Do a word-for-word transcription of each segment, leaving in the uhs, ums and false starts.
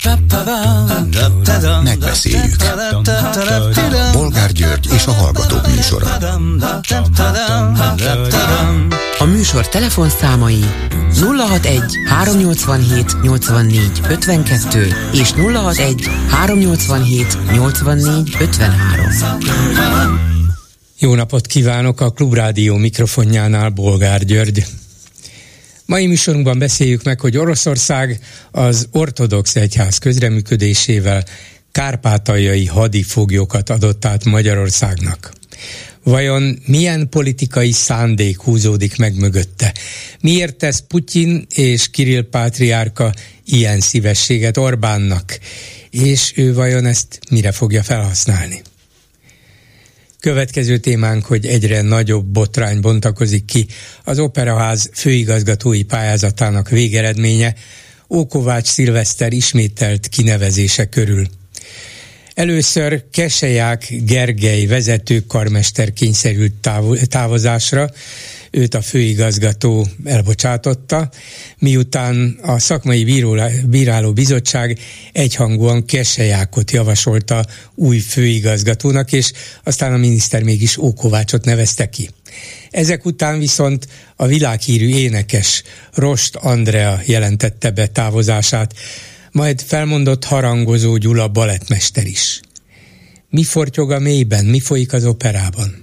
Megbeszéljük. Bolgár György és a Hallgatók műsora. A műsor telefonszámai nulla hatvanegy háromnyolcvanhét nyolcvannégy ötvenkettő és nulla hatvanegy háromnyolcvanhét nyolcvannégy ötvenhárom. Jó napot kívánok, a Klubrádió mikrofonjánál Bolgár György. Mai műsorunkban beszéljük meg, hogy Oroszország az ortodox egyház közreműködésével kárpátaljai hadifoglyokat adott át Magyarországnak. Vajon milyen politikai szándék húzódik meg mögötte? Miért tesz Putyin és Kirill pátriárka ilyen szívességet Orbánnak? És ő vajon ezt mire fogja felhasználni? Következő témánk, hogy egyre nagyobb botrány bontakozik ki az Operaház főigazgatói pályázatának végeredménye Ókovács Szilveszter ismételt kinevezése körül. Először Keselyák Gergely vezetőkarmester kényszerült távozásra, őt a főigazgató elbocsátotta, miután a szakmai bíráló bizottság egyhangúan Keselyákot javasolta új főigazgatónak, és aztán a miniszter mégis Ókovácsot nevezte ki. Ezek után viszont a világhírű énekes Rost Andrea jelentette be távozását, majd felmondott harangozó Gyula balettmester is. Mi fortyog a mélyben, mi folyik az operában?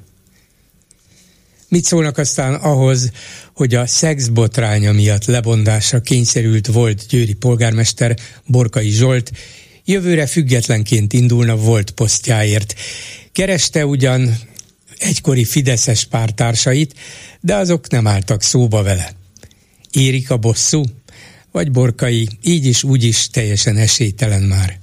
Mit szólnak aztán ahhoz, hogy a szexbotránya miatt lebondásra kényszerült volt győri polgármester Borkai Zsolt jövőre függetlenként indulna volt posztjáért. Kereste ugyan egykori fideszes pártársait, de azok nem álltak szóba vele. Érik a bosszú? Vagy Borkai így is úgy is teljesen esélytelen már?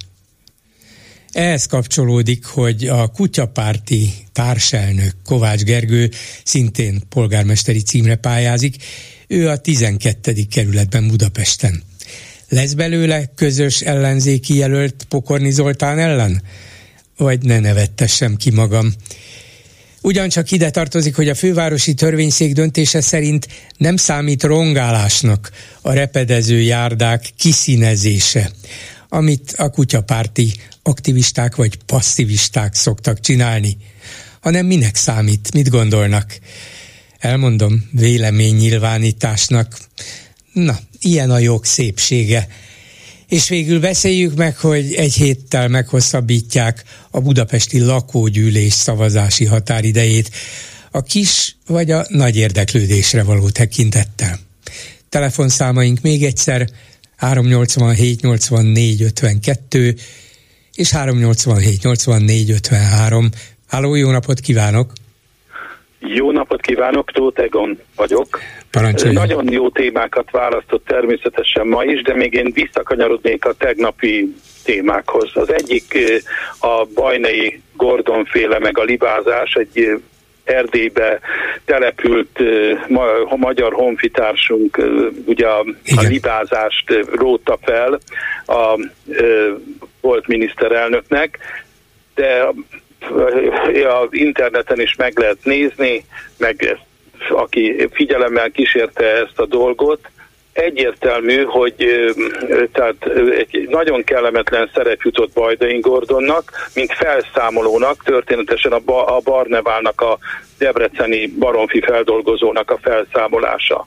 Ehhez kapcsolódik, hogy a kutyapárti társelnök Kovács Gergő szintén polgármesteri címre pályázik, ő a tizenkettedik kerületben Budapesten. Lesz belőle közös ellenzéki jelölt Pokorni Zoltán ellen? Vagy ne nevettessem ki magam. Ugyancsak ide tartozik, hogy a fővárosi törvényszék döntése szerint nem számít rongálásnak a repedező járdák kiszínezése, amit a kutyapárti aktivisták vagy passzivisták szoktak csinálni, hanem minek számít, mit gondolnak. Elmondom, véleménynyilvánításnak. Na, ilyen a jog szépsége. És végül beszéljük meg, hogy egy héttel meghosszabbítják a budapesti lakógyűlés szavazási határidejét a kis vagy a nagy érdeklődésre való tekintettel. Telefonszámaink még egyszer háromnyolcvanhét nyolcvannégy ötvenkettő és háromnyolcvanhét nyolcvannégy ötvenhárom. Háló, jó napot kívánok! Jó napot kívánok, Tóth Egon vagyok. Parancsoljon. Nagyon jó témákat választott természetesen ma is, de még én visszakanyarodnék a tegnapi témákhoz. Az egyik a Bajnai Gordon féle meg a libázás, egy Erdélybe települt a magyar honfitársunk ugye a, a libázást rótta fel a volt miniszterelnöknek, de az interneten is meg lehet nézni, meg aki figyelemmel kísérte ezt a dolgot, egyértelmű, hogy tehát egy nagyon kellemetlen szerep jutott Bajnai Gordonnak, mint felszámolónak, történetesen a Barneválnak, a debreceni baromfi feldolgozónak a felszámolása.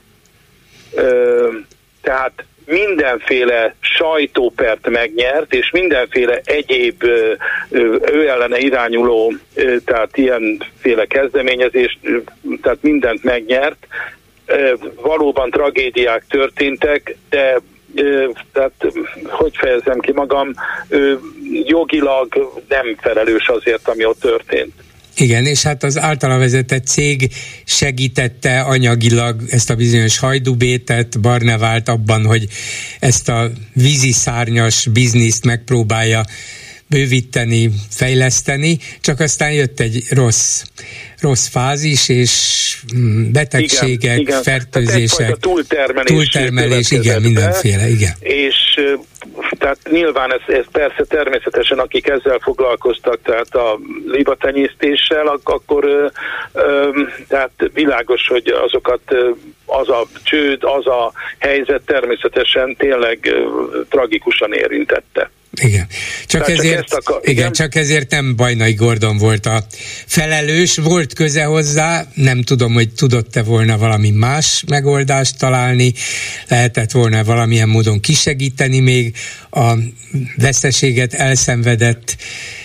Tehát mindenféle sajtópert megnyert, és mindenféle egyéb ő ellene irányuló, tehát ilyenféle kezdeményezést, tehát mindent megnyert. Valóban tragédiák történtek, de tehát, hogy fejezem ki magam, jogilag nem felelős azért, ami ott történt. Igen, és hát az általa vezetett cég segítette anyagilag ezt a bizonyos hajdubétet, Barnevált abban, hogy ezt a víziszárnyas bizniszt megpróbálja bővíteni, fejleszteni, csak aztán jött egy rossz, rossz fázis, és betegségek, igen, igen. fertőzések, túltermelés, túltermelés igen, mindenféle, igen. És tehát nyilván ez, ez persze természetesen, akik ezzel foglalkoztak, tehát a libatenyésztéssel, akkor ö, ö, tehát világos, hogy azokat az a csőd, az a helyzet természetesen tényleg ö, tragikusan érintette. Igen. Csak ezért, csak, akar, igen, igen, csak ezért nem Bajnai Gordon volt a felelős, volt köze hozzá, nem tudom, hogy tudott-e volna valami más megoldást találni, lehetett volna valamilyen módon kisegíteni még a veszteséget elszenvedett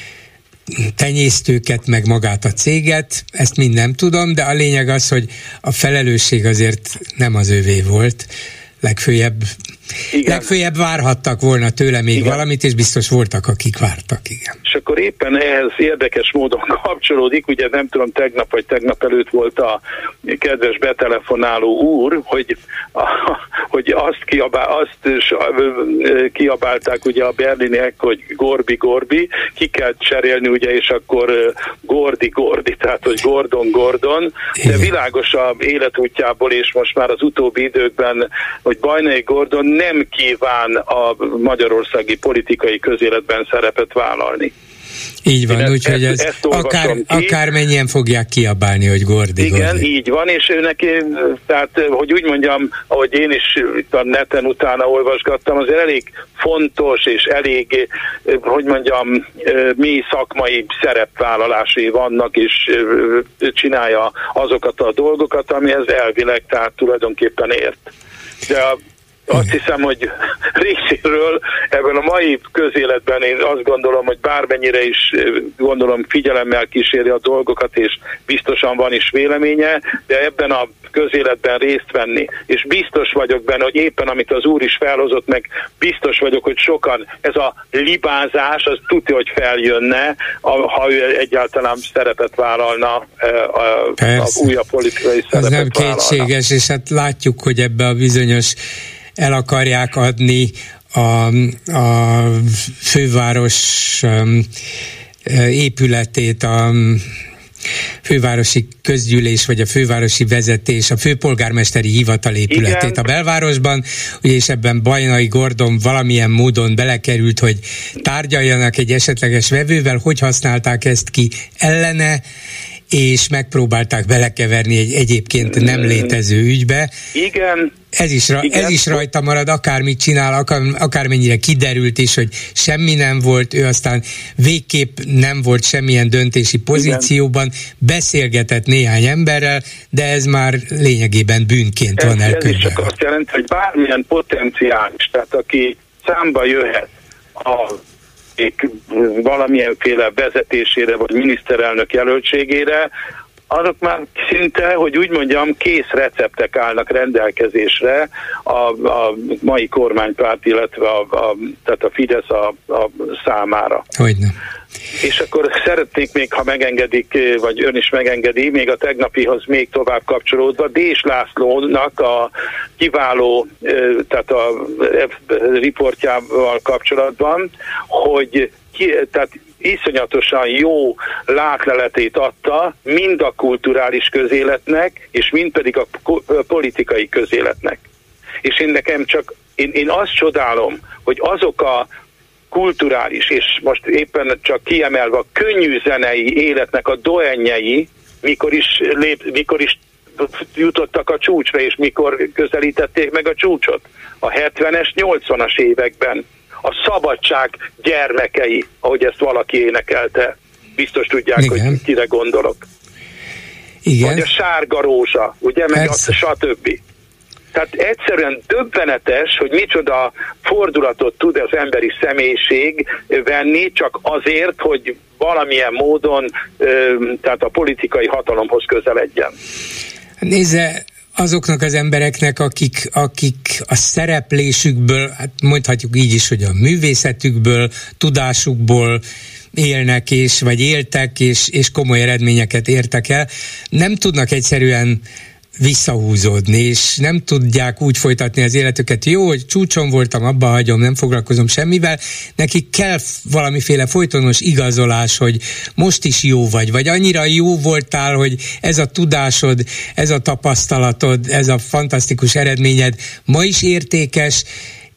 tenyésztőket, meg magát a céget, ezt mind nem tudom, de a lényeg az, hogy a felelősség azért nem az övé volt, legfőjebb Igen. legfőjebb várhattak volna tőle még igen. valamit, és biztos voltak, akik vártak, igen. És akkor éppen ehhez érdekes módon kapcsolódik, ugye nem tudom, tegnap vagy tegnap előtt volt a kedves betelefonáló úr, hogy, a, hogy azt, kiabál, azt kiabálták ugye a berliniek, hogy Gorbi, Gorbi, ki kell cserélni ugye, és akkor Gordi, Gordi, tehát hogy Gordon, Gordon, de világos a életútjából, és most már az utóbbi időkben, hogy Bajnai Gordon nem kíván a magyarországi politikai közéletben szerepet vállalni. Így van, úgyhogy ez ezt akár, akármennyien fogják kiabálni, hogy Gordi, Igen, Gordi. így van, és őnek, tehát, hogy úgy mondjam, ahogy én is itt a neten utána olvasgattam, azért elég fontos és elég, hogy mondjam, mély szakmai szerepvállalásai vannak, és csinálja azokat a dolgokat, amihez elvileg, tehát tulajdonképpen ért. De a Azt hiszem, hogy részéről ebben a mai közéletben én azt gondolom, hogy bármennyire is gondolom figyelemmel kíséri a dolgokat, és biztosan van is véleménye, de ebben a közéletben részt venni. És biztos vagyok benne, hogy éppen amit az úr is felhozott meg, biztos vagyok, hogy sokan ez a libázás, az tudja, hogy feljönne, ha ő egyáltalán szerepet vállalna, a, a újabb politikai szerepet vállalna. Az nem vállalna. kétséges, és hát látjuk, hogy ebbe a bizonyos el akarják adni a, a főváros um, épületét, a fővárosi közgyűlés, vagy a fővárosi vezetés, a főpolgármesteri hivatal épületét Igen. a belvárosban, ugye, és ebben Bajnai Gordon valamilyen módon belekerült, hogy tárgyaljanak egy esetleges vevővel, hogy használták ezt ki ellene, és megpróbálták belekeverni egy egyébként nem létező ügybe. Igen. Ez is, ra- ez is rajta marad, akármit csinál, akár, akármennyire kiderült is, hogy semmi nem volt, ő aztán végképp nem volt semmilyen döntési pozícióban, Igen. beszélgetett néhány emberrel, de ez már lényegében bűnként ez, van elkönyvelve. Ez is csak azt jelenti, hogy bármilyen potenciális, tehát aki számba jöhet a valamilyenféle vezetésére, vagy miniszterelnök jelöltségére, azok már szinte, hogy úgy mondjam, kész receptek állnak rendelkezésre a, a mai kormánypárt, illetve a, a, tehát a Fidesz a, a számára. Hogyne. És akkor szeretnék még, ha megengedik, vagy ön is megengedi, még a tegnapihoz még tovább kapcsolódva, Dés Lászlónak a kiváló, tehát a riportjával kapcsolatban, hogy ki, tehát iszonyatosan jó látleletét adta mind a kulturális közéletnek, és mind pedig a politikai közéletnek. És én nekem csak, én, én azt csodálom, hogy azok a kulturális, és most éppen csak kiemelve a könnyű zenei életnek a doenjei, mikor is, lép, mikor is jutottak a csúcsra, és mikor közelítették meg a csúcsot. A hetvenes, nyolcvanas években. A szabadság gyermekei, ahogy ezt valaki énekelte. Biztos tudják, Igen. hogy kire gondolok. Igen. Vagy a sárga rózsa, ugye, meg a stb. Tehát egyszerűen döbbenetes, hogy micsoda fordulatot tud az emberi személyiség venni, csak azért, hogy valamilyen módon, tehát a politikai hatalomhoz közeledjen. Nézze, azoknak az embereknek, akik, akik a szereplésükből, hát mondhatjuk így is, hogy a művészetükből, tudásukból élnek, és, vagy éltek, és, és komoly eredményeket értek el, nem tudnak egyszerűen visszahúzódni, és nem tudják úgy folytatni az életüket, jó, hogy csúcson voltam, abba hagyom, nem foglalkozom semmivel, nekik kell valamiféle folytonos igazolás, hogy most is jó vagy, vagy annyira jó voltál, hogy ez a tudásod, ez a tapasztalatod, ez a fantasztikus eredményed ma is értékes,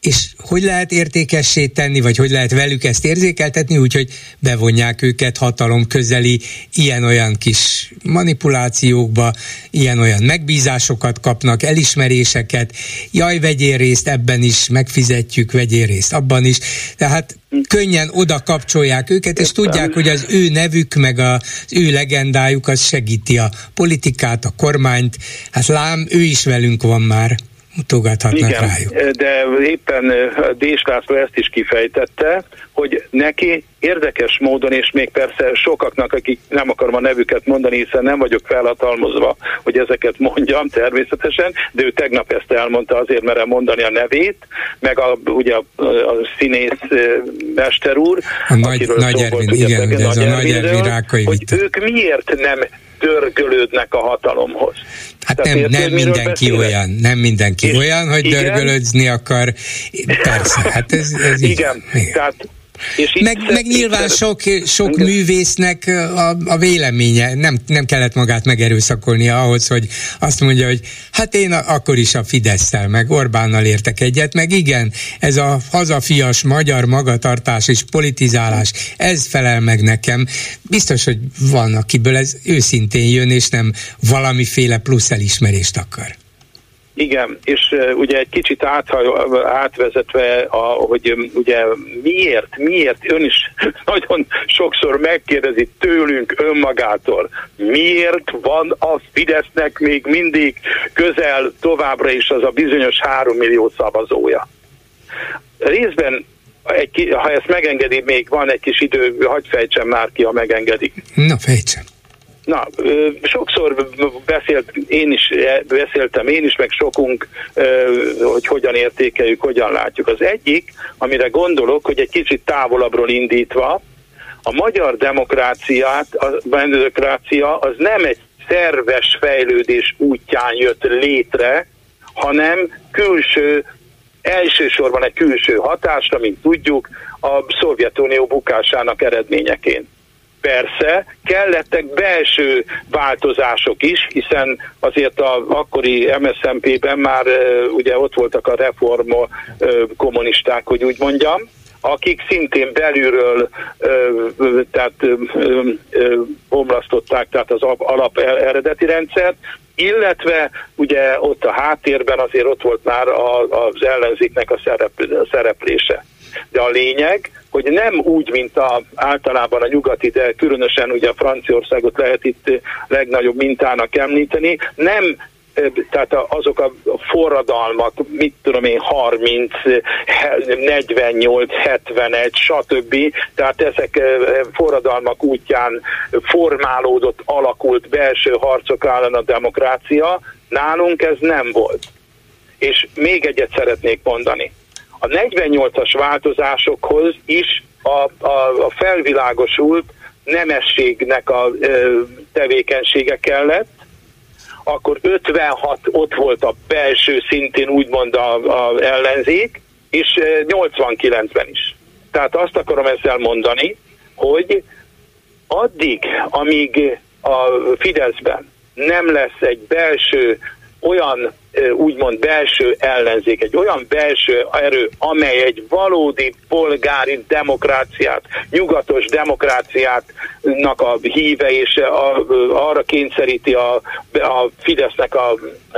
és hogy lehet értékessé tenni, vagy hogy lehet velük ezt érzékeltetni, úgyhogy bevonják őket hatalom közeli ilyen-olyan kis manipulációkba, ilyen-olyan megbízásokat kapnak, elismeréseket, jaj, vegyél részt ebben is, megfizetjük, vegyél részt abban is, tehát könnyen oda kapcsolják őket, és tudják, hogy az ő nevük, meg az ő legendájuk az segíti a politikát, a kormányt, hát lám, ő is velünk van már. Mutogathatnak igen, rájuk. De éppen Dés László ezt is kifejtette, hogy neki érdekes módon, és még persze sokaknak, akik nem akarom a nevüket mondani, hiszen nem vagyok felhatalmazva, hogy ezeket mondjam természetesen, de ő tegnap ezt elmondta, azért merem mondani a nevét, meg a, ugye a, a színész mester úr, a nagy, nagy Ervin, volt, igen, ugye, ez a Nagy Ervin Rákai hogy vita. Ők miért nem dörgölődnek a hatalomhoz. Hát nem, érted, nem mindenki beszélek? olyan, nem mindenki és olyan, hogy igen, dörgölödzni akar. Persze, hát ez, ez igen, így. Igen, tehát és meg, meg nyilván sok, sok művésznek a, a véleménye, nem, nem kellett magát megerőszakolnia ahhoz, hogy azt mondja, hogy hát én a, akkor is a Fidesszel, meg Orbánnal értek egyet, meg igen, ez a hazafias magyar magatartás és politizálás, ez felel meg nekem. Biztos, hogy van, akiből ez őszintén jön, és nem valamiféle plusz elismerést akar. Igen, és uh, ugye egy kicsit áthaj, átvezetve, a, hogy um, ugye miért, miért ön is nagyon sokszor megkérdezi tőlünk önmagától, miért van a Fidesznek még mindig közel továbbra is az a bizonyos három millió szavazója. Részben, egy, ha ezt megengedi, még van egy kis idő, hagyj fejtsem már ki, ha megengedik. Na, fejtsem. Na, sokszor beszélt, én is, beszéltem én is, meg sokunk, hogy hogyan értékeljük, hogyan látjuk. Az egyik, amire gondolok, hogy egy kicsit távolabbról indítva, a magyar demokráciát, a demokrácia az nem egy szerves fejlődés útján jött létre, hanem külső, elsősorban egy külső hatásra, mint tudjuk, a Szovjetunió bukásának eredményeként. Persze, kellettek belső változások is, hiszen azért az akkori em es zé em pé-ben már uh, ugye ott voltak a reform uh, kommunisták, hogy úgy mondjam, akik szintén belülről uh, tehát uh, uh, omlasztották tehát az alap eredeti rendszert, illetve ugye ott a háttérben azért ott volt már a, az ellenzéknek a, szerep, a szereplése. De a lényeg, hogy nem úgy, mint a, általában a nyugati, de különösen ugye a Franciaországot lehet itt legnagyobb mintának említeni, nem, tehát azok a forradalmak, mit tudom én, harminc, negyvennyolc, hetvenegy, stb. Tehát ezek forradalmak útján formálódott, alakult belső harcok ellen a demokrácia, nálunk ez nem volt. És még egyet szeretnék mondani. A negyvennyolcas változásokhoz is a, a, a felvilágosult nemességnek a ö, tevékenysége kellett, akkor ötvenhat ott volt a belső szintén úgymond az ellenzék, és nyolcvankilencben is. Tehát azt akarom ezzel mondani, hogy addig, amíg a Fideszben nem lesz egy belső olyan úgymond belső ellenzék, egy olyan belső erő, amely egy valódi polgári demokráciát, nyugatos demokráciátnak a híve, és a, arra kényszeríti a, a Fidesznek a, a,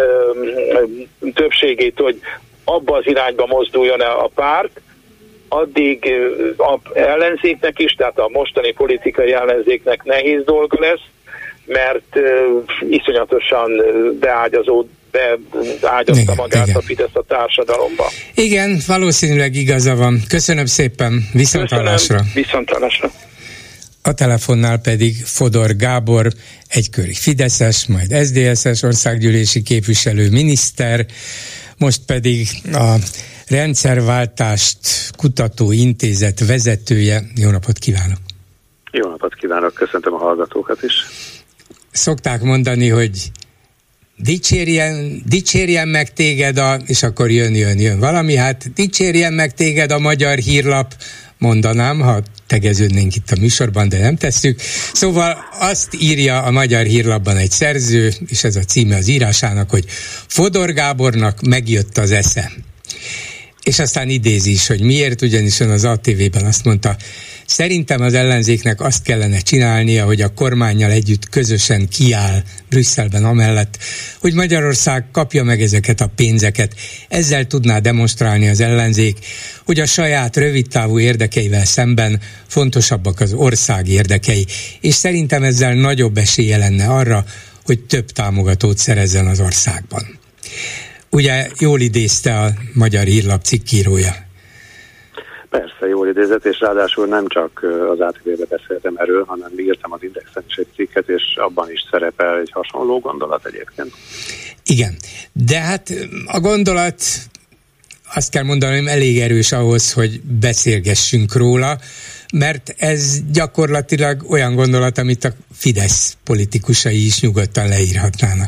a többségét, hogy abba az irányba mozduljon a párt, addig az ellenzéknek is, tehát a mostani politikai ellenzéknek nehéz dolga lesz, mert uh, iszonyatosan beágyazód, beágyazta magát igen. a Fidesz a társadalomba. Igen, valószínűleg igaza van. Köszönöm szépen, viszonthallásra. Viszonthallásra. A telefonnál pedig Fodor Gábor, egyköri fideszes, majd es zé dé es-es országgyűlési képviselő, miniszter, most pedig a Rendszerváltást Kutató Intézet vezetője. Jó napot kívánok! Jó napot kívánok, köszöntöm a hallgatókat is. Szokták mondani, hogy dicsérjen, dicsérjen meg téged a, és akkor jön, jön, jön valami, hát dicsérjen meg téged a Magyar Hírlap, mondanám, ha tegeződnénk itt a műsorban, de nem tesszük. Szóval azt írja a Magyar Hírlapban egy szerző, és ez a címe az írásának, hogy Fodor Gábornak megjött az eszem. És aztán idézi is, hogy miért, ugyanis ön az á té vében azt mondta, szerintem az ellenzéknek azt kellene csinálnia, hogy a kormánnyal együtt közösen kiáll Brüsszelben amellett, hogy Magyarország kapja meg ezeket a pénzeket. Ezzel tudná demonstrálni az ellenzék, hogy a saját rövidtávú érdekeivel szemben fontosabbak az ország érdekei, és szerintem ezzel nagyobb esélye lenne arra, hogy több támogatót szerezzen az országban. Ugye jól idézte a Magyar Hírlap cikkírója. Persze, jól idézett, és ráadásul nem csak az á té vében beszéltem erről, hanem írtam az Indexen is egy cikket, és abban is szerepel egy hasonló gondolat egyébként. Igen, de hát a gondolat, azt kell mondanom, elég erős ahhoz, hogy beszélgessünk róla, mert ez gyakorlatilag olyan gondolat, amit a Fidesz politikusai is nyugodtan leírhatnának.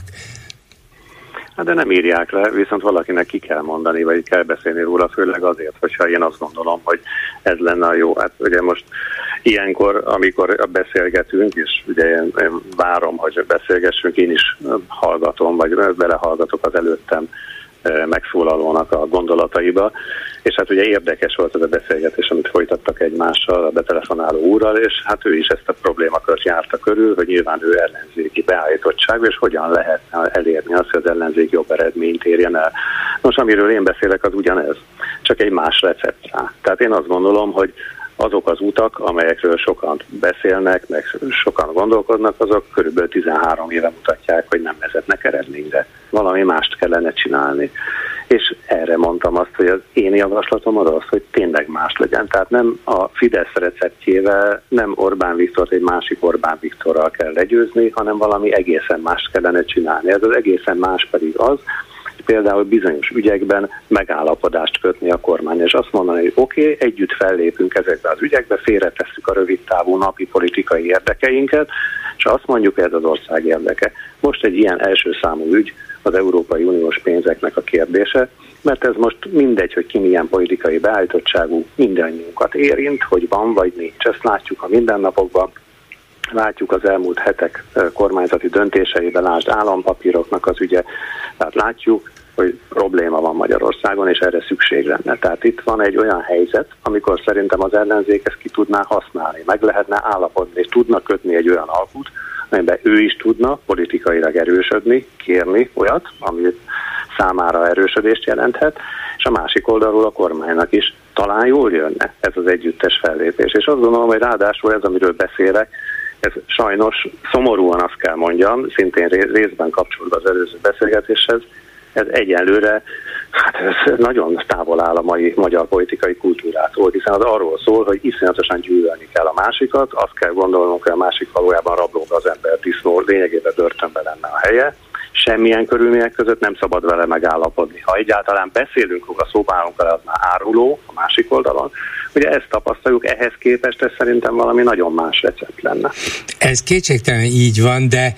Hát de nem írják le, viszont valakinek ki kell mondani, vagy kell beszélni róla, főleg azért, hogyha én azt gondolom, hogy ez lenne a jó. Hát ugye most ilyenkor, amikor beszélgetünk, és ugye én, én várom, hogy beszélgessünk, én is hallgatom, vagy belehallgatok az előttem megszólalónak a gondolataiba, és hát ugye érdekes volt ez a beszélgetés, amit folytattak egymással, a betelefonáló úrral, és hát ő is ezt a problémakört járta körül, hogy nyilván ő ellenzéki beállítottság, és hogyan lehet elérni azt, hogy az ellenzék jobb eredményt érjen el. Most amiről én beszélek, az ugyanez, csak egy más recept rá. Tehát én azt gondolom, hogy azok az utak, amelyekről sokan beszélnek, meg sokan gondolkodnak, azok körülbelül tizenhárom éve mutatják, hogy nem vezetnek eredményre. Valami mást kellene csinálni. És erre mondtam azt, hogy az én javaslatom az az, hogy tényleg más legyen. Tehát nem a Fidesz receptjével, nem Orbán Viktort egy másik Orbán Viktorral kell legyőzni, hanem valami egészen mást kellene csinálni. Ez az egészen más pedig az, például bizonyos ügyekben megállapodást kötni a kormány, és azt mondani, hogy oké, okay, együtt fellépünk ezekbe az ügyekbe, félretesszük a rövidtávú napi politikai érdekeinket, és azt mondjuk, hogy ez az ország érdeke. Most egy ilyen első számú ügy az Európai Uniós pénzeknek a kérdése, mert ez most mindegy, hogy ki milyen politikai beállítottságú, mindannyiunkat érint, hogy van vagy nincs. Ezt látjuk a mindennapokban, látjuk az elmúlt hetek kormányzati döntéseiben, lásd állampapíroknak az ügye, tehát látjuk, hogy probléma van Magyarországon, és erre szükség lenne. Tehát itt van egy olyan helyzet, amikor szerintem az ellenzék ezt ki tudná használni, meg lehetne állapodni, és tudna kötni egy olyan alkut, amiben ő is tudna politikailag erősödni, kérni olyat, ami számára erősödést jelenthet, és a másik oldalról a kormánynak is talán jól jönne ez az együttes fellépés. És azt gondolom, hogy ráadásul ez, amiről beszélek, ez sajnos szomorúan azt kell mondjam, szintén részben kapcsolódva az előző beszélgetéshez, ez egyelőre hát ez nagyon távol áll a mai magyar politikai kultúrától, hiszen az arról szól, hogy iszonyatosan gyűlölni kell a másikat, azt kell gondolnunk, hogy a másik valójában rablóba az ember disznó, lényegében börtönben lenne a helye. Semmilyen körülmények között nem szabad vele megállapodni. Ha egyáltalán beszélünk róla, szóbálunk vele, az már áruló a másik oldalon. Ugye ezt tapasztaljuk, ehhez képest ez szerintem valami nagyon más recept lenne. Ez kétségtelen így van, de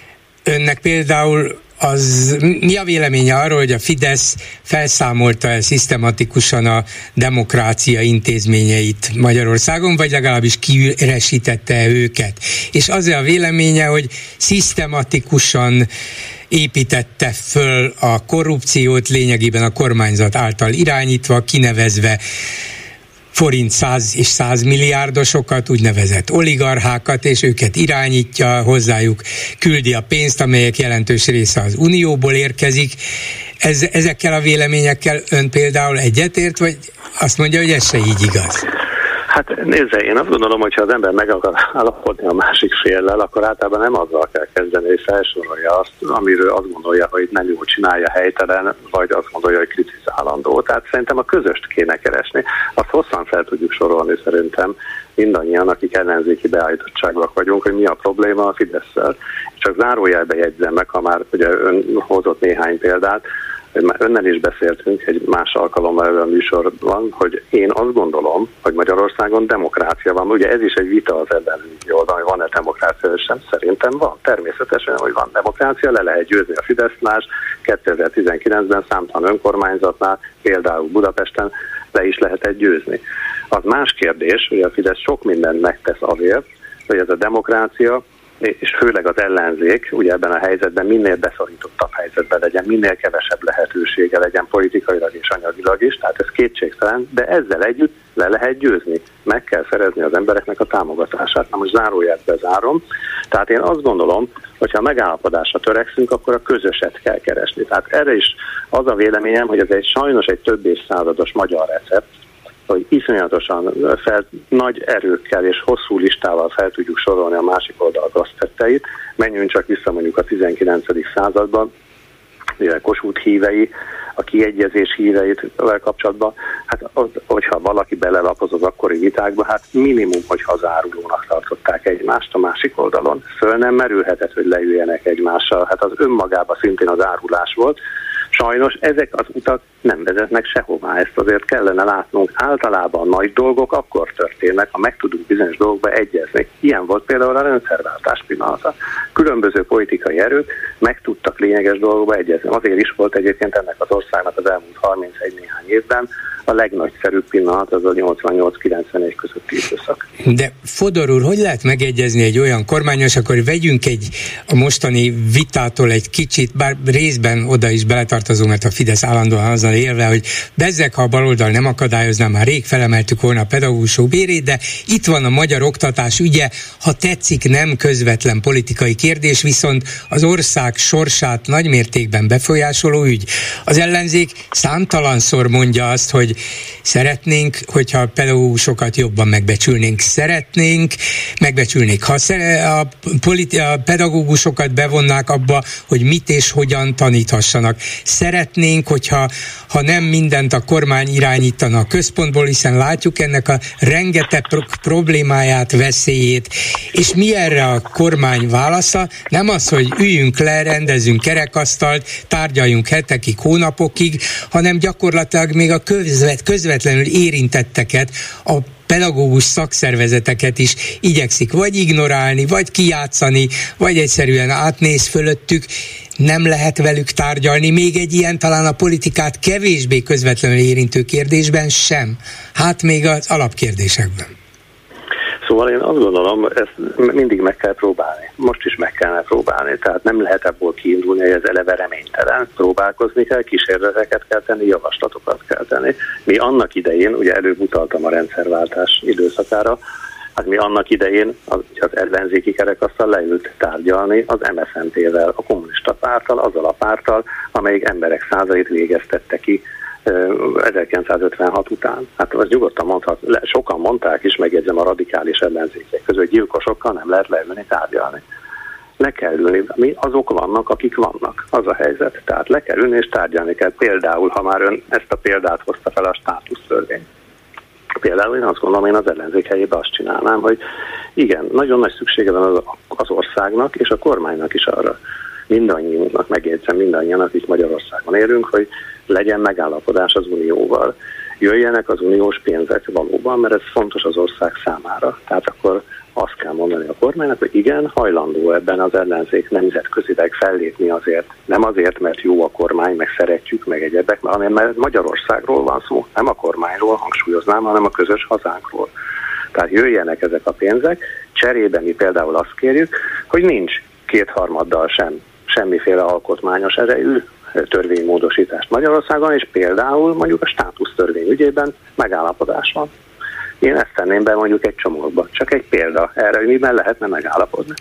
önnek például az mi a véleménye arról, hogy a Fidesz felszámolta el szisztematikusan a demokrácia intézményeit Magyarországon, vagy legalábbis kiüresítette őket? És az a véleménye, hogy szisztematikusan építette föl a korrupciót, lényegében a kormányzat által irányítva, kinevezve forint száz és száz milliárdosokat, úgynevezett oligarchákat, és őket irányítja, hozzájuk küldi a pénzt, amelyek jelentős része az Unióból érkezik. Ez, ezekkel a véleményekkel ön például egyetért, vagy azt mondja, hogy ez se így igaz? Hát nézze, én azt gondolom, hogy ha az ember meg akar állapodni a másik féllel, akkor általában nem azzal kell kezdeni, hogy felsorolja azt, amiről azt gondolja, hogy nem jól csinálja, helytelen, vagy azt gondolja, hogy kritizálandó. Tehát szerintem a közöst kéne keresni. Azt hosszan fel tudjuk sorolni szerintem mindannyian, akik ellenzéki beállítottságúak vagyunk, hogy mi a probléma a Fidesszel. Csak zárójelbe jegyzem meg, ha már ugye ön hozott néhány példát, már önnel is beszéltünk egy más alkalommal ebben a műsorban, hogy én azt gondolom, hogy Magyarországon demokrácia van. Ugye ez is egy vita az ellenzéki oldalon, hogy van-e demokrácia, és sem szerintem van. Természetesen, hogy van demokrácia, le lehet győzni a Fidesznál, kétezer-tizenkilencben számtalan önkormányzatnál, például Budapesten le is lehetett győzni. Az más kérdés, hogy a Fidesz sok mindent megtesz azért, hogy ez a demokrácia és főleg az ellenzék, ugye ebben a helyzetben minél beszorítottabb helyzetben legyen, minél kevesebb lehetősége legyen politikailag és anyagilag is, tehát ez kétségtelen, de ezzel együtt le lehet győzni. Meg kell szerezni az embereknek a támogatását. Na most zárójelbe zárom. Tehát én azt gondolom, hogyha a megállapodásra törekszünk, akkor a közöset kell keresni. Tehát erre is az a véleményem, hogy ez egy sajnos egy több évszázados magyar recept, hogy iszonyatosan fel, nagy erőkkel és hosszú listával fel tudjuk sorolni a másik oldal gaztetteit. Menjünk csak vissza mondjuk a tizenkilencedik században, ugye Kossuth hívei, a kiegyezés híveit kapcsolatban, hát hogyha valaki belelapos az akkori vitákba, hát minimum, hogy hazárulónak tartották egymást a másik oldalon. Föl nem merülhetett, hogy leüljenek egymással, hát az önmagában szintén az árulás volt. Sajnos ezek az utak nem vezetnek sehová, ezt azért kellene látnunk. Általában nagy dolgok akkor történnek, ha meg tudunk bizonyos dolgokba egyezni. Ilyen volt például a rendszerváltás pillanata. Különböző politikai erők meg tudtak lényeges dolgokba egyezni. Azért is volt egyébként ennek az országnak az elmúlt harmincegy néhány évben a legnagyszerűbb pillanat, az a nyolcvannyolc kilencvenegy közötti időszak. De Fodor úr, hogy lehet megegyezni egy olyan kormányos, akkor vegyünk egy a mostani vitától egy kicsit, bár részben oda is beletartozó, mert a Fidesz állandóan azzal élve, hogy bezzeg, ha a baloldal nem akadályozná, már rég felemeltük volna a pedagógusok bérét, de itt van a magyar oktatás ügye, ha tetszik, nem közvetlen politikai kérdés, viszont az ország sorsát nagymértékben befolyásoló ügy. Az ellenzék számtalanszor mondja azt, hogy szeretnénk, hogyha a pedagógusokat jobban megbecsülnénk. Szeretnénk, megbecsülnék. Ha a, politi- a pedagógusokat bevonnák abba, hogy mit és hogyan taníthassanak. Szeretnénk, hogyha ha nem mindent a kormány irányítana a központból, hiszen látjuk ennek a rengeteg pro- problémáját, veszélyét. És mi erre a kormány válasza? Nem az, hogy üljünk le, rendezünk kerekasztalt, tárgyaljunk hetekig, hónapokig, hanem gyakorlatilag még a közvet, közvetlenül érintetteket, a pedagógus szakszervezeteket is igyekszik vagy ignorálni, vagy kijátszani, vagy egyszerűen átnéz fölöttük. Nem lehet velük tárgyalni, még egy ilyen talán a politikát kevésbé közvetlenül érintő kérdésben sem. Hát még az alapkérdésekben. Szóval én azt gondolom, ezt mindig meg kell próbálni. Most is meg kellene próbálni, tehát nem lehet ebből kiindulni, hogy ez eleve reménytelen. Próbálkozni kell, kísérleteket kell tenni, javaslatokat kell tenni. Mi annak idején, ugye előbb utaltam a rendszerváltás időszakára, hát mi annak idején az, az ellenzéki kerekasztal leült tárgyalni az em es zé en té-vel, a kommunista párttal, azzal a párttal, amelyik emberek százait végeztette ki ezerkilencszázötvenhat után. Hát az nyugodtan mondhat, sokan mondták is, megjegyzem a radikális ellenzékek közül, hogy gyilkosokkal nem lehet leülni tárgyalni. Le kell ülni, mi azok vannak, akik vannak. Az a helyzet. Tehát le kell ülni és tárgyalni kell. Például, ha már ön ezt a példát hozta fel, a státusztörvény. Például én azt gondolom, én az ellenzék helyében azt csinálnám, hogy igen, nagyon nagy szüksége van az, az országnak és a kormánynak is arra. Mindannyiunknak, megjegyzem mindannyian, akik Magyarországon élünk, hogy legyen megállapodás az Unióval. Jöjjenek az uniós pénzek valóban, mert ez fontos az ország számára. Tehát akkor azt kell mondani a kormánynak, hogy igen, hajlandó ebben az ellenzék nemzetközileg fellépni azért. Nem azért, mert jó a kormány, meg szeretjük, meg egyebek, hanem mert Magyarországról van szó. Nem a kormányról hangsúlyoznám, hanem a közös hazánkról. Tehát jöjjenek ezek a pénzek, cserében mi például azt kérjük, hogy nincs kétharmaddal sem semmiféle alkotmányos erejű törvénymódosítást Magyarországon, és például mondjuk a státusztörvény ügyében megállapodás van. Én ezt tenném be mondjuk egy csomagba. Csak egy példa erre, hogy miben lehetne megállapodni.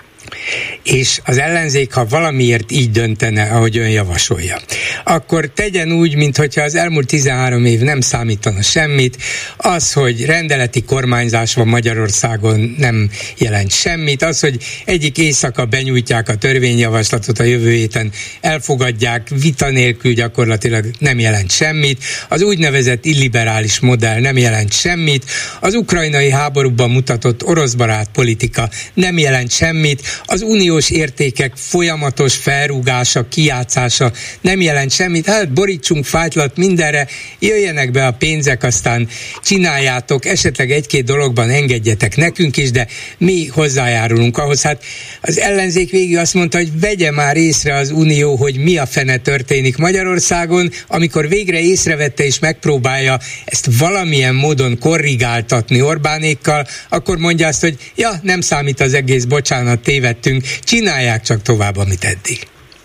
És az ellenzék, ha valamiért így döntene, ahogy ön javasolja, akkor tegyen úgy, mintha az elmúlt tizenhárom év nem számítana semmit, az, hogy rendeleti kormányzás van Magyarországon, nem jelent semmit, az, hogy egyik éjszaka benyújtják a törvényjavaslatot, a jövő héten elfogadják, vita nélkül gyakorlatilag nem jelent semmit, az úgynevezett illiberális modell nem jelent semmit, az ukrajnai háborúban mutatott oroszbarát politika nem jelent semmit, az uniós uniós értékek folyamatos felrúgása, kijátszása nem jelent semmit. Hát borítsunk fájtlat mindenre, jöjjenek be a pénzek, aztán csináljátok, esetleg egy-két dologban engedjetek nekünk is, de mi hozzájárulunk ahhoz. Hát az ellenzék végig azt mondta, hogy vegye már észre az Unió, hogy mi a fene történik Magyarországon, amikor végre észrevette és megpróbálja ezt valamilyen módon korrigáltatni Orbánékkal, akkor mondja azt, hogy ja, nem számít az egész, bocsánat, tévedtünk, csinálják csak tovább, amit eddig.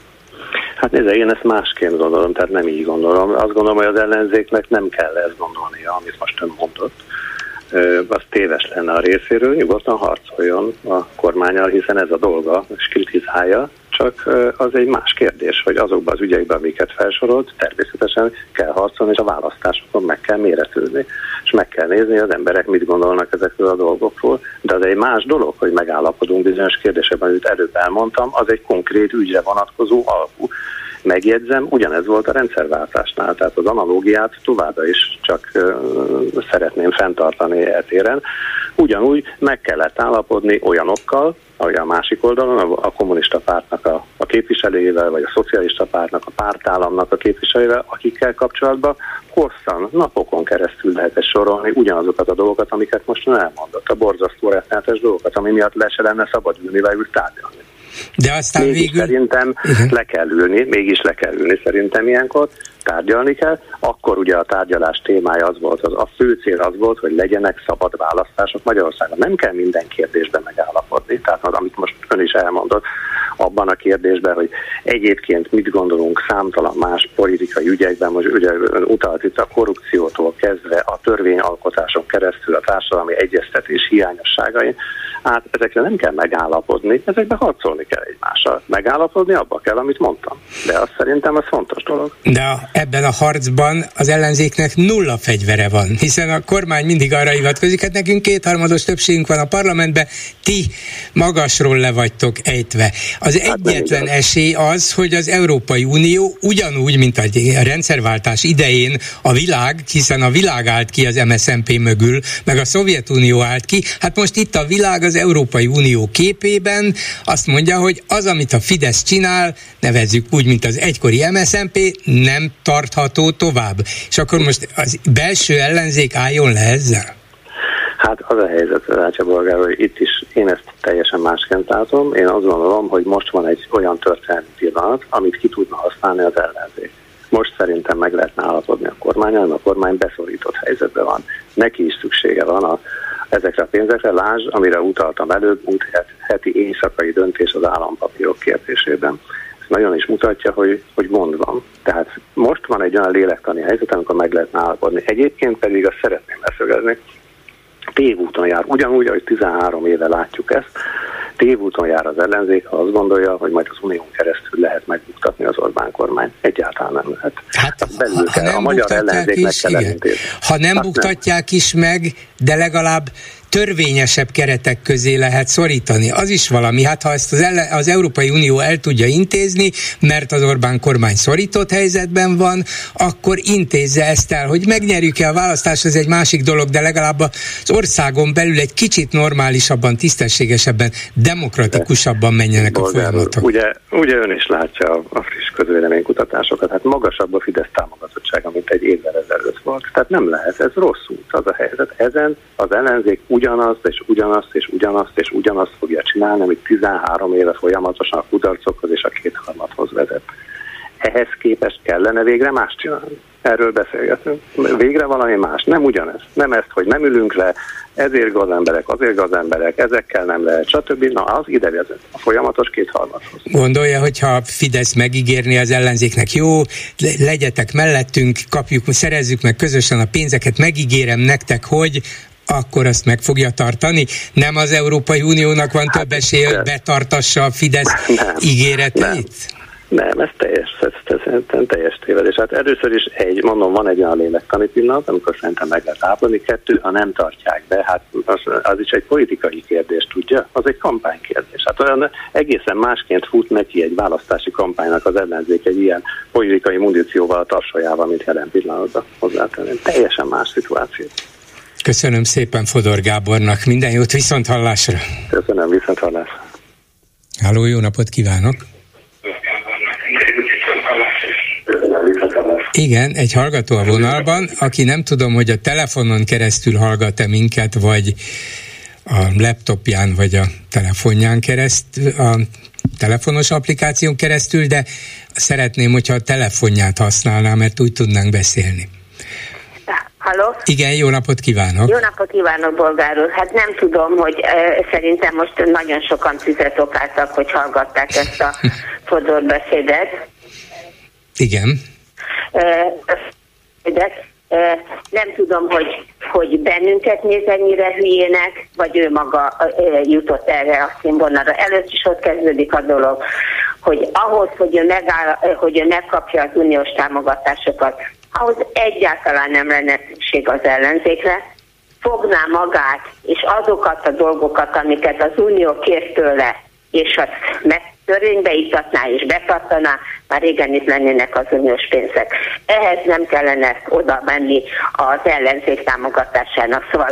Hát nézd, én ezt másként gondolom, tehát nem így gondolom. Azt gondolom, hogy az ellenzéknek nem kell ezt gondolnia, amit most ön mondott. Az téves lenne a részéről, nyugodtan harcoljon a kormánnyal, hiszen ez a dolga, és kritizálja, csak az egy más kérdés, hogy azokban az ügyekben, amiket felsorolt, természetesen kell harcolni, és a választásokon meg kell méretőzni, és meg kell nézni, hogy az emberek mit gondolnak ezekről a dolgokról, de az egy más dolog, hogy megállapodunk bizonyos kérdésekben, amit előbb elmondtam, az egy konkrét ügyre vonatkozó alkú. Megjegyzem, ugyanez volt a rendszerváltásnál, tehát az analógiát továbbra is csak uh, szeretném fenntartani eltéren. Ugyanúgy meg kellett állapodni olyanokkal, ahogy a másik oldalon, a, a kommunista pártnak a, a képviselőjével, vagy a szocialista pártnak, a pártállamnak a képviselőjével, akikkel kapcsolatban hosszan, napokon keresztül lehetett sorolni ugyanazokat a dolgokat, amiket most elmondott, a borzasztó rettenetes dolgokat, ami miatt le se lenne szabad ülni velük tárgyalni. De aztán mégis végül... szerintem Igen. le kell ülni, mégis le kell ülni szerintem ilyenkor, tárgyalni kell, akkor ugye a tárgyalás témája az volt, az, a fő cél az volt, hogy legyenek szabad választások Magyarországon. Nem kell minden kérdésben megállapodni, tehát az, amit most ön is elmondott, abban a kérdésben, hogy egyébként mit gondolunk számtalan más politikai ügyekben, most ugye ön utalt itt a korrupciótól kezdve a törvényalkotáson keresztül a társadalmi egyeztetés hiányosságain, hát ezekre nem kell megállapodni, ezekbe harcolni kell egymással. Megállapodni abba kell, amit mondtam. De azt szerintem az fontos dolog. De ebben a harcban az ellenzéknek nulla fegyvere van, hiszen a kormány mindig arra hivatkozik, hát nekünk kétharmados többségünk van a parlamentben, ti magasról le vagytok ejtve. Az hát egyetlen esély az, hogy az Európai Unió ugyanúgy, mint a rendszerváltás idején a világ, hiszen a világ állt ki az em es zé en pé mögül, meg a Szovjetunió állt ki, hát most itt a világ az Európai Unió képében azt mondja, hogy az, amit a Fidesz csinál, nevezzük úgy, mint az egykori em es zé en pé, nem tartható tovább. És akkor most az belső ellenzék álljon le ezzel? Hát az a helyzet, Rácsa Bolgár, hogy itt is én ezt teljesen másként látom. Én azt gondolom, hogy most van egy olyan történelmi pillanat, amit ki tudna használni az ellenzék. Most szerintem meg lehetne állapodni a kormányon, a kormány beszorított helyzetben van. Neki is szüksége van a, ezekre a pénzekre. Lásd, amire utaltam előbb, múlt heti éjszakai döntés az állampapírok kérdésében. Ez nagyon is mutatja, hogy, hogy gond van. Tehát most van egy olyan lélektani helyzet, amikor meg lehetne állapodni. Egyébként pedig azt szeretném leszögezni, tévúton jár, ugyanúgy, ahogy tizenhárom éve látjuk ezt, tévúton jár az ellenzék, ha azt gondolja, hogy majd az unión keresztül lehet megbuktatni az Orbán kormány. Egyáltalán nem lehet. Hát, belül ha, kell, ha nem a magyar ellenzéknek is, kell elintézni. Ha nem hát buktatják nem. is meg, de legalább törvényesebb keretek közé lehet szorítani. Az is valami. Hát ha ezt az, elle, az Európai Unió el tudja intézni, mert az Orbán kormány szorított helyzetben van, akkor intézze ezt el. Hogy megnyerjük-e a választást, ez egy másik dolog, de legalább az országon belül egy kicsit normálisabban, tisztességesebben, demokratikusabban menjenek a folyamatok. Ugye, ugye ön is látja a, a friss közvéleménykutatásokat, hát magasabb a Fidesz támogatottsága, mint egy évvel ezelőtt volt. Tehát nem lehet, ez rossz út az a helyzet. Ezen az ellenzék ugyanazt, és ugyanazt, és ugyanazt, és ugyanazt fogja csinálni, amit tizenhárom éve folyamatosan a kudarcokhoz és a kétharmadhoz vezet. Ehhez képest kellene végre más csinálni. Erről beszélgetünk. Végre valami más. Nem ugyanez. Nem ezt, hogy nem ülünk le, ezért gazemberek, azért gazemberek, ezekkel nem lehet, stb. Na, az ide vezet. A folyamatos kétharmadhoz. Gondolja, hogyha Fidesz megígérni az ellenzéknek, jó, legyetek mellettünk, kapjuk, szerezzük meg közösen a pénzeket, megígérem nektek, hogy akkor azt meg fogja tartani? Nem az Európai Uniónak van több hát, esélye, hogy betartassa a Fidesz nem, ígéreteit? Nem, nem, ez teljes, ez, ez, ez teljes tévedés. Hát először is egy, mondom, van egy olyan lélektani pillanat, amikor szerintem meg lehet állapodni. Kettő, ha nem tartják be, hát az, az is egy politikai kérdés, tudja? Az egy kampánykérdés. Hát olyan egészen másként fut neki egy választási kampánynak az ellenzék egy ilyen politikai munícióval a tarsajával, mint jelen pillanatban hozzátenném. Teljesen más szituáció. Köszönöm szépen Fodor Gábornak, minden jót, viszonthallásra! Köszönöm, viszonthallásra! Háló, jó napot kívánok! Igen, egy hallgató a vonalban, aki nem tudom, hogy a telefonon keresztül hallgat-e minket, vagy a laptopján, vagy a telefonján keresztül, a telefonos applikáción keresztül, de szeretném, hogyha a telefonját használná, mert úgy tudnánk beszélni. Halló? Igen, jó napot kívánok! Jó napot kívánok, bolgár úr! Hát nem tudom, hogy e, szerintem most nagyon sokan tüzet okáltak, hogy hallgatták ezt a Fodor beszédet. Igen. E, de, e, nem tudom, hogy, hogy bennünket néz ennyire hülyének, vagy ő maga e, jutott erre a színvonalra. Először is ott kezdődik a dolog, hogy ahhoz, hogy ő, megáll, hogy ő megkapja az uniós támogatásokat, ahhoz egyáltalán nem lenne szükség az ellenzékre, fogná magát és azokat a dolgokat, amiket az Unió kér tőle, és azt meg törvénybe iktatná és betartaná, már régen itt lennének az uniós pénzek. Ehhez nem kellene oda menni az ellenzék támogatásának. Szóval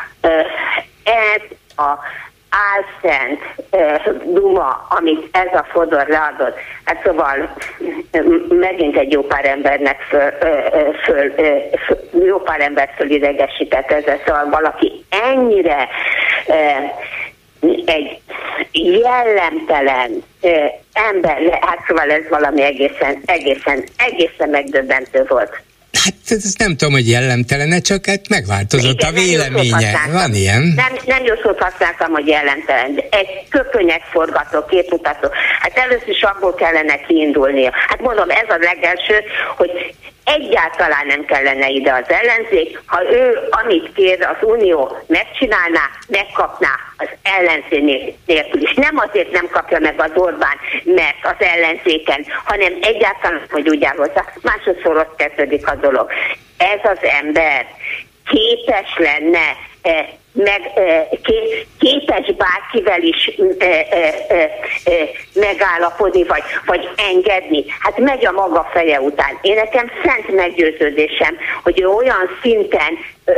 ez a álszent uh, duma, amit ez a Fodor leadott, hát szóval megint egy jó pár embernek föl, uh, föl, uh, föl, jó pár ember fölidegesített ezzel, szóval valaki ennyire uh, egy jellemtelen uh, ember, hát szóval ez valami egészen, egészen, egészen megdöbbentő volt. Hát ez nem tudom, hogy jellemtelene, csak hát megváltozott igen, a véleménye. Van ilyen? Nem, nem jó szót használtam, hogy jellemtelen. Egy köpönyegforgató, képmutató. Hát először is abból kellene kiindulnia. Hát mondom, ez a legelső, hogy egyáltalán nem kellene ide az ellenzék, ha ő, amit kér az Unió, megcsinálná, megkapná az ellenzék nélkül is. Nem azért nem kapja meg az Orbán, mert az ellenzéken, hanem egyáltalán, hogy úgy áll hozzá, másodszor ott kezdődik a dolog. Ez az ember képes lenne eh, meg eh, képes bárkivel is eh, eh, eh, megállapodni, vagy, vagy engedni. Hát megy a maga feje után. Én nekem szent meggyőződésem, hogy ő olyan szinten eh,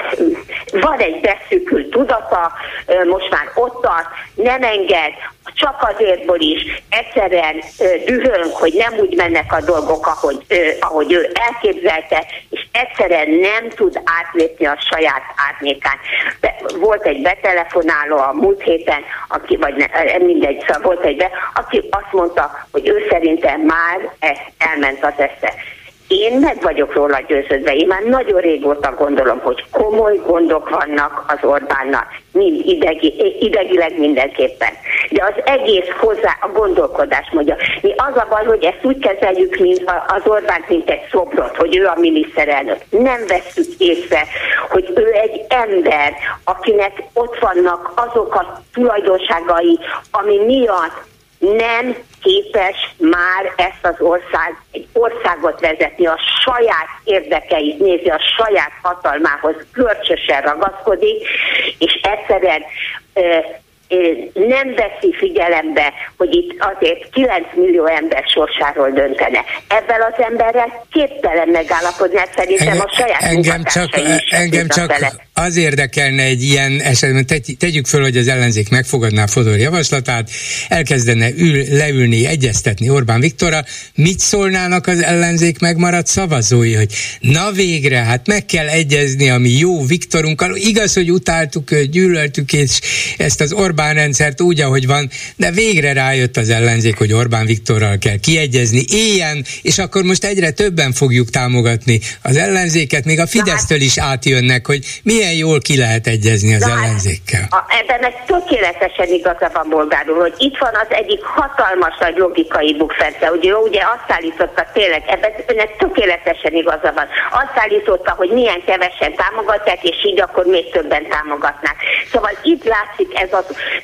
van egy beszűkült tudata, eh, most már ott tart, nem enged, csak azértból is egyszerűen eh, dühönk, hogy nem úgy mennek a dolgok, ahogy, eh, ahogy ő elképzelte, és egyszerűen nem tud átlépni a saját árnyékán. De volt egy betelefonáló a múlt héten, aki, vagy ne, mindegy, szóval volt egy be, aki azt mondta, hogy ő szerintem már elment az esze. Én meg vagyok róla győződve, én már nagyon régóta gondolom, hogy komoly gondok vannak az Orbánnal, mind idegi, idegileg mindenképpen. De az egész hozzá a gondolkodás mondja. Mi az a baj, hogy ezt úgy kezeljük, mint az Orbánt, mint egy szobrot, hogy ő a miniszterelnök. Nem vesszük észre, hogy ő egy ember, akinek ott vannak azok a tulajdonságai, ami miatt nem képes már ezt az ország, egy országot vezetni, a saját érdekeit nézi, a saját hatalmához görcsösen ragaszkodik, és egyszerűen ö, ö, nem veszi figyelembe, hogy itt azért kilenc millió ember sorsáról döntene. Ebben az emberrel képtelen megállapodni, hát szerintem engem, a saját engem csak, engem csak az érdekelne egy ilyen esetben, tegy, tegyük föl, hogy az ellenzék megfogadná Fodor javaslatát, elkezdene ül, leülni, egyeztetni Orbán Viktorral, mit szólnának az ellenzék megmaradt szavazói, hogy na végre, hát meg kell egyezni a mi jó Viktorunkkal, igaz, hogy utáltuk, gyűlöltük és ezt az Orbán rendszert úgy, ahogy van, de végre rájött az ellenzék, hogy Orbán Viktorral kell kiegyezni, éljen, és akkor most egyre többen fogjuk támogatni az ellenzéket, még a Fidesztől is átjönnek, hogy milyen jól ki lehet egyezni az Na, ellenzékkel. A, ebben meg tökéletesen igaza van, bolgár úr, hogy itt van az egyik hatalmas nagy logikai bukfence, hogy ő ugye azt állította tényleg, ebben önnek tökéletesen igaza van. Azt állította, hogy milyen kevesen támogatják, és így akkor még többen támogatnák. Szóval itt látszik ez az...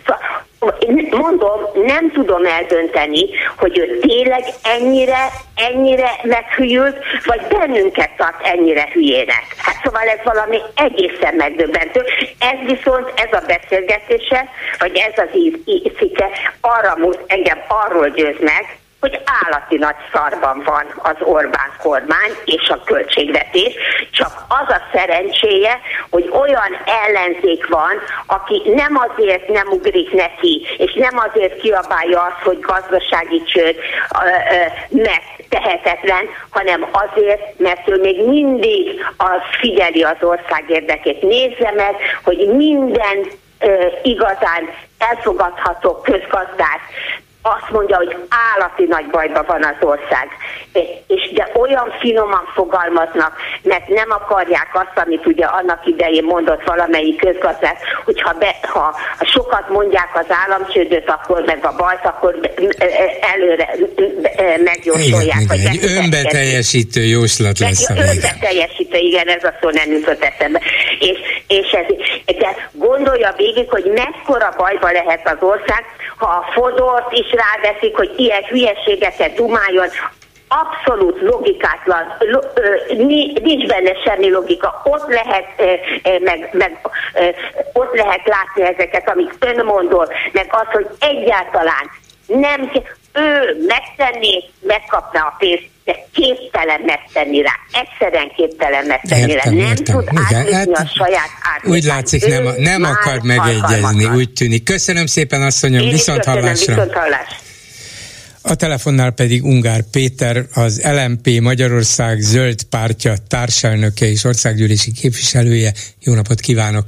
Mondom, nem tudom eldönteni, hogy ő tényleg ennyire, ennyire meghűlt, vagy bennünket tart ennyire hülyének. Hát szóval ez valami egészen megdöbbentő. Ez viszont, ez a beszélgetése, vagy ez az ízike arra most engem arról győz meg, hogy állati nagy szarban van az Orbán kormány és a költségvetés, csak az a szerencséje, hogy olyan ellenzék van, aki nem azért nem ugrik neki, és nem azért kiabálja azt, hogy gazdasági csőd, mert tehetetlen, hanem azért, mert ő még mindig az figyeli az ország érdekét. Nézze meg, hogy minden igazán elfogadható közgazdász azt mondja, hogy állati nagy bajban van az ország. És de olyan finoman fogalmaznak, mert nem akarják azt, amit ugye annak idején mondott valamelyik közgazdász, hogy ha, be, ha sokat mondják az államcsődöt, akkor meg a bajt, akkor előre megjósolják. Igen, igen. Egy önbeteljesítő jóslat lesz a vége. Önbeteljesítő, igen, ez a szó nem jutott eszembe. És, és ez, de gondolja végig, hogy mekkora bajba lehet az ország, ha a Fodort is ráveszik, hogy ilyen hülyeségeket dumáljon, abszolút logikátlan, lo, ö, nincs benne semmi logika. Ott lehet, ö, ö, meg, meg, ö, ott lehet látni ezeket, amik ön mondott, meg az, hogy egyáltalán nem, ő megtenni, megkapna a pénzt, de képtelen megtenni rá. Egyszerűen képtelen megtenni értem, rá. Nem értem. tud átnézni hát, a saját átnézni. úgy látszik, nem, nem akar megegyezni, úgy tűnik. Köszönöm szépen, asszonyom, viszont hallásra. Viszont hallás. A telefonnál pedig Ungár Péter, az el em pé Magyarország Zöld Pártja társelnöke és országgyűlési képviselője. Jó napot kívánok!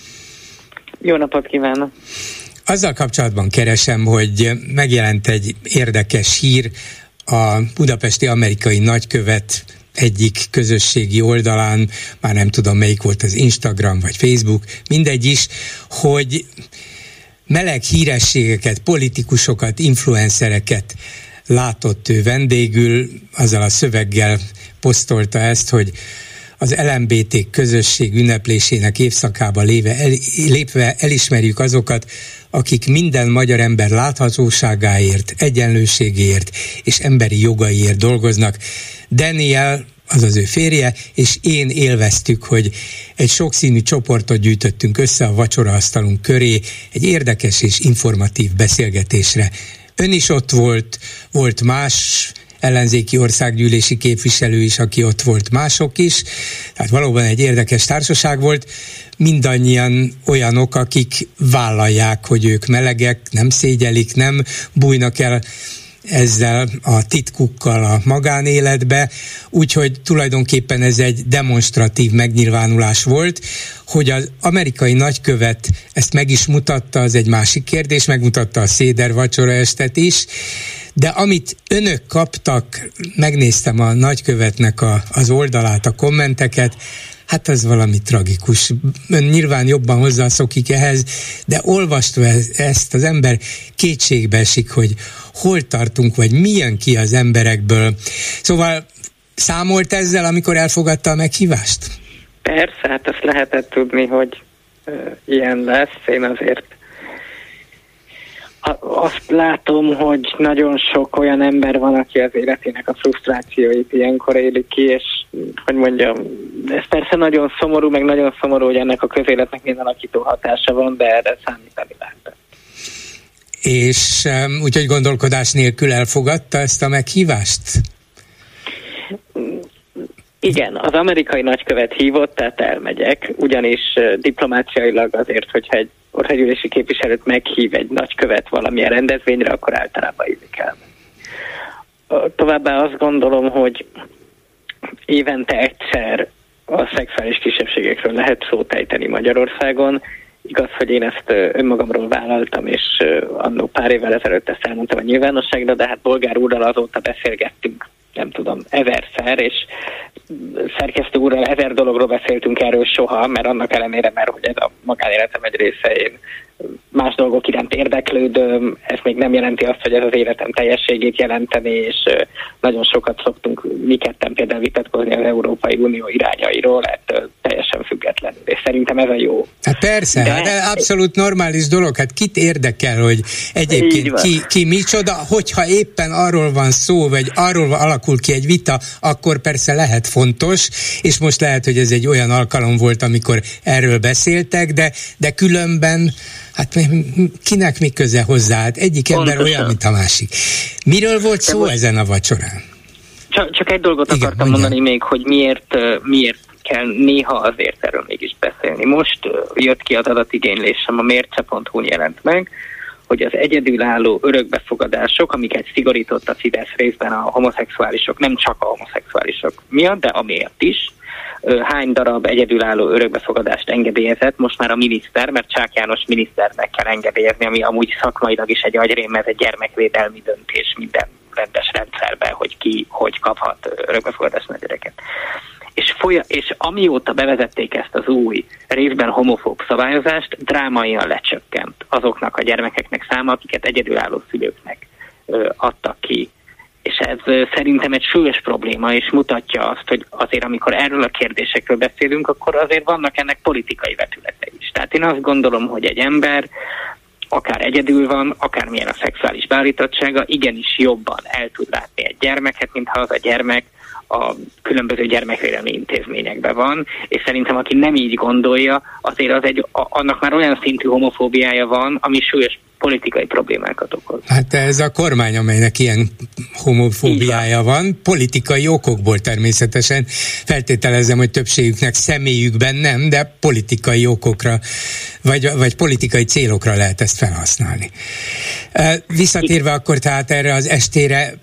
Jó napot kívánok! Azzal kapcsolatban keresem, hogy megjelent egy érdekes hír a budapesti amerikai nagykövet egyik közösségi oldalán, már nem tudom melyik volt, az Instagram vagy Facebook, mindegy is, hogy meleg hírességeket, politikusokat, influencereket látott ő vendégül, azzal a szöveggel posztolta ezt, hogy az el em bé té közösség ünneplésének évszakába léve, el, lépve elismerjük azokat, akik minden magyar ember láthatóságáért, egyenlőségéért és emberi jogaiért dolgoznak. Daniel, azaz ő férje, és én élveztük, hogy egy sokszínű csoportot gyűjtöttünk össze a vacsoraasztalunk köré egy érdekes és informatív beszélgetésre. Ön is ott volt, volt más ellenzéki országgyűlési képviselő is, aki ott volt, mások is, tehát valóban egy érdekes társaság volt, mindannyian olyanok, akik vállalják, hogy ők melegek, nem szégyelik, nem bújnak el ezzel a titkukkal a magánéletbe, úgyhogy tulajdonképpen ez egy demonstratív megnyilvánulás volt. Hogy az amerikai nagykövet ezt meg is mutatta, az egy másik kérdés, megmutatta a széder vacsoraestet is, de amit önök kaptak, megnéztem a nagykövetnek a, az oldalát, a kommenteket, hát az valami tragikus. Ön nyilván jobban hozzászokik ehhez, de olvastva ezt az ember kétségbe esik, hogy hol tartunk, vagy mi jön ki az emberekből. Szóval számolt ezzel, amikor elfogadta a meghívást? Persze, hát azt lehetett tudni, hogy uh, ilyen lesz. Én azért azt látom, hogy nagyon sok olyan ember van, aki az életének a frusztrációit ilyenkor éli ki, és hogy mondjam, ez persze nagyon szomorú, meg nagyon szomorú, hogy ennek a közéletnek minden alakító hatása van, de erre számítani lehetett. És um, úgyhogy gondolkodás nélkül elfogadta ezt a meghívást? Igen, az amerikai nagykövet hívott, tehát elmegyek, ugyanis uh, diplomáciailag azért, hogyha egy országgyűlési képviselőt meghív egy nagykövet valamilyen rendezvényre, akkor általában illik el. Uh, továbbá azt gondolom, hogy évente egyszer a szexuális kisebbségekről lehet szót ejteni Magyarországon. Igaz, hogy én ezt uh, önmagamról vállaltam, és uh, annó pár évvel ezelőtt ezt elmondtam a nyilvánosságra, de hát Bolgár úrral azóta beszélgettünk, nem tudom, ezerszer, és szerkesztő úrral ezer dologról beszéltünk erről soha, mert annak ellenére, mert hogy ez a magánéletem egy része, én más dolgok iránt érdeklődöm, ez még nem jelenti azt, hogy ez az életem teljességét jelenteni, és nagyon sokat szoktunk mi ketten például vitatkozni az Európai Unió irányairól, ettől teljesen függetlenül, és szerintem ez a jó. Hát persze, de, hát abszolút normális dolog, hát kit érdekel, hogy egyébként ki, ki micsoda, hogyha éppen arról van szó, vagy arról alakul ki egy vita, akkor persze lehet fontos, és most lehet, hogy ez egy olyan alkalom volt, amikor erről beszéltek, de, de különben, hát kinek mi köze hozzá? Hát egyik ember Pontosan. olyan, mint a másik. Miről volt szó most ezen a vacsorán? Csak, csak egy dolgot Igen, akartam mondja. mondani még, hogy miért, miért kell néha azért erről mégis beszélni. Most jött ki az adatigénylésem, a mérce pont hu jelent meg, hogy az egyedülálló örökbefogadások, amiket szigorított a Fidesz részben a homoszexuálisok, nem csak a homoszexuálisok miatt, de amiatt is, hány darab egyedülálló örökbefogadást engedélyezett, most már a miniszter, mert Csák János miniszternek kell engedélyezni, ami amúgy szakmailag is egy agyrém, ez egy gyermekvédelmi döntés minden rendes rendszerben, hogy ki hogy kaphat örökbefogadásnál gyereket. És, folya, és amióta bevezették ezt az új, részben homofób szabályozást, drámaian lecsökkent azoknak a gyermekeknek száma, akiket egyedülálló szülőknek ö, adtak ki. És ez ö, szerintem egy súlyos probléma, és mutatja azt, hogy azért amikor erről a kérdésekről beszélünk, akkor azért vannak ennek politikai vetülete is. Tehát én azt gondolom, hogy egy ember akár egyedül van, akármilyen a szexuális beállítottsága, igenis jobban el tud látni egy gyermeket, mintha az a gyermek a különböző gyermekvédelmi intézményekben van, és szerintem aki nem így gondolja, azért az egy, a, annak már olyan szintű homofóbiája van, ami súlyos politikai problémákat okoz. Hát ez a kormány, amelynek ilyen homofóbiája van. van, politikai okokból természetesen. Feltételezem, hogy többségüknek személyükben nem, de politikai okokra, vagy, vagy politikai célokra lehet ezt felhasználni. Visszatérve akkor tehát erre az estére,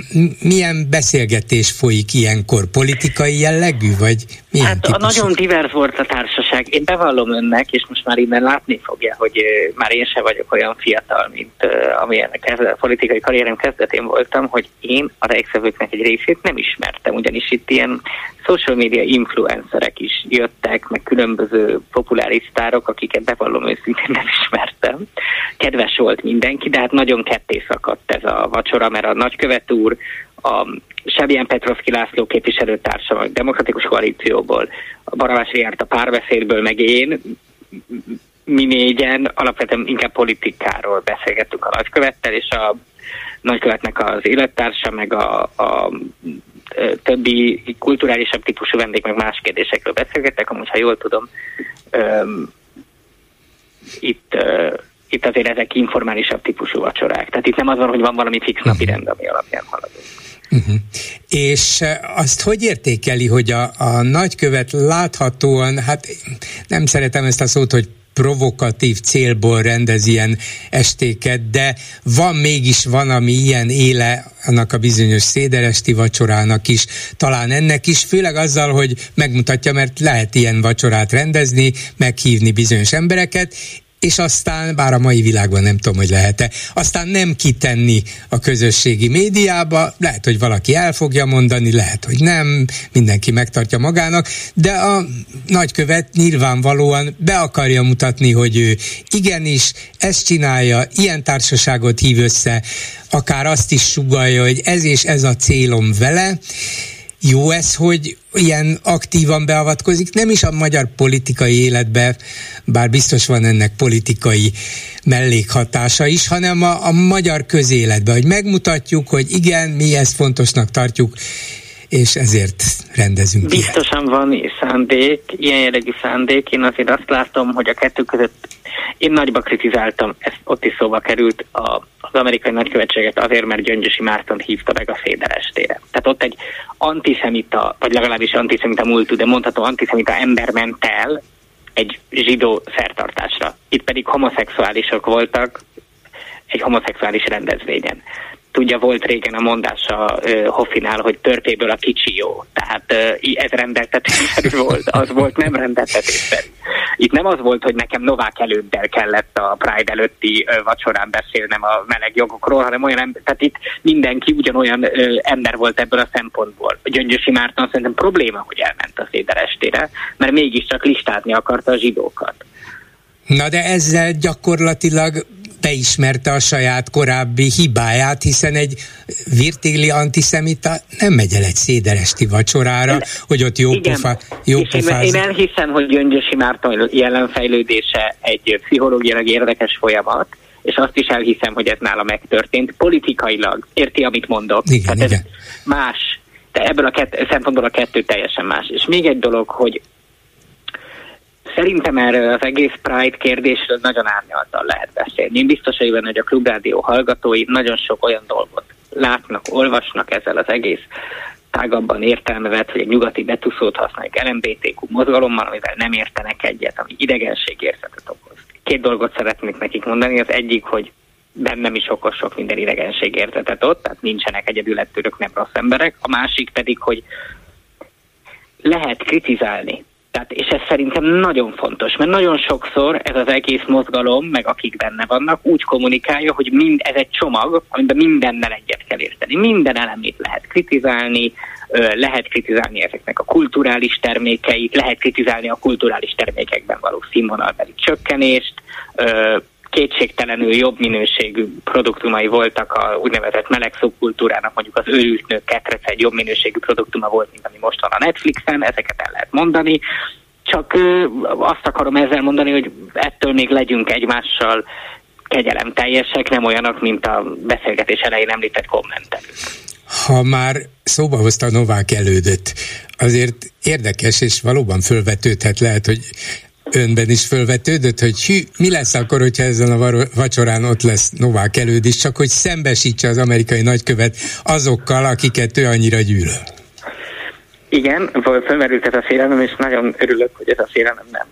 milyen beszélgetés folyik ilyenkor? Politikai jellegű, vagy milyen Hát típusú? Nagyon divers volt a társaság. Én bevallom önnek, és most már innen látni fogja, hogy uh, már én sem vagyok olyan fiatal, mint uh, amilyennek a politikai karrierem kezdetén voltam, hogy én a rejkszövőknek egy részét nem ismertem, ugyanis itt ilyen social media influencerek is jöttek, meg különböző populáris sztárok, akiket bevallom őszintén nem ismertem. Kedves volt mindenki, de hát nagyon ketté szakadt ez a vacsora, mert a nagykövet úr, a Sebján Petrovszky László képviselőtársa, a Demokratikus Koalícióból, a Barabás Riárt a Párbeszédből, meg én, mi négyen alapvetően inkább politikáról beszélgettünk a nagykövettel, és a nagykövetnek az élettársa, meg a, a többi kulturálisabb típusú vendég, meg más kérdésekről beszélgettek, amúgy, ha jól tudom, um, itt, uh, itt azért ezek informálisabb típusú vacsorák. Tehát itt nem az van, hogy van valami fix napi rend, ami alapján haladunk. Uh-huh. És azt hogy értékeli, hogy a, a nagykövet láthatóan, hát nem szeretem ezt a szót, hogy provokatív célból rendez ilyen estéket, de van mégis van, ami ilyen éle annak a bizonyos széderesti vacsorának is, talán ennek is, főleg azzal, hogy megmutatja, mert lehet ilyen vacsorát rendezni, meghívni bizonyos embereket, és aztán, bár a mai világban nem tudom, hogy lehet-e, aztán nem kitenni a közösségi médiába, lehet, hogy valaki el fogja mondani, lehet, hogy nem, mindenki megtartja magának, de a nagykövet nyilvánvalóan be akarja mutatni, hogy ő igenis ezt csinálja, ilyen társaságot hív össze, akár azt is sugallja, hogy ez és ez a célom vele. Jó ez, hogy ilyen aktívan beavatkozik, nem is a magyar politikai életbe, bár biztos van ennek politikai mellékhatása is, hanem a, a magyar közéletbe, hogy megmutatjuk, hogy igen, mi ezt fontosnak tartjuk, és ezért rendezünk Biztosan ilyet. Van szándék, ilyen jellegű szándék. Én azért azt látom, hogy a kettő között én nagyba kritizáltam, ez ott is szóba került a, az amerikai nagykövetséget azért, mert Gyöngyösi Márton hívta meg a széderestére. Tehát ott egy antiszemita, vagy legalábbis antiszemita múltú, de mondható antiszemita ember ment el egy zsidó szertartásra. Itt pedig homoszexuálisok voltak egy homoszexuális rendezvényen. Tudja, volt régen a mondása uh, Hoffinál, hogy törpéből a kicsi jó. Tehát uh, ez rendeltetésszerű volt, az volt nem rendeltetésszerű. Itt nem az volt, hogy nekem Novák előddel kellett a Pride előtti uh, vacsorán beszélnem a meleg jogokról, hanem olyan ember, tehát itt mindenki ugyanolyan uh, ember volt ebből a szempontból. Gyöngyösi Márton szerintem probléma, hogy elment a széderestére, mert mégiscsak listázni akarta a zsidókat. Na de ezzel gyakorlatilag beismerte a saját korábbi hibáját, hiszen egy virtéli antiszemita nem megy el egy széderesti vacsorára, de, hogy ott jó pofa, jó pofázni. Én, én elhiszem, hogy Gyöngyösi Márton jelenfejlődése egy pszichológiailag érdekes folyamat, és azt is elhiszem, hogy ez nála megtörtént. Politikailag, érti, amit mondok? Igen, hát igen. Ez más, de ebből a kett, szempontból a kettő teljesen más. És még egy dolog, hogy Szerintem erről az egész Pride kérdésről nagyon árnyaltan lehet beszélni. Én biztos vagyok benne, hogy a Klubrádió hallgatói nagyon sok olyan dolgot látnak, olvasnak ezzel az egész tágabban értelmevet, hogy a nyugati betuszót használjuk el em bé té kú mozgalommal, amivel nem értenek egyet, ami idegenségérzetet okoz. Két dolgot szeretnék nekik mondani. Az egyik, hogy bennem is okoz sok minden idegenségérzetet ott, tehát nincsenek egyedül ettőrök, nem rossz emberek. A másik pedig, hogy lehet kritizálni. Tehát, és ez szerintem nagyon fontos, mert nagyon sokszor ez az egész mozgalom, meg akik benne vannak, úgy kommunikálja, hogy mind, ez egy csomag, amiben mindennel egyet kell érteni. Minden elemét lehet kritizálni, lehet kritizálni ezeknek a kulturális termékeit, lehet kritizálni a kulturális termékekben való színvonalbeli csökkenést, kétségtelenül jobb minőségű produktumai voltak a úgynevezett meleg szubkultúrának, mondjuk az őrült nők ketrece egy jobb minőségű produktuma volt, mint ami most van a Netflixen, ezeket el lehet mondani. Csak ö, azt akarom ezzel mondani, hogy ettől még legyünk egymással kegyelemteljesek, nem olyanok, mint a beszélgetés elején említett kommentelők. Ha már szóba hozta Novák Elődöt, azért érdekes, és valóban fölvetődhet, lehet, hogy önben is fölvetődött, hogy hű, mi lesz akkor, hogyha ezen a vacsorán ott lesz Novák Előd is, csak hogy szembesítse az amerikai nagykövet azokkal, akiket ő annyira gyűlöl. Igen, fölmerült ez a félelem, és nagyon örülök, hogy ez a félelem nem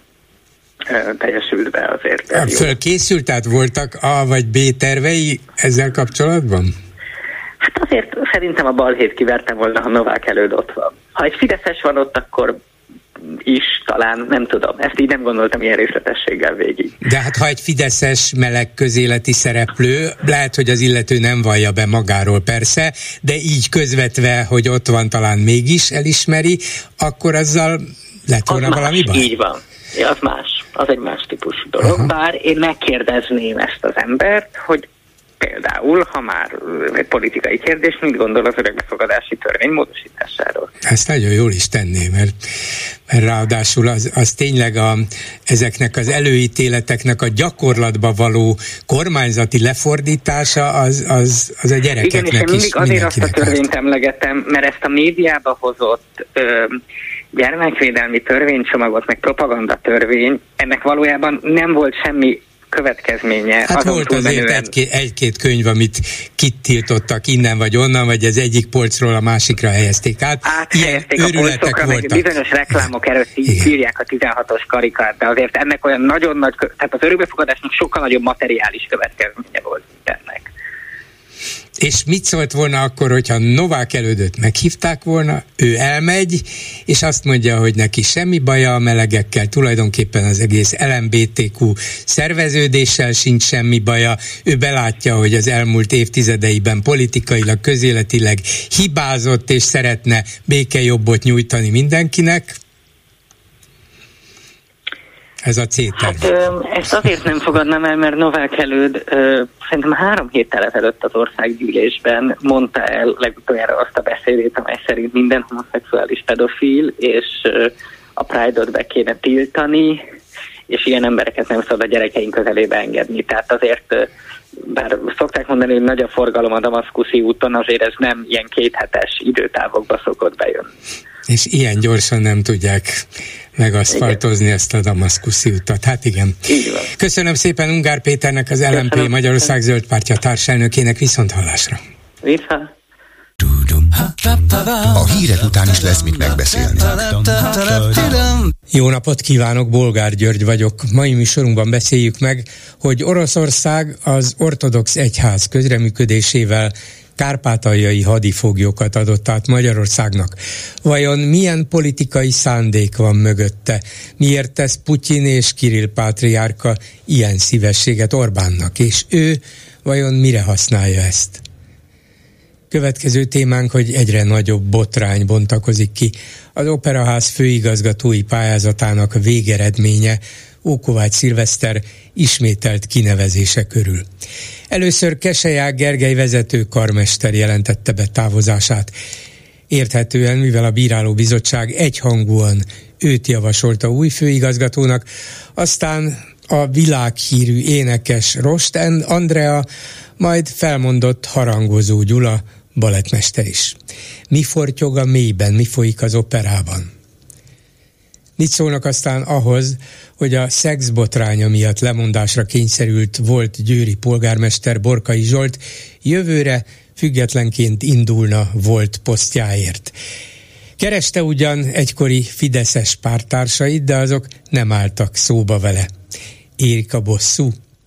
ö, teljesült be azért. Fölkészült, tehát voltak A vagy B tervei ezzel kapcsolatban? Hát azért szerintem a balhét kiverte volna, ha Novák Előd ott van. Ha egy fideszes van ott, akkor is talán, nem tudom. Ezt így nem gondoltam ilyen részletességgel végig. De hát ha egy fideszes meleg közéleti szereplő, lehet, hogy az illető nem vallja be magáról persze, de így közvetve, hogy ott van, talán mégis elismeri, akkor azzal lett volna az valami más, baj? Így van. Ja, az más. Az egy más típusú dolog. Aha. Bár én megkérdezném ezt az embert, hogy például, ha már egy politikai kérdés, mit gondol az örökbefogadási törvény módosításáról? Ezt nagyon jól is tenné, mert, mert ráadásul az, az tényleg a, ezeknek az előítéleteknek a gyakorlatba való kormányzati lefordítása az, az, az a gyerekeknek is. Igen, és én mindig azért azt a törvényt emlegetem, mert ezt a médiába hozott ö, gyermekvédelmi törvénycsomagot, meg propagandatörvény, ennek valójában nem volt semmi következménye. Hát volt azért egy-két, egy-két könyv, amit kitiltottak innen vagy onnan, vagy az egyik polcról a másikra helyezték át. Áthelyezték a polcokra, meg bizonyos reklámok előtt írják a tizenhatos karikát, de azért ennek olyan nagyon nagy, tehát az örökbefogadásnak sokkal nagyobb materiális következménye volt, mint ennek. És mit szólt volna akkor, hogyha Novák Elődöt meghívták volna, ő elmegy, és azt mondja, hogy neki semmi baja a melegekkel, tulajdonképpen az egész el em bé té kú szerveződéssel sincs semmi baja, ő belátja, hogy az elmúlt évtizedeiben politikailag, közéletileg hibázott, és szeretne békejobbot nyújtani mindenkinek. Ez a C-terv. Hát, ö, ezt azért nem fogadnám el, mert Novák Előd ö, szerintem három héttel ezelőtt az országgyűlésben mondta el legutoljára azt a beszédét, amely szerint minden homoszexuális pedofil, és ö, a Pride-ot be kéne tiltani, és ilyen embereket nem szabad a gyerekeink közelébe engedni. Tehát azért, ö, bár szokták mondani, hogy nagy a forgalom a damaszkuszi úton, azért ez nem ilyen kéthetes időtávokba szokott bejönni. És ilyen gyorsan nem tudják megaszfaltozni igen. ezt a damaszkuszi utat. Hát igen. Köszönöm szépen Ungár Péternek, az el em pé Magyarország Zöld Pártja társelnökének, viszont hallásra. Vissza. A hírek után is lesz mit megbeszélni. Jó napot kívánok, Bolgár György vagyok. Mai műsorunkban beszéljük meg, hogy Oroszország az ortodox egyház közreműködésével kárpátaljai hadifoglyokat adott át Magyarországnak. Vajon milyen politikai szándék van mögötte? Miért tesz Putyin és Kirill pátriárka ilyen szívességet Orbánnak? És ő vajon mire használja ezt? Következő témánk, hogy egyre nagyobb botrány bontakozik ki az Operaház főigazgatói pályázatának végeredménye Ókovács Szilveszter ismételt kinevezése körül. Először Keselyák Gergely vezető karmester jelentette be távozását. Érthetően, mivel a bírálóbizottság egyhangúan őt javasolta új főigazgatónak, aztán a világhírű énekes Rost Andrea, majd felmondott Harangozó Gyula, balettmester is. Mi fortyog a mélyben, mi folyik az operában? Mit szólnak aztán ahhoz, hogy a szexbotránya miatt lemondásra kényszerült volt győri polgármester Borkai Zsolt jövőre függetlenként indulna volt posztjáért. Kereste ugyan egykori fideszes párttársait, de azok nem álltak szóba vele. Érik a bosszú?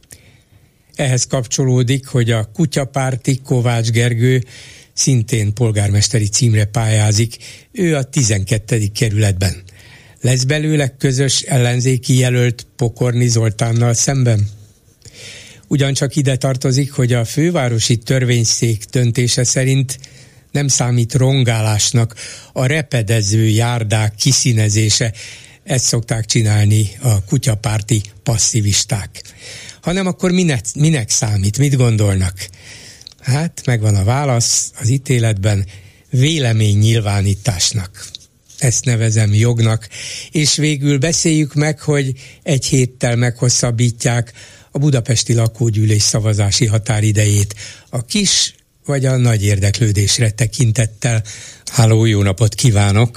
Ehhez kapcsolódik, hogy a kutyapárti Kovács Gergő szintén polgármesteri címre pályázik, ő a tizenkettedik kerületben. Lesz belőle közös ellenzéki jelölt Pokorni Zoltánnal szemben? Ugyancsak ide tartozik, hogy a fővárosi törvényszék döntése szerint nem számít rongálásnak a repedező járdák kiszínezése, ezt szokták csinálni a kutyapárti passzivisták. Hanem akkor minek, minek számít, mit gondolnak? Hát megvan a válasz az ítéletben, véleménynyilvánításnak. Ezt nevezem jognak, és végül beszéljük meg, hogy egy héttel meghosszabbítják a budapesti lakógyűlés szavazási határidejét a kis vagy a nagy érdeklődésre tekintettel. Háló, jó napot kívánok!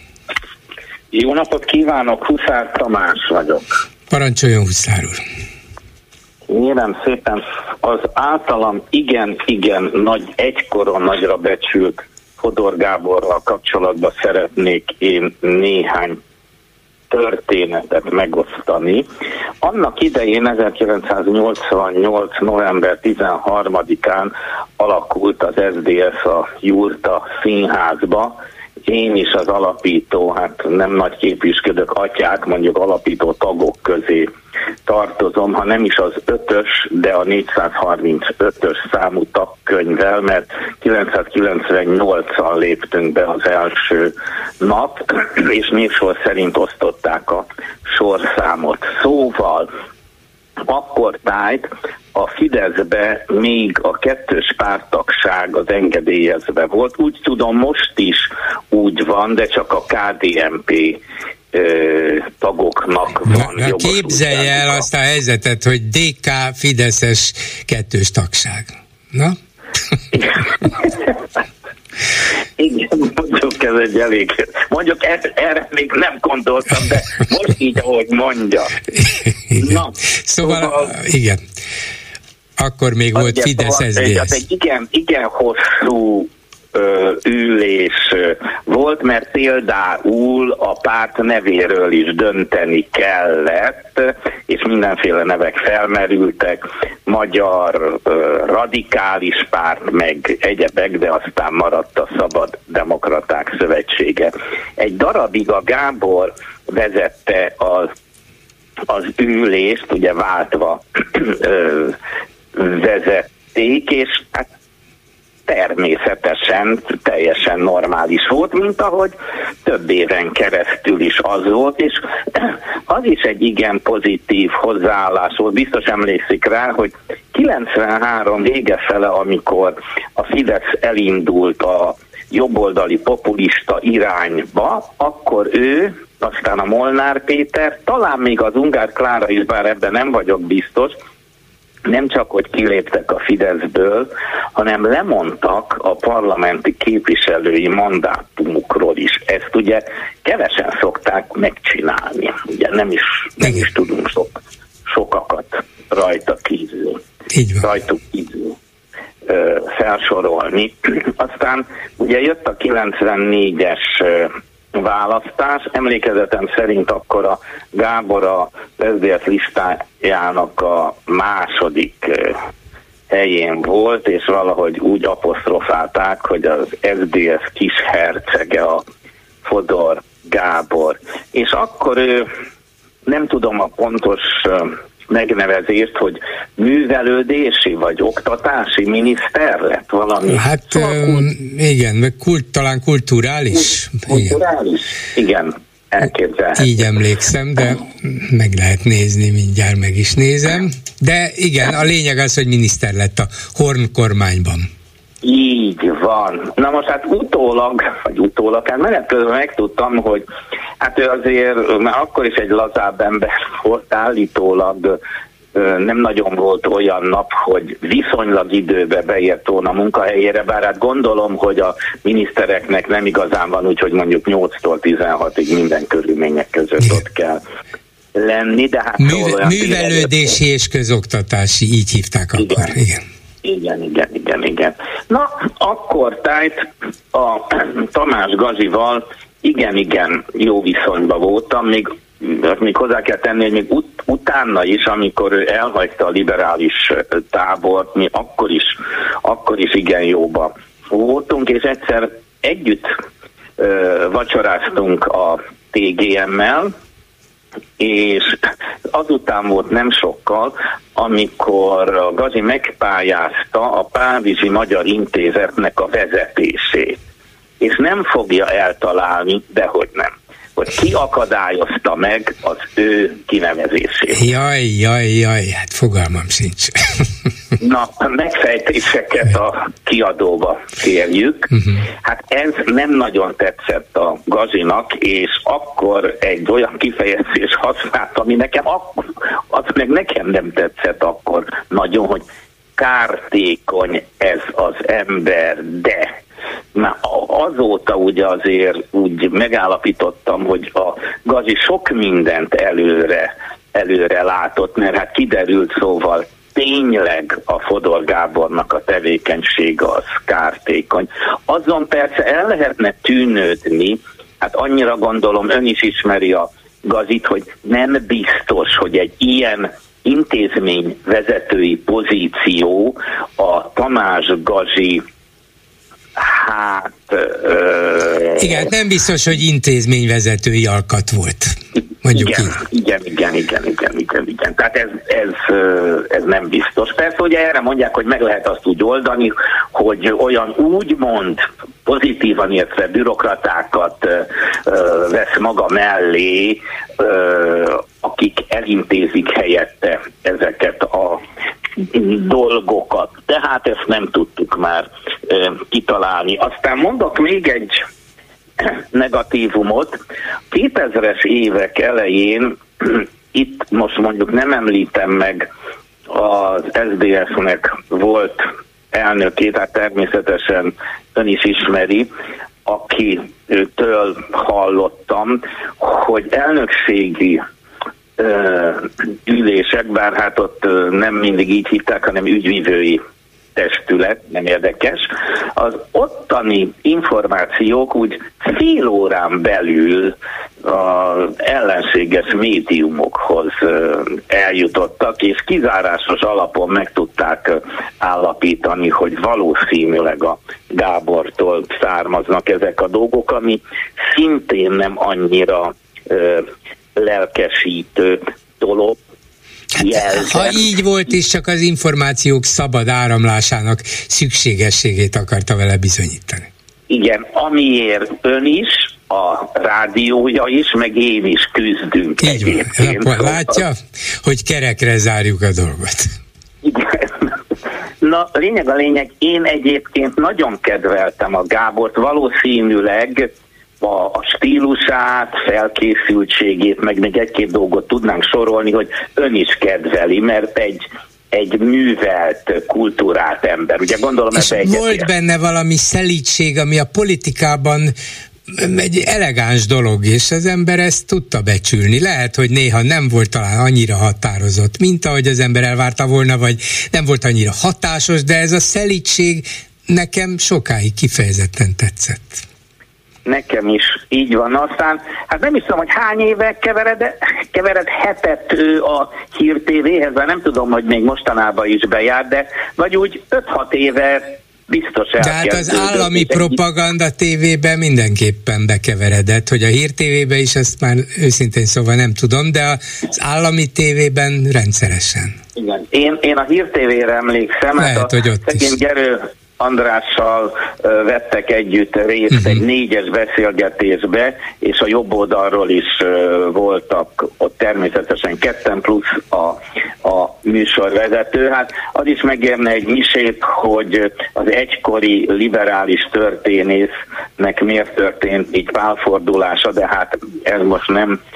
Jó napot kívánok, Huszár Tamás vagyok. Parancsoljon, Huszár úr! Kérem szépen, az általam igen-igen nagy, egykoron nagyra becsült Fodor Gáborral kapcsolatban szeretnék én néhány történetet megosztani. Annak idején ezerkilencszáznyolcvannyolc. november tizenharmadikán alakult az es zé es a Jurta Színházba. Én is az alapító, hát nem nagy képviselők, atyák, mondjuk alapító tagok közé tartozom, ha nem is az ötös, de a négyszázharmincötös számú tagkönyvvel, mert kilencszázkilencvennyolccal léptünk be az első nap, és névsor szerint osztották a sorszámot. Szóval akkor tájt a Fideszbe még a kettős párttagság az engedélyezve volt. Úgy tudom, most is úgy van, de csak a ká dé en pé ö, tagoknak van. Na, képzelje el azt a helyzetet, hogy dé ká Fideszes kettős tagság. Na? Igen, mondjuk ez egy elég. Mondjuk er, erre még nem gondoltam, de most így, ahogy mondja. Igen. Na, szóval, szóval, igen. Akkor még volt Fidesz-es dé es. Egy igen, igen hosszú ö, ülés volt, mert például a párt nevéről is dönteni kellett, és mindenféle nevek felmerültek, magyar ö, radikális párt, meg egyebek, de aztán maradt a Szabad Demokraták Szövetsége. Egy darabig a Gábor vezette az, az ülést, ugye váltva ö, vezették, és hát természetesen teljesen normális volt, mint ahogy több éven keresztül is az volt, és az is egy igen pozitív hozzáállás volt. Biztos emlékszik rá, hogy kilencvenhárom vége fele, amikor a Fidesz elindult a jobboldali populista irányba, akkor ő, aztán a Molnár Péter, talán még az Ungár Klára is, bár ebben nem vagyok biztos, nem csak, hogy kiléptek a Fideszből, hanem lemondtak a parlamenti képviselői mandátumukról is. Ezt ugye kevesen szokták megcsinálni. Ugye nem is, nem is tudunk sok, sokakat rajta kívül, rajtuk kívül ö, felsorolni. Aztán ugye jött a kilencvennégyes ö, választás. Emlékezetem szerint akkor a Gábor a es zé es listájának a második helyén volt, és valahogy úgy apostrofálták, hogy az es zé es kis hercege a Fodor Gábor. És akkor ő, nem tudom a pontos megnevezést, hogy művelődési vagy oktatási miniszter lett valami. Hát szóval, igen, meg kult, talán kulturális. Kulturális, igen, igen, elképzelhető. Így emlékszem, de meg lehet nézni, mindjárt meg is nézem. De igen, a lényeg az, hogy miniszter lett a Horn kormányban. Így van. Na most hát utólag, vagy utólag, hát menet közben megtudtam, hogy hát ő azért már akkor is egy lazább ember volt, állítólag nem nagyon volt olyan nap, hogy viszonylag időbe beért volna a munkahelyére, bár hát gondolom, hogy a minisztereknek nem igazán van úgy, hogy mondjuk nyolctól tizenhatig minden körülmények között ott kell lenni, de hát... Műve, művelődési és közoktatási, így hívták igen. Akkor, igen. Igen, igen, igen, igen. Na, akkor tájt a Tamás Gazival igen, igen, jó viszonyban voltam, még, még hozzá kell tenni, hogy még ut- utána is, amikor ő elhagyta a liberális tábort, mi akkor is, akkor is igen jóba voltunk, és egyszer együtt ö, vacsoráztunk a té gé em-mel, és azután volt nem sokkal, amikor a Gazi megpályázta a Párizsi Magyar Intézetnek a vezetését. És nem fogja eltalálni, dehogy nem, hogy ki akadályozta meg az ő kinevezését. Jaj, jaj, jaj, hát fogalmam sincs. Na, megfejtéseket a kiadóba kérjük. Uh-huh. Hát ez nem nagyon tetszett a Gazinak, és akkor egy olyan kifejezés használt, ami nekem akkor, az meg nekem nem tetszett akkor nagyon, hogy kártékony ez az ember, de már azóta ugye azért úgy megállapítottam, hogy a Gazi sok mindent előre, előre látott, mert hát kiderült, szóval tényleg a Fodor Gábornak a tevékenysége az kártékony. Azon persze el lehetne tűnődni, hát annyira gondolom ön is ismeri a Gazit, hogy nem biztos, hogy egy ilyen intézmény vezetői pozíció a Tamás Gazi hát... Ö... Igen, nem biztos, hogy intézményvezetői alkat volt. Mondjuk igen, így. igen, igen, igen, igen, igen, igen. Tehát ez, ez, ez nem biztos. Persze, ugye erre mondják, hogy meg lehet azt úgy oldani, hogy olyan úgymond pozitívan értve bürokratákat ö, vesz maga mellé, ö, akik elintézik helyette ezeket a dolgokat. Tehát ezt nem tudtuk már ö, kitalálni. Aztán mondok még egy negatívumot. kétezres évek elején itt most mondjuk nem említem meg az es zé dé ef-nek volt elnökét, tehát természetesen ön is ismeri, akitől hallottam, hogy elnökségi ö, ülések, bár hát ott ö, nem mindig így hívták, hanem ügyvivői testület, nem érdekes, az ottani információk úgy fél órán belül az ellenséges médiumokhoz eljutottak, és kizárásos alapon meg tudták állapítani, hogy valószínűleg a Gábortól származnak ezek a dolgok, ami szintén nem annyira lelkesítő dolog. Hát, ha így volt, és csak az információk szabad áramlásának szükségességét akarta vele bizonyítani. Igen, amiért ön is, a rádiója is, meg én is küzdünk. Így van. Látja, hogy kerekre zárjuk a dolgot. Igen. Na, lényeg a lényeg, én egyébként nagyon kedveltem a Gábort, valószínűleg a stílusát, felkészültségét, meg még egy-két dolgot tudnánk sorolni, hogy ön is kedveli, mert egy, egy művelt, kultúrált ember. Ugye gondolom, és ez volt egyet benne valami szelídség, ami a politikában egy elegáns dolog, és az ember ezt tudta becsülni. Lehet, hogy néha nem volt talán annyira határozott, mint ahogy az ember elvárta volna, vagy nem volt annyira hatásos, de ez a szelídség nekem sokáig kifejezetten tetszett. Nekem is így van. Aztán, hát nem is tudom, hogy hány éve kevered, keveredhetett ő a Hír té véhez, nem tudom, hogy még mostanában is bejár, de vagy úgy öt-hat éve biztos elkezdődött. De hát az állami propaganda tévében mindenképpen bekeveredett, hogy a Hír té vében is, ezt már őszintén szóval nem tudom, de az állami tévében rendszeresen. Igen. Én, én a Hír té vére emlékszem, lehet, hát a hogy ott szegény is. Gerő Andrással uh, vettek együtt részt uh-huh. egy négyes beszélgetésbe, és a jobb oldalról is uh, voltak ott természetesen ketten plusz a, a műsorvezető. Hát az is megérne egy misét, hogy az egykori liberális történésznek miért történt így pálfordulása, de hát ez most nem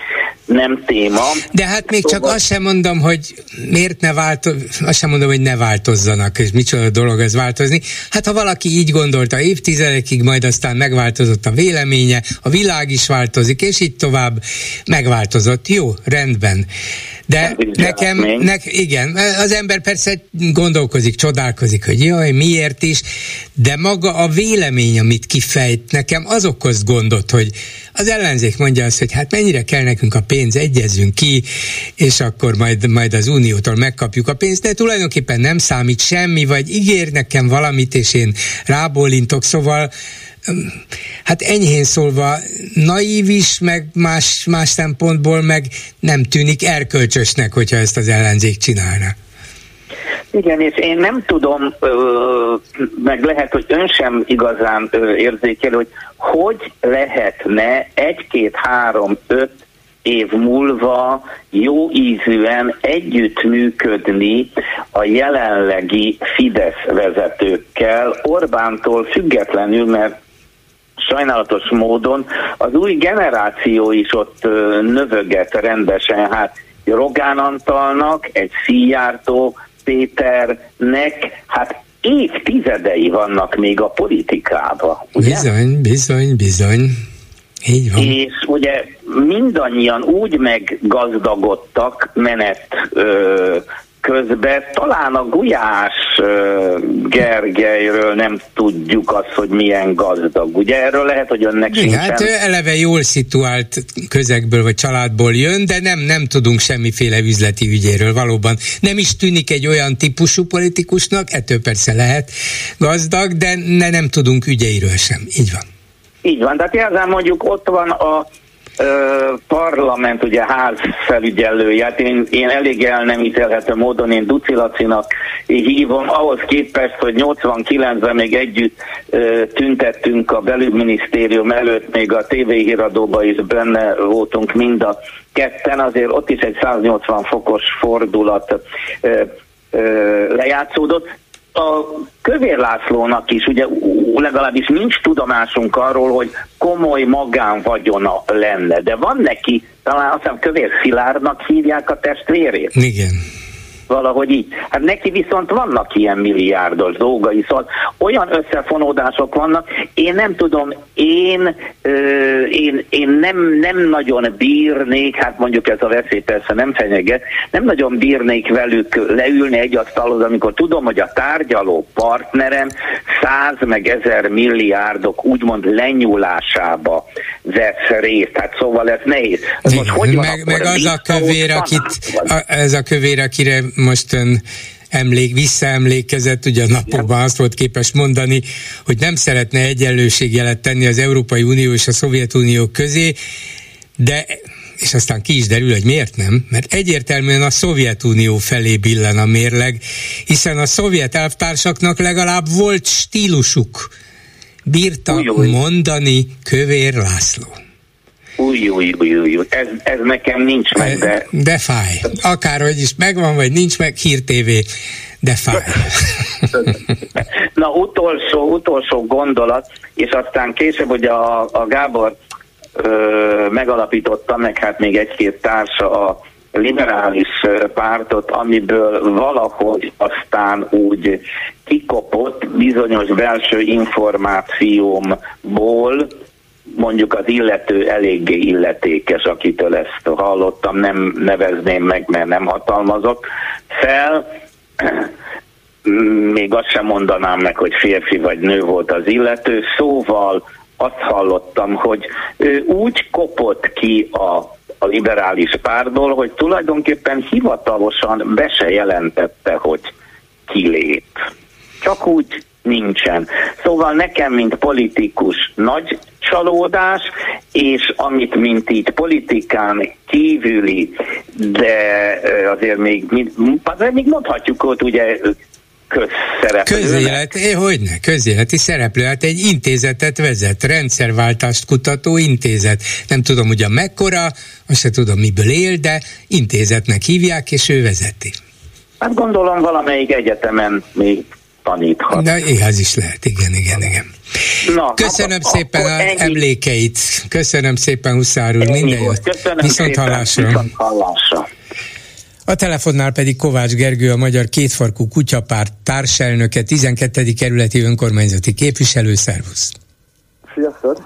nem téma. De hát még csak azt sem mondom, hogy miért ne változ, azt sem mondom, hogy ne változzanak, és micsoda dolog ez változni. Hát ha valaki így gondolta évtizedekig, majd aztán megváltozott a véleménye, a világ is változik, és így tovább megváltozott. Jó, rendben. De nekem, ne, igen, az ember persze gondolkozik, csodálkozik, hogy jaj, miért is, de maga a vélemény, amit kifejt, nekem az okoz gondot, hogy az ellenzék mondja azt, hogy hát mennyire kell nekünk a pénz, egyezzünk ki, és akkor majd, majd az Uniótól megkapjuk a pénzt, de tulajdonképpen nem számít semmi, vagy ígér nekem valamit, és én rábólintok, szóval hát enyhén szólva naív is, meg más, más szempontból meg nem tűnik erkölcsösnek, hogyha ezt az ellenzék csinálna. Igen, és én nem tudom, meg lehet, hogy ön sem igazán érzékel, hogy hogy lehetne egy-két-három-öt év múlva jó ízűen együttműködni a jelenlegi Fidesz vezetőkkel, Orbántól függetlenül, mert sajnálatos módon az új generáció is ott növöget rendesen, hát Rogán Antalnak, egy Szijjártó Péternek, hát évtizedei vannak még a politikába. Ugye? Bizony, bizony, bizony. Így van. És ugye mindannyian úgy meggazdagodtak menet ö, közben, talán a Gulyás ö, Gergelyről nem tudjuk azt, hogy milyen gazdag. Ugye erről lehet, hogy önnek igen, sincsen. Hát ő eleve jól szituált közegből vagy családból jön, de nem, nem tudunk semmiféle üzleti ügyéről valóban. Nem is tűnik egy olyan típusú politikusnak, ettől persze lehet gazdag, de ne, nem tudunk ügyeiről sem. Így van. Így van, tehát jelzem mondjuk ott van a ö, parlament, ugye házfelügyelője, hát én, én elég el nem ítélhető módon, én Duci Lacinak hívom, ahhoz képest, hogy nyolcvankilencben még együtt ö, tüntettünk a belügyminisztérium előtt, még a tévéhíradóban is benne voltunk mind a ketten, azért ott is egy száznyolcvan fokos fordulat ö, ö, lejátszódott. A Kövér Lászlónak is ugye legalábbis nincs tudomásunk arról, hogy komoly magánvagyona lenne, de van neki, talán azt hiszem Kövér Szilárdnak hívják a testvérét. Igen. Valahogy így. Hát neki viszont vannak ilyen milliárdos dolgai, szóval olyan összefonódások vannak, én nem tudom, én, ö, én, én nem, nem nagyon bírnék, hát mondjuk ez a veszély persze nem fenyeget, nem nagyon bírnék velük leülni egy asztalhoz, amikor tudom, hogy a tárgyaló partnerem száz meg ezer milliárdok úgymond lenyúlásába vesz részt, hát szóval ez nehéz. Most hogy van, meg, meg az a kövér, akit, a, ez a kövér, akire most ön emlék, visszaemlékezett, ugye a napokban azt volt képes mondani, hogy nem szeretne egyenlőségjelet tenni az Európai Unió és a Szovjetunió közé, de, és aztán ki is derül, hogy miért nem, mert egyértelműen a Szovjetunió felé billen a mérleg, hiszen a szovjet elvtársaknak legalább volt stílusuk, bírta új, új. mondani Kövér László. Új, új, új, új, ez, ez nekem nincs meg, de... De fáj. Akárhogy is megvan, vagy nincs meg, Hír té vé, de fáj. Na, utolsó, utolsó gondolat, és aztán később, hogy a, a Gábor ö, megalapította, meg hát még egy-két társa a liberális pártot, amiből valahogy aztán úgy kikopott bizonyos belső információmból, mondjuk az illető eléggé illetékes, akitől ezt hallottam, nem nevezném meg, mert nem hatalmazott fel. Még azt sem mondanám meg, hogy férfi vagy nő volt az illető, szóval azt hallottam, hogy ő úgy kopott ki a a liberális pártból, hogy tulajdonképpen hivatalosan be se jelentette, hogy kilép. Csak úgy nincsen. Szóval nekem, mint politikus nagy csalódás, és amit mint így politikán kívüli, de azért még, azért még mondhatjuk ott ugye közszereplő. Közélet, é, hogyne, közéleti szereplő, hát egy intézetet vezet, rendszerváltást kutató intézet. Nem tudom ugyan mekkora, azt se tudom miből él, de intézetnek hívják, és ő vezeti. Hát gondolom valamelyik egyetemen még taníthat. De ez is lehet, igen, igen, igen. Na, köszönöm hát, szépen az ennyi. emlékeit. Köszönöm szépen, Huszár úr. Minden jót. Viszont hallásra. Viszont hallásra. A telefonnál pedig Kovács Gergő, a Magyar Kétfarkú Kutyapárt társelnöke, tizenkettedik kerületi önkormányzati képviselő. Szervusz. Sziasztok.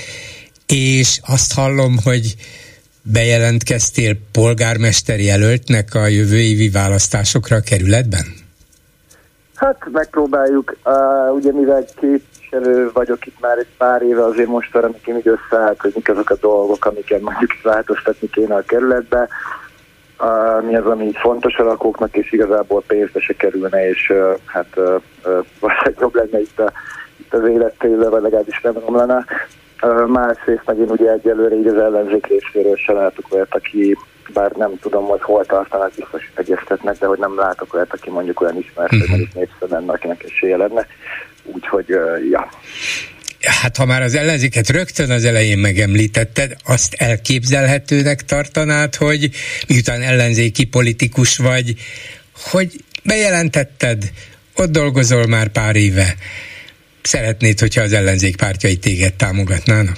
És azt hallom, hogy bejelentkeztél polgármester jelöltnek a jövő évi választásokra a kerületben? Hát megpróbáljuk. Uh, ugye mivel képviselő vagyok itt már egy pár éve, azért most arra nekem így összeállt, hogy mik azok a dolgok, amiket mondjuk változtatni kéne a kerületbe. Uh, mi az, ami így fontos a lakóknak, és igazából pénzbe se kerülne, és uh, hát uh, uh, valószínűleg jobb lenne itt, a, itt az élettőle, vagy legalábbis nem romlana. Uh, másrészt meg én ugye egyelőre így az ellenzék részéről se látok olyat, aki, bár nem tudom, hogy hol tartanak, biztos egyeztetnek, de hogy nem látok olyat, aki mondjuk olyan ismert, hogy mondjuk népszerű lenne, akinek esélye lenne. Úgyhogy, uh, ja. Hát ha már az ellenzéket rögtön az elején megemlítetted, azt elképzelhetőnek tartanád, hogy miután ellenzéki politikus vagy, hogy bejelentetted, ott dolgozol már pár éve, szeretnéd, hogyha az ellenzék pártjai téged támogatnának?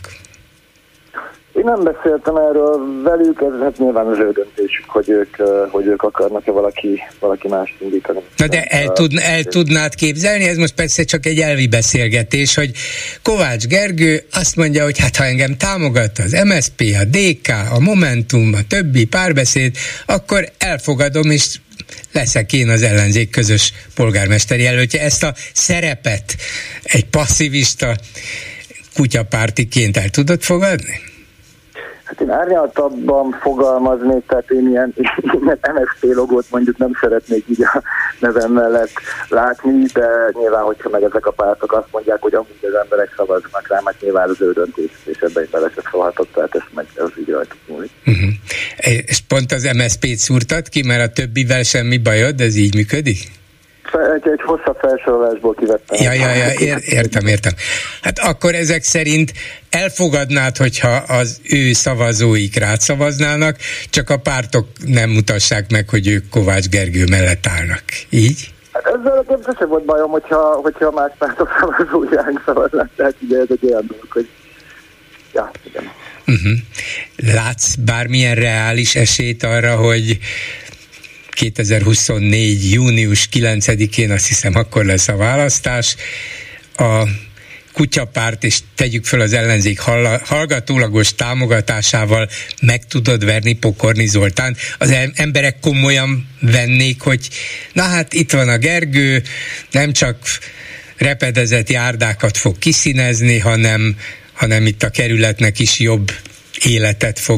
Én nem beszéltem erről velük, ez hát nyilván az ő döntésük, hogy ők, hogy ők akarnak-e valaki, valaki mást indítani. Na de el, tud, el tudnád képzelni, ez most persze csak egy elvi beszélgetés, hogy Kovács Gergő azt mondja, hogy hát ha engem támogat az em es zé pé, a dé ká, a Momentum, a többi Párbeszéd, akkor elfogadom, és leszek én az ellenzék közös polgármester jelöltje. Ezt a szerepet egy passzivista kutyapártiként el tudod fogadni? Hát én árnyaltabban fogalmaznék, tehát én ilyen, ilyen em es zé pé logót mondjuk nem szeretnék így a nevem mellett látni, de nyilván, hogyha meg ezek a pártok azt mondják, hogy amúgy az emberek szavaznak rám, hát nyilván az ő döntés, és ebben is bele se szólhatott, tehát ezt meg az így rajtuk múlik. Uh-huh. És pont az em es zé pét szúrtad ki, mert a többivel semmi bajod, ez így működik? Egy, egy hosszabb felsorolásból kivettem. Ja, ja, ja, ér, értem, értem. Hát akkor ezek szerint elfogadnád, hogyha az ő szavazóik rád szavaznának, csak a pártok nem mutassák meg, hogy ők Kovács Gergő mellett állnak. Így? Hát ezzel nekem sose volt bajom, hogyha, hogyha más pártok szavazói ránk szavaznak, tehát ugye ez egy olyan dolog, hogy ja, igen. Uh-huh. Látsz bármilyen reális esélyt arra, hogy kétezer-huszonnégy. június kilencedikén, azt hiszem akkor lesz a választás, a Kutyapárt, és tegyük föl az ellenzék hallgatólagos támogatásával meg tudod verni Pokorni Zoltán. Az emberek komolyan vennék, hogy na hát itt van a Gergő, nem csak repedezett járdákat fog kiszínezni, hanem, hanem itt a kerületnek is jobb életet fog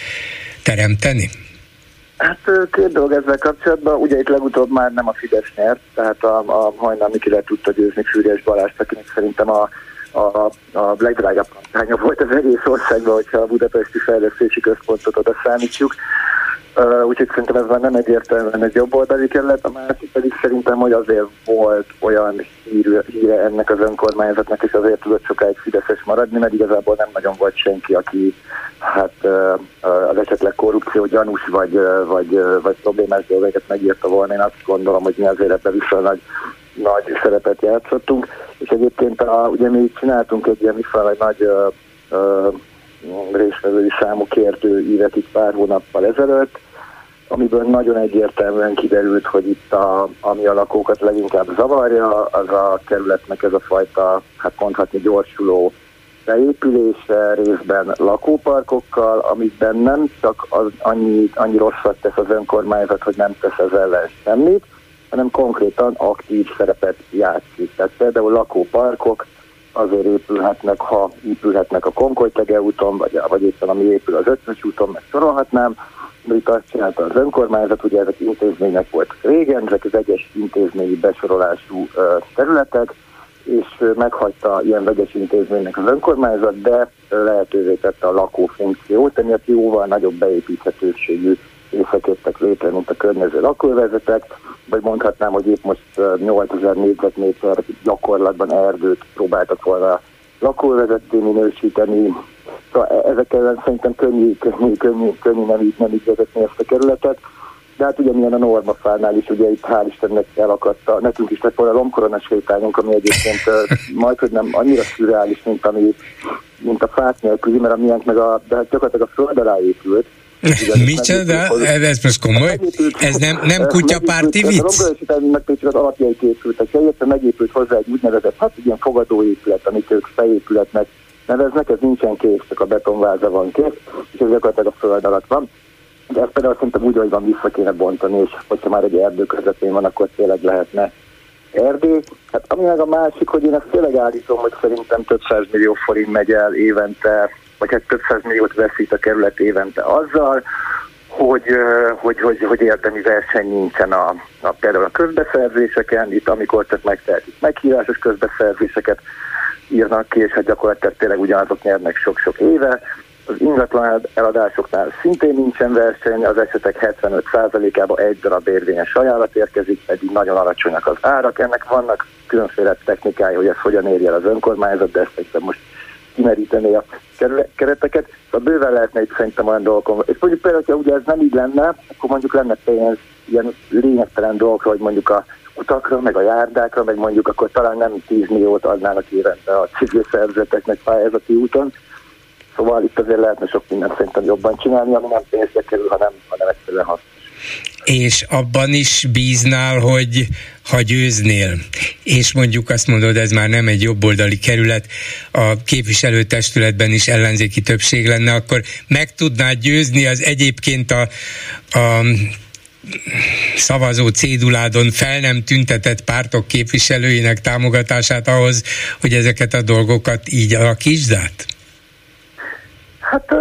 teremteni? Hát két dolog ezzel kapcsolatban, ugye itt legutóbb már nem a Fidesz nyert, tehát a, a Hajnal Miki le tudta győzni Fűrjes Balást, akinek szerintem a, a, a legdrágább kampánya volt az egész országban, hogyha a Budapesti Fejlesztési Központot oda számítjuk. Uh, úgyhogy szerintem ez már nem egyértelműen egy jobboldali kerület, a másik pedig szerintem, hogy azért volt olyan hír, híre ennek az önkormányzatnak, és azért tudott sokáig fideszes maradni, mert igazából nem nagyon volt senki, aki hát uh, az esetleg korrupció gyanús vagy, uh, vagy, uh, vagy problémás dolgokat megírta volna. Én azt gondolom, hogy mi azért ebben viszonylag nagy szerepet játszottunk, és egyébként a, ugye mi csináltunk egy ilyen viszonylag nagy uh, uh, résztvevői számú kérdőívet itt pár hónappal ezelőtt, amiből nagyon egyértelműen kiderült, hogy itt a, ami a lakókat leginkább zavarja, az a kerületnek ez a fajta, hát mondhatni gyorsuló beépülése, részben lakóparkokkal, amikben nem csak az annyi, annyi rosszat tesz az önkormányzat, hogy nem tesz ez ellen semmit, hanem konkrétan aktív szerepet játszik. Tehát például lakóparkok azért épülhetnek, ha épülhetnek a Konkoly-Tege úton, vagy, vagy éppen ami épül az Ötvös úton, meg sorolhatnám. Itt azt csinálta az önkormányzat, ugye ezek intézmények voltak régen, ezek az egyes intézményi besorolású uh, területek, és uh, meghagyta ilyen vegyes intézménynek az önkormányzat, de uh, lehetővé tette a lakófunkciót, emiatt jóval nagyobb beépíthetőségű részek jöttek létre, mint a környező lakóvezetek, vagy mondhatnám, hogy épp most nyolcezer négyzetméter gyakorlatban erdőt próbáltak volna lakóvezetté minősíteni. Szóval ezek ellen szerintem könnyű, könnyű, könnyű, könnyű nem így, nem így vezetni ezt a kerületet. de hát ugyanilyen a normafánál is, ugye itt hál' Istennek elakadta, nekünk is lett volna a lomkorona sétányunk, ami egyébként majd, hogy nem annyira szürreális, mint, ami, mint a fák nélküli, mert amilyen meg a, de hát gyakorlatilag a föld alá épült. Micsoda? Ez most komoly? Ez nem, nem kutyapárti vicc? A lomkorona sétányunknak pedig az alapjai készültek, érte megépült hozzá egy úgynevezett, hát egy ilyen fogadóépület, amit ők fejépületnek neveznek, ez nincsen kész, csak a betonváza van kész, és ez gyakorlatilag a föld alatt van. De ezt például szerintem úgy, hogy van, vissza kéne bontani, és hogyha már egy erdő közepén van, akkor tényleg lehetne erdő. Hát ami meg a másik, hogy én ezt tényleg állítom, hogy szerintem több százmillió forint megy el évente, vagy hát több százmilliót veszít a kerület évente azzal, hogy, hogy, hogy, hogy érdemi verseny nincsen a, a, például a közbeszerzéseken, itt amikor csak megtehetik meghívásos közbeszerzéseket írnak ki, és hát gyakorlatilag tényleg ugyanazok nyernek sok-sok éve. Az ingatlan eladásoknál szintén nincsen verseny, az esetek hetvenöt százalékában egy darab érvényes ajánlat érkezik, pedig nagyon alacsonyak az árak. Ennek vannak különféle technikái, hogy ez hogyan érje el az önkormányzat, de ezt most kimeríteni a kereteket. Szóval bőven lehetne itt szerintem olyan dolgokon. És mondjuk például, hogyha ugye ez nem így lenne, akkor mondjuk lenne pénz ilyen lényegtelen dolgokra, hogy mondjuk a utakra, meg a járdákra, meg mondjuk akkor talán nem tíz milliót adnának évente a civil szervezeteknek pályázati úton. Szóval itt azért lehetne sok mindent szerintem jobban csinálni, ami nem pénzbe kerül, hanem, hanem egyszerűen hasznos. És abban is bíznál, hogy ha győznél, és mondjuk azt mondod, ez már nem egy jobboldali kerület, a képviselőtestületben is ellenzéki többség lenne, akkor meg tudnád győzni az egyébként a, a szavazó céduládon fel nem tüntetett pártok képviselőinek támogatását ahhoz, hogy ezeket a dolgokat így alakítsd át? Hát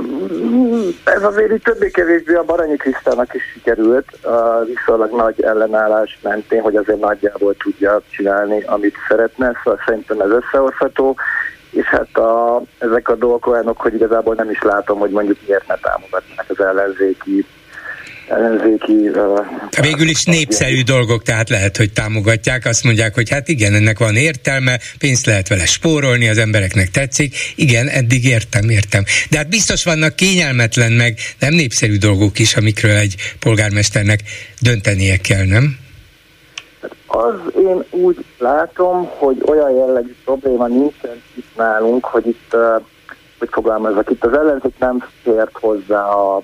ez azért így többé-kevésbé a Baranyi Krisztának is sikerült, a viszonylag nagy ellenállás mentén, hogy azért nagyjából tudja csinálni, amit szeretne, szóval szerintem ez összehozható, és hát a, ezek a dolgok olyanok, hogy igazából nem is látom, hogy mondjuk miért ne támogatnak az ellenzéki ellenzéki... Uh, Végül is népszerű dolgok, tehát lehet, hogy támogatják, azt mondják, hogy hát igen, ennek van értelme, pénzt lehet vele spórolni, az embereknek tetszik, igen, eddig értem, értem. De hát biztos vannak kényelmetlen, meg nem népszerű dolgok is, amikről egy polgármesternek döntenie kell, nem? Az én úgy látom, hogy olyan jellegű probléma nincsen itt nálunk, hogy itt, uh, hogy fogalmazok, itt az ellenzék nem fért hozzá a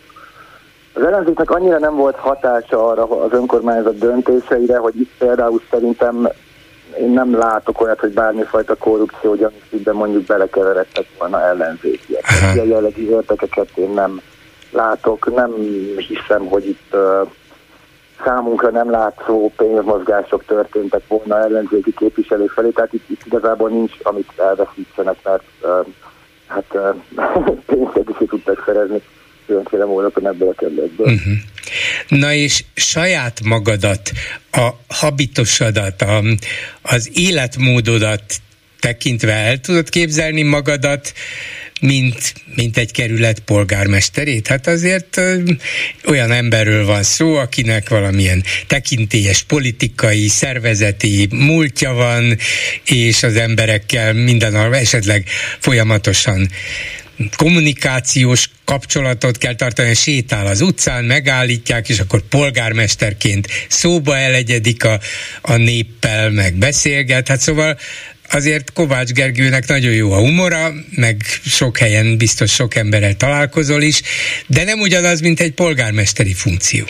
Az ellenzéknek annyira nem volt hatása arra az önkormányzat döntéseire, hogy itt például szerintem én nem látok olyat, hogy bármifajta korrupció gyanúsítben mondjuk belekeveredtek volna ellenzékiek. Ilyen jellegű érdekeket én nem látok, nem hiszem, hogy itt uh, számunkra nem látszó pénzmozgások történtek volna ellenzéki képviselők felé, tehát itt, itt igazából nincs, amit elveszítsenek, mert uh, hát uh, pénzt is tudtak szerezni különféle módokon ebből a kerületből. Uh-huh. Na és saját magadat, a habitusodat, a, az életmódodat tekintve el tudod képzelni magadat, mint, mint egy kerület polgármesterét? Hát azért ö, olyan emberről van szó, akinek valamilyen tekintélyes politikai, szervezeti múltja van, és az emberekkel minden esetleg folyamatosan kommunikációs kapcsolatot kell tartani, sétál az utcán, megállítják, és akkor polgármesterként szóba elegyedik a, a néppel, meg beszélget. Hát szóval azért Kovács Gergőnek nagyon jó a humora, meg sok helyen biztos sok emberrel találkozol is, de nem ugyanaz, mint egy polgármesteri funkció.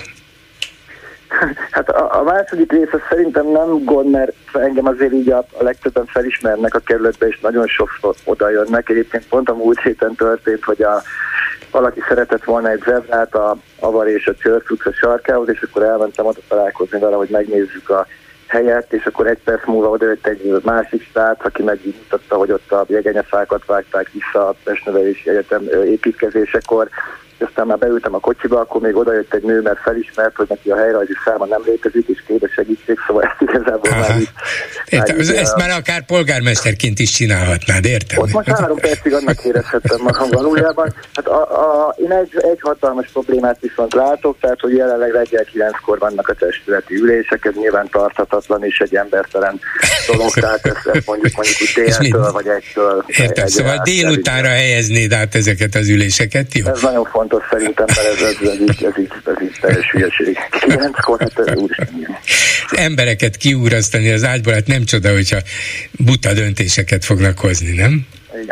Hát a, a második rész az szerintem nem gond, mert engem azért így a, a legtöbben felismernek a kerületbe, és nagyon sokszor oda jönnek. Egyébként pont a múlt héten történt, hogy a, valaki szeretett volna egy zebrát a Avar és a Csörc utca sarkához, és akkor elmentem oda találkozni vele, hogy megnézzük a helyet, és akkor egy perc múlva odajött egy másik srác, aki megmutatta, hogy ott a jegenyefákat vágták vissza a Pestnevelési Egyetem építkezésekor. Aztán már beültem a kocsiba, akkor még odajött egy nő, mert felismert, hogy neki a helyrajzi száma nem létezik, és kéne segítség, szóval ezt igazából Aha. már így... Értem, már így ezt a... már akár polgármesterként is csinálhatnád, értem? Ott most három percig annak érezhettem magam valójában. Hát a, a, én egy, egy hatalmas problémát viszont látok, tehát hogy jelenleg reggel kilenckor vannak a testületi ülések, ez nyilván tarthatatlan, és egy embertelen dolog, tehát ezt mondjuk mondjuk úgy déltől vagy egytől... Értem, egy szóval délutánra helyeznéd át ezeket az üléseket, jó? Ez nagyon fontos. fontos szerintem, mert ez, ez, ez, így, ez, így, ez így teljes hülyeség. kilenckor, hát ez úristen. Embereket kiúrasztani az ágyból, hát nem csoda, hogyha buta döntéseket fognak hozni, nem? Igen.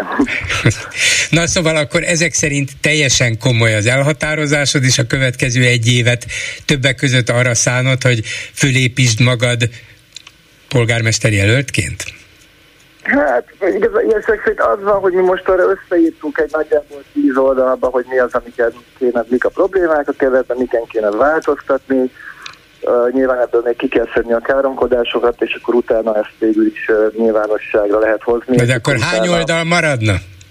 Na szóval akkor ezek szerint teljesen komoly az elhatározásod, és a következő egy évet többek között arra szánod, hogy fölépítsd magad polgármester jelöltként? Hát, igaz, ilyen szerint az van, hogy mi most arra összeírtunk egy nagyjából tíz oldalba, hogy mi az, amiket kéne, mik a problémák a kerületben, miken kéne változtatni. Uh, nyilván ebből még ki kell szedni a káromkodásokat, és akkor utána ezt végül is uh, nyilvánosságra lehet hozni. De akkor utána... hány oldal maradna?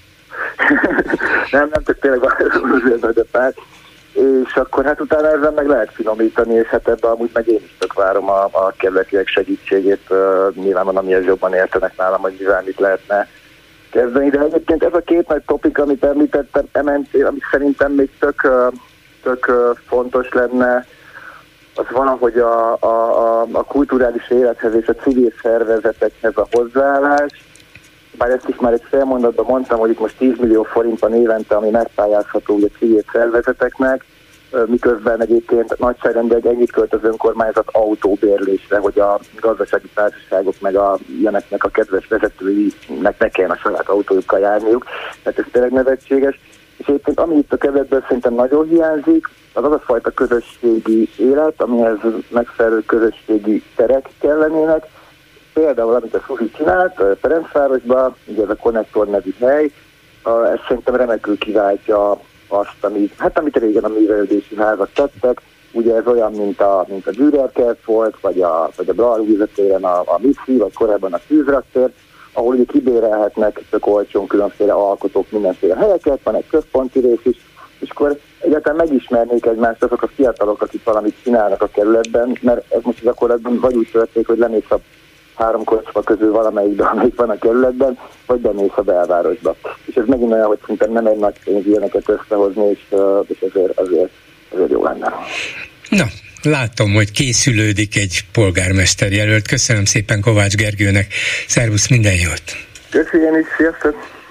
nem, nem, csak tényleg van de pár. És akkor hát utána ezzel meg lehet finomítani, és hát ebben amúgy meg én is tök várom a, a kerületiek segítségét. Uh, nyilván van, amihez jobban értenek nálam, hogy mivel mit lehetne kezdeni. De egyébként ez a két nagy topik, amit említettem, em en té, amit szerintem még tök, uh, tök uh, fontos lenne, az valahogy a, a, a, a kulturális élethez és a civil szervezetekhez a hozzáállás. Bár ezt is már egy fél mondatban mondtam, hogy itt most tíz millió forint van évente, ami megpályázható a civil szervezeteknek, miközben egyébként nagyságrendileg ennyit költ az önkormányzat autóbérlésre, hogy a gazdasági társaságok meg a ilyeneknek a kedves vezetőinek ne kelljen a saját autójukkal járniuk. Tehát ez tényleg nevetséges. És egyébként ami itt a kerületből szerintem nagyon hiányzik, az az a fajta közösségi élet, amihez megfelelő közösségi terek kellenének. Például, amit a Suzi csinált Ferencvárosban, ugye ez a Konnektor nevű hely, ez szerintem remekül kiváltja azt, amit, hát amit régen a művelődési házak tettek. Ugye ez olyan, mint a, mint a Dürerkert volt, vagy a, vagy a Bralhúzatéren a, a Mixi, vagy korábban a Tűzraktér, ahol ugye kibérelhetnek tök olcsón különféle alkotók mindenféle helyeket, van egy központi rész is, és akkor egyáltalán megismernék egymást azok a fiatalok, akik valamit csinálnak a kerületben, mert ez most gyakorlatban vagy úgy történik, hogy lemész a három kocsma közül valamelyikbe, amelyik van a kerületben, vagy bemész a belvárosba. És ez megint olyan, hogy szerintem nem egy nagy pénz ilyeneket összehozni, és, és azért, azért, azért jó lenne. Na, látom, hogy készülődik egy polgármester jelölt. Köszönöm szépen Kovács Gergőnek. Szervusz, minden jót! Köszönöm is, sziasztok!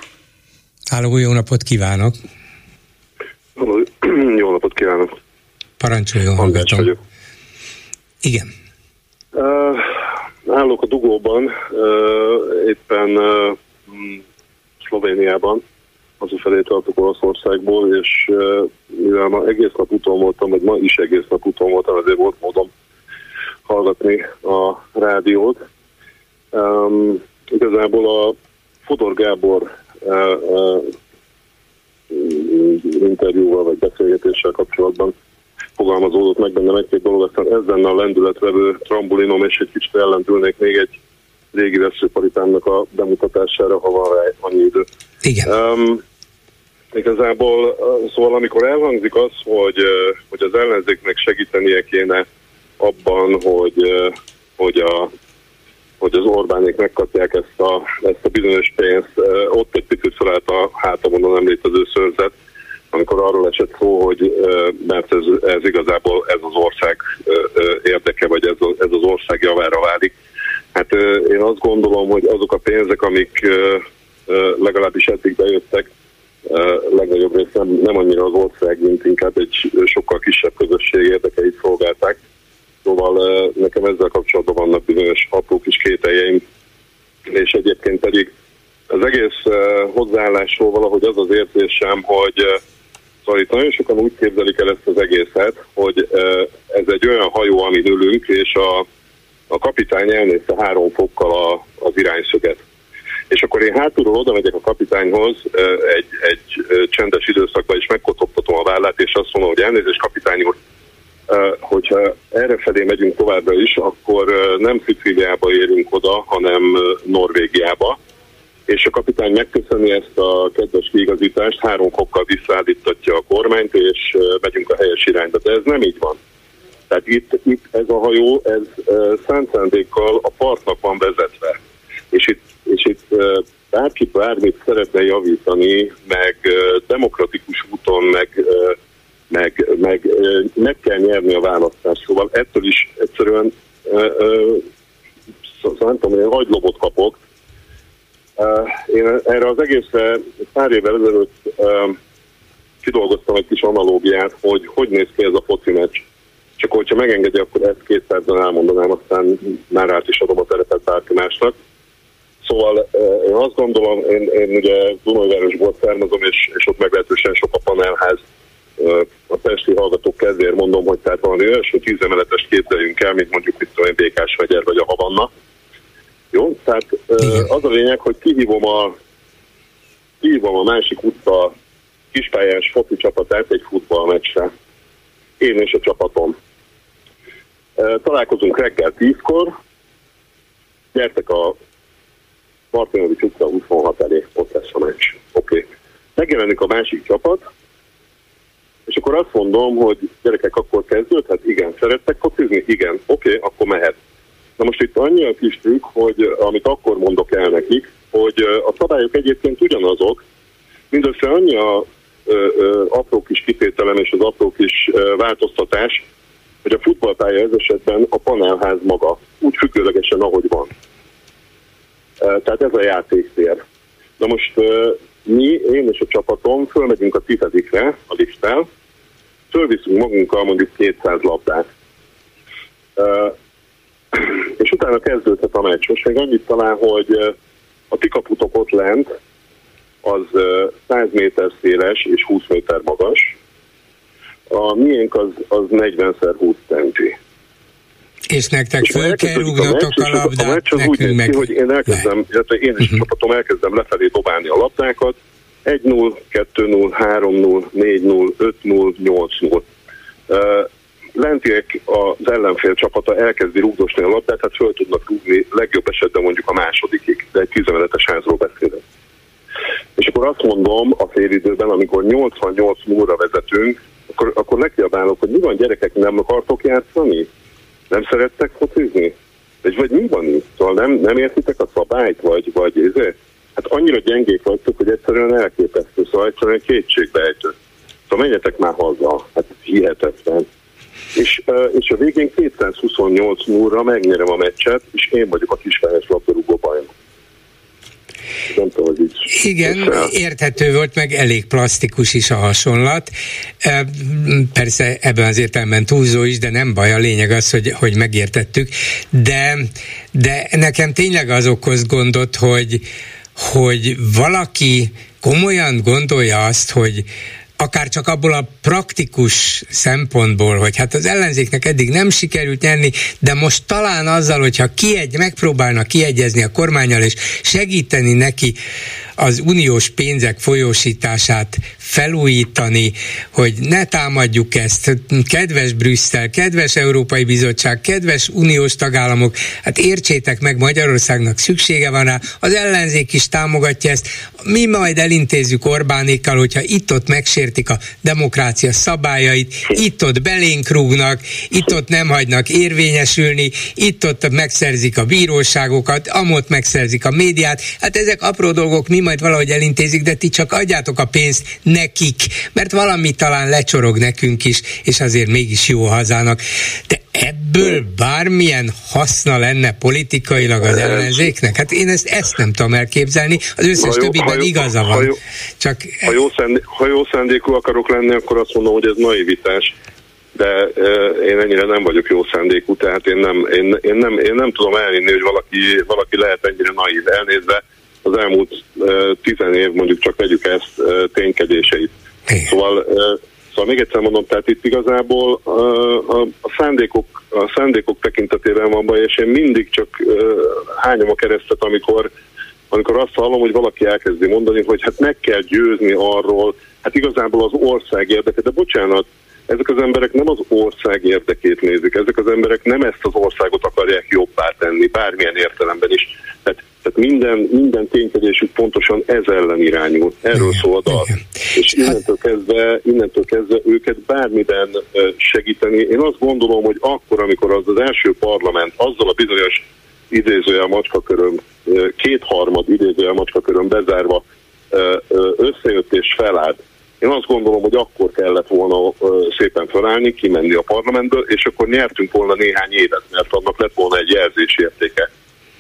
Háló, jó napot kívánok! Halló, jó napot kívánok! Parancsoljon, hallgatom. Igen. Uh, állok a dugóban, uh, éppen uh, Szlovéniában, hazafelé tartok Olaszországból, és uh, mivel ma egész nap úton voltam, vagy ma is egész nap úton voltam, ezért volt módom hallgatni a rádiót. Um, igazából a Fodor Gábor uh, uh, interjúval vagy beszélgetéssel kapcsolatban fogalmazódott meg bennem egy-két dolog, aztán ez lenne a lendületvevő trambulinom, és egy kicsit ellentülnék még egy régi veszőparitámnak a bemutatására, ha van rá annyi idő. Igen. Um, igazából, szóval amikor elhangzik az, hogy, hogy az ellenzéknek segítenie kéne abban, hogy, hogy, a, hogy az Orbánék megkapják ezt a, ezt a bizonyos pénzt, ott egy picit felállt a hátamon a nem létező szőrzet, amikor arról esett szó, hogy mert ez, ez igazából ez az ország érdeke, vagy ez, ez az ország javára válik. Hát én azt gondolom, hogy azok a pénzek, amik legalábbis eddig bejöttek, legnagyobb rész nem, nem annyira az ország, mint inkább egy sokkal kisebb közösség érdekeit szolgálták. Szóval nekem ezzel kapcsolatban vannak bizonyos apró kis kételjeim, és egyébként pedig az egész hozzáállásról valahogy az az érzésem, hogy szóval itt nagyon sokan úgy képzelik el ezt az egészet, hogy ez egy olyan hajó, amin ülünk, és a, a kapitány elnézte három fokkal a, az irányszöget. És akkor én hátulról oda megyek a kapitányhoz egy, egy csendes időszakban, és megkotogtatom a vállát, és azt mondom, hogy elnézést, kapitány úr, hogyha errefelé megyünk továbbra is, akkor nem Szicíliába érünk oda, hanem Norvégiába. És a kapitány megköszöni ezt a kedves kiigazítást, három fokkal visszaállítatja a kormányt, és megyünk a helyes irányba. De ez nem így van. Tehát itt, itt ez a hajó, ez szánt szándékkal a partnak van vezetve. És itt, és itt bárki bármit szeretne javítani, meg demokratikus úton, meg, meg, meg, meg kell nyerni a választást. Szóval ettől is egyszerűen szóval nem tudom, én agylobot kapok. Én erre az egészre pár évvel ezelőtt kidolgoztam egy kis analógiát, hogy hogy néz ki ez a foci meccs. Csak hogyha megengedi, akkor ezt két percben elmondanám, aztán már át is adom a terepet bárki másnak. Szóval én azt gondolom, én, én ugye Dunajvárosból származom, és, és ott meglehetősen sok a panelház. A pesti hallgatók kedvéért mondom, hogy tehát valami első tízemeletest képzeljünk el, mint mondjuk mit tudom én, Békásmegyer vagy a Havanna. Jó? Tehát az a lényeg, hogy kihívom a, kihívom a másik utca kispályás foci csapatát egy futballmeccsre. Én és a csapatom. Találkozunk reggel tízkor, gyertek a Martinovics utca huszonhat elé, ott lesz a meccs. Oké. Okay. Megjelenik a másik csapat, és akkor azt mondom, hogy gyerekek, akkor kezdődhet? Igen. Szerettek focizni? Igen. Oké, okay, akkor mehet. Na most itt annyi a kis trükk, hogy amit akkor mondok el nekik, hogy a szabályok egyébként ugyanazok, mindössze annyi a ö, ö, apró kis kitételem és az apró kis ö, változtatás, hogy a futballpálya ez esetben a panelház maga, úgy függőlegesen, ahogy van. Tehát ez a játéktér. Na most mi, én és a csapatom fölmegyünk a tizedikre a lifttel, fölviszünk magunkkal mondjuk kétszáz labdát. És utána kezdődhet a meccs. Most még annyit talán, hogy a ti kaputok ott lent, az száz méter széles és húsz méter magas. A miénk az, az negyven húsz centi. És nektek föl kell rúgnatok a, a labdát, a meccs az úgy néz ki, hogy én elkezdem, illetve én és uh-huh. a csapatom elkezdem lefelé dobálni a labdákat, egy null, kettő null, három null, négy null, öt null, nyolc null. Uh, lentiek az ellenfél csapata elkezdi rúgdosni a labdát, hát föl tudnak rúgni legjobb esetben mondjuk a másodikig, de egy tizenötös házról beszélünk. És akkor azt mondom a félidőben, amikor nyolcvannyolc nullra vezetünk, akkor, akkor nekiabálok, hogy mi van, gyerekek, nem akartok játszani? Nem szerettek focizni? Vagy, vagy mi van itt? Szóval nem, nem értitek a szabályt? Vagy, vagy ezért? Hát annyira gyengék vagytok, hogy egyszerűen elképesztő. Szóval egyszerűen kétségbeejtő. Szóval menjetek már haza. Hát hihetetlen. És, és a végén kétszázhuszonnyolc nullra megnyerem a meccset, és én vagyok a kisfájás labdarúgó bajnok. Nem tudom, hogy így igen, érthető volt, meg elég plastikus is a hasonlat. Persze ebben az értelemben túlzó is, de nem baj, a lényeg az, hogy, hogy megértettük. De, de nekem tényleg az okoz gondot, hogy, hogy valaki komolyan gondolja azt, hogy akár csak abból a praktikus szempontból, hogy hát az ellenzéknek eddig nem sikerült nyerni, de most talán azzal, hogyha kiegy, megpróbálnak kiegyezni a kormánnyal és segíteni neki az uniós pénzek folyósítását felújítani, hogy ne támadjuk ezt, kedves Brüsszel, kedves Európai Bizottság, kedves uniós tagállamok, hát értsétek meg, Magyarországnak szüksége van rá, az ellenzék is támogatja ezt, mi majd elintézzük Orbánékkal, hogyha itt-ott megsértik a demokrácia szabályait, itt-ott belénk rúgnak, itt-ott nem hagynak érvényesülni, itt-ott megszerzik a bíróságokat, amott megszerzik a médiát, hát ezek apró dolgok, mi majd valahogy elintézik, de ti csak adjátok a pénzt nekik, mert valami talán lecsorog nekünk is, és azért mégis jó hazának. De ebből bármilyen haszna lenne politikailag az ellenzéknek? Hát én ezt, ezt nem tudom elképzelni, az összes jó, többiben jó, igaza van. Ha jó, Csak ha, jó szándé, ha jó szándékú akarok lenni, akkor azt mondom, hogy ez naivitás, de uh, én ennyire nem vagyok jó szándékú, tehát én nem, én, én nem, én nem tudom elhinni, hogy valaki, valaki lehet ennyire naív, elnézve az elmúlt uh, tizen év, mondjuk csak vegyük ezt, uh, ténykedéseit. Szóval, uh, szóval még egyszer mondom, tehát itt igazából uh, a, a, szándékok, a szándékok tekintetében van baj, és én mindig csak uh, hányom a keresztet, amikor, amikor azt hallom, hogy valaki elkezdi mondani, hogy hát meg kell győzni arról, hát igazából az ország érdeke, de bocsánat, ezek az emberek nem az ország érdekét nézik, ezek az emberek nem ezt az országot akarják jobbá tenni, bármilyen értelemben is. Tehát, tehát minden, minden ténykedésük pontosan ez ellen irányul. Erről szól a dal. És innentől kezdve, innentől kezdve őket bármiben segíteni. Én azt gondolom, hogy akkor, amikor az az első parlament azzal a bizonyos idézőjel macskaköröm, kétharmad idézőjel macskaköröm bezárva összejött és felállt. Én azt gondolom, hogy akkor kellett volna szépen felállni, kimenni a parlamentből, és akkor nyertünk volna néhány évet, mert annak lett volna egy jelzésértéke.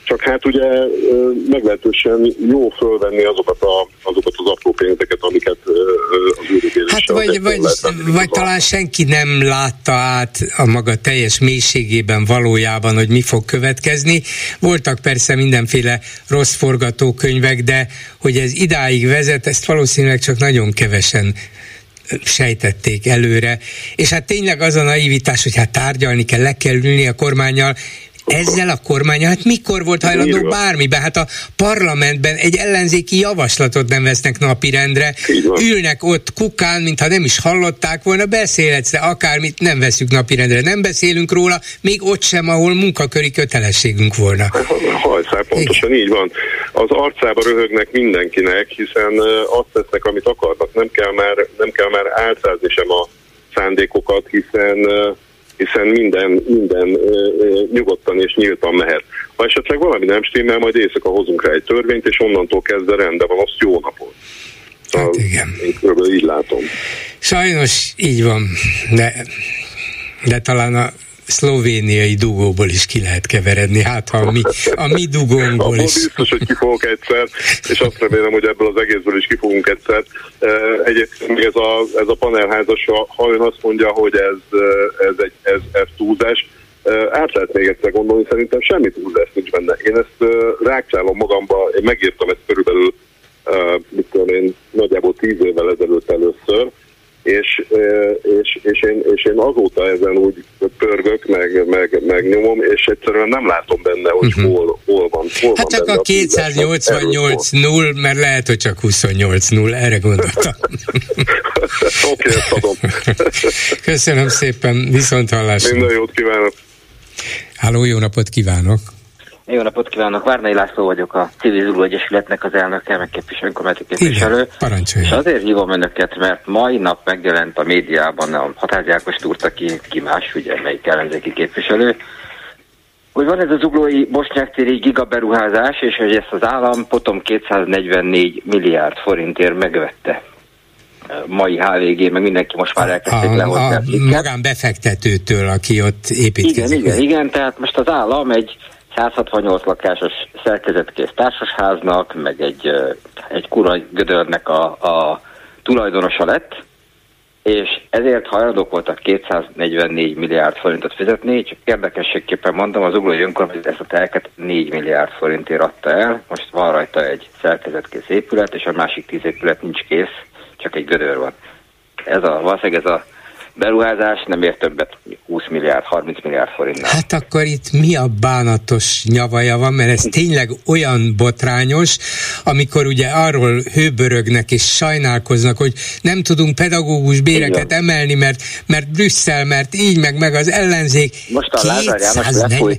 csak hát ugye meglehetősen jó fölvenni azokat, a, azokat az apró pénzeket, amiket az űrigéléssel... Hát vagy, vagy, vagy talán senki nem látta át a maga teljes mélységében valójában, hogy mi fog következni. Voltak persze mindenféle rossz forgatókönyvek, de hogy ez idáig vezet, ezt valószínűleg csak nagyon kevesen sejtették előre. És hát tényleg az a naivitás, hogy hát tárgyalni kell, le kell ülni a kormánnyal, ezzel a kormánya, hát mikor volt hajlandó bármiben? Hát a parlamentben egy ellenzéki javaslatot nem vesznek napirendre, ülnek ott kukán, mintha nem is hallották volna, beszélhetsz, de akármit nem veszünk napirendre, nem beszélünk róla, még ott sem, ahol munkaköri kötelességünk volna. Hajszál, pontosan igen. Így van. Az arcába röhögnek mindenkinek, hiszen azt tesznek, amit akarnak. Nem kell már, nem kell már álcázni sem a szándékokat, hiszen hiszen minden, minden ö, ö, nyugodtan és nyíltan mehet. Ha esetleg valami nem stimmel, majd éjszaka hozunk rá egy törvényt, és onnantól kezdve rendben van, azt jó napot. Hát igen. Én körülbelül így látom. Sajnos így van, de, de talán a szlovéniai dugóból is ki lehet keveredni, hát ha a mi, a mi dugónkból abból is. Biztos, hogy ki fogok egyszer, és azt remélem, hogy ebből az egészből is ki fogunk egyszer. Egyébként ez a, ez a panelházas, ha ön azt mondja, hogy ez, ez egy ez, ez túlzás, át lehet még egyszer gondolni, szerintem semmi túlzás nincs benne. Én ezt rákcsálom magamba, én megírtam ezt körülbelül, mit tudom én, nagyjából tíz évvel ezelőtt először, És, és, és, én, és én azóta ezen úgy pörgök, meg, meg, meg nyomom, és egyszerűen nem látom benne, hogy uh-huh. hol, hol van. Hol hát van csak a kétszáznyolcvannyolc null, mert lehet, hogy csak huszonnyolc null, erre gondoltam. Oké, ezt adom. Köszönöm szépen, viszont hallásra. Minden jót kívánok. Háló, jó napot kívánok. Jó napot kívánok, Várnai László vagyok, a Civil Zugló Egyesületnek az elnöke, meg képviselő, önkormányzati képviselő. Parancsolja. És azért hívom önöket, mert mai nap megjelent a médiában a Hatházi Ákos Túrt, aki ki más, ugye, melyik ellenzéki képviselő, hogy van ez a zuglói Bosnyák-téri gigaberuházás, és hogy ezt az állam potom kétszáznegyvennégy milliárd forintért megvette. Mai há vé gé, meg mindenki most már elkezdték lehozni a cikket. Magánbefektetőtől, aki ott építkezik. Igen, igen, igen, tehát most az állam egy száz hatvannyolc lakásos szerkezetkész társasháznak, meg egy, egy kura gödörnek a, a tulajdonosa lett, és ezért hajlandók voltak kétszáznegyvennégy milliárd forintot fizetni, csak érdekességképpen mondom, az zuglói önkormányzat ezt a telket négy milliárd forintért adta el, most van rajta egy szerkezetkész épület, és a másik tíz épület nincs kész, csak egy gödör van. Ez a, valószínűleg ez a beruházás nem ér többet, húsz milliárd, harminc milliárd forintnál. Hát akkor itt mi a bánatos nyavaja van, mert ez tényleg olyan botrányos, amikor ugye arról hőbörögnek és sajnálkoznak, hogy nem tudunk pedagógus béreket igen. emelni, mert, mert Brüsszel, mert így, meg, meg az ellenzék. Most a Lázár János lefújt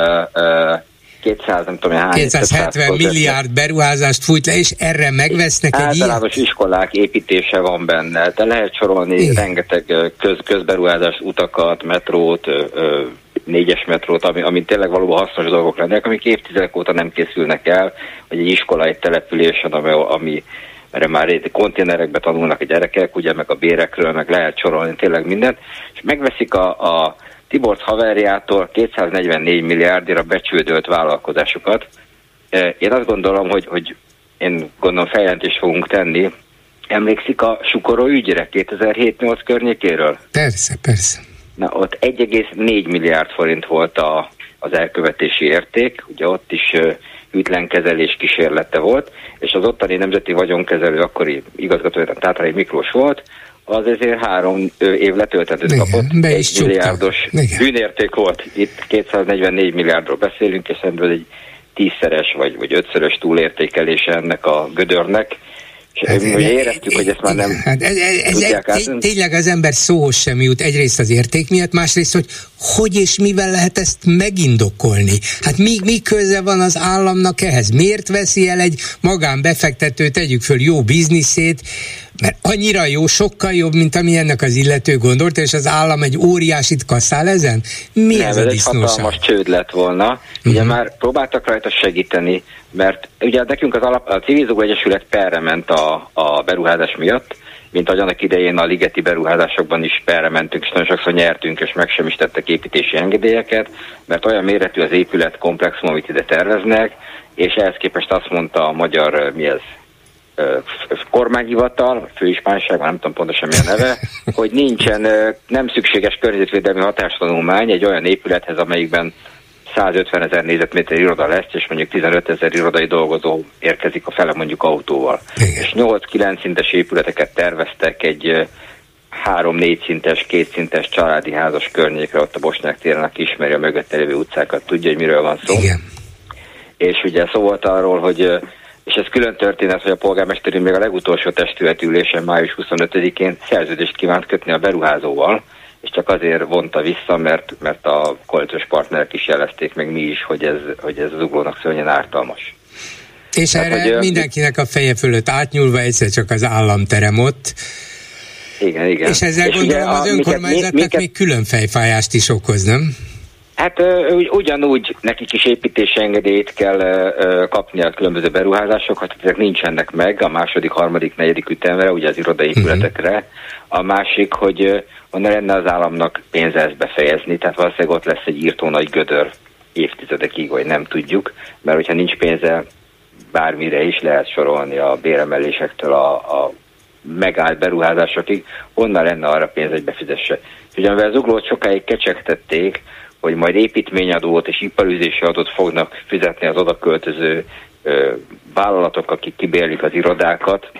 a kétszáz, nem tudom, hány, kétszázhetven milliárd beruházást fújt le, és erre megvesznek egy ilyen? Általános iskolák építése van benne, de lehet sorolni igen. rengeteg köz, közberuházást, utakat, metrót, négyes metrót, ami, ami tényleg valóban hasznos dolgok lennek, amik évtizedek óta nem készülnek el, vagy egy iskola, egy településen, ami, ami erre már konténerekbe tanulnak a gyerekek, ugye, meg a bérekről, meg lehet sorolni tényleg mindent, és megveszik a, a Tiborcs haverjától kétszáznegyvennégy milliárdért a becsődölt vállalkozásokat. Én azt gondolom, hogy, hogy én gondolom feljelentést fogunk tenni. Emlékszik a Sukoró ügyre kétezer-hét nyolc környékéről? Persze, persze. Na, ott egy egész négy milliárd forint volt a, az elkövetési érték, ugye ott is uh, hűtlenkezelés kísérlete volt, és az ottani nemzeti vagyonkezelő akkori igazgatója, Tátrai Miklós volt, az ezért három év letöltetőt kapott, egy milliárdos bűnérték volt. Itt kétszáznegyvennégy milliárdról beszélünk, és szerintem egy tízszeres vagy, vagy ötszörös túlértékelése ennek a gödörnek. És hát, ugye éreztük, hogy ezt már nem hát ez, ez, tudják ez, tényleg az ember szóhoz sem jut, egyrészt az érték miatt, másrészt, hogy hogy és mivel lehet ezt megindokolni. Hát mi, mi köze van az államnak ehhez? Miért veszi el egy magánbefektető, tegyük föl jó bizniszét, mert annyira jó, sokkal jobb, mint ami ennek az illető gondolta, és az állam egy óriásit kasszál ezen? Mi nem, ez a disznóság? Ez egy hatalmas csőd lett volna. Ugye uh-huh. már próbáltak rajta segíteni, mert ugye nekünk az alap, a Civil Zugló Egyesület perre ment a, a beruházás miatt, mint ahogy annak idején a ligeti beruházásokban is erre mentünk, és nagyon sokszor nyertünk, és meg sem is tettek építési engedélyeket, mert olyan méretű az épület komplexum, amit ide terveznek, és ehhez képest azt mondta a magyar, mi ez, kormányhivatal, főispánság, nem tudom pontosan mi a neve, hogy nincsen, nem szükséges környezetvédelmi hatástanulmány egy olyan épülethez, amelyikben százötvenezer négyzetméter iroda lesz, és mondjuk tizenötezer irodai dolgozó érkezik a fele mondjuk autóval. Igen. És nyolc-kilenc szintes épületeket terveztek egy három-négy szintes, kétszintes családi házas környékre, ott a Bosnyák téren, aki ismeri a mögötte lévő utcákat, tudja, hogy miről van szó. Igen. És ugye szó volt arról, hogy és ez külön történet, hogy a polgármester még a legutolsó testületi ülésen május huszonötödikén szerződést kívánt kötni a beruházóval, és csak azért vonta vissza, mert, mert a koalíciós partnerek is jelezték, meg mi is, hogy ez, hogy ez az Zuglónak szörnyen ártalmas. És hát, erre hogy, mindenkinek a feje fölött átnyúlva egyszer csak az államterem ott. Igen, igen. És ezzel és gondolom az önkormányzatnak minket, még külön fejfájást is okoz, nem? Hát ugyanúgy nekik is építési engedélyt kell kapni a különböző beruházásokat, ezek nincsenek meg a második, harmadik, negyedik ütemre, ugye az irodai épületekre. Uh-huh. A másik, hogy onnan lenne az államnak pénze ezt befejezni, tehát valószínűleg ott lesz egy írtó nagy gödör évtizedekig, vagy nem tudjuk, mert hogyha nincs pénze bármire is lehet sorolni a béremelésektől a, a megállt beruházásokig, honnan lenne arra pénz, hogy befizesse. Ugye mivel Zuglót sokáig kecsegtették, hogy majd építményadót és iparűzési adót fognak fizetni az oda költöző ö, vállalatok, akik kibérlik az irodákat.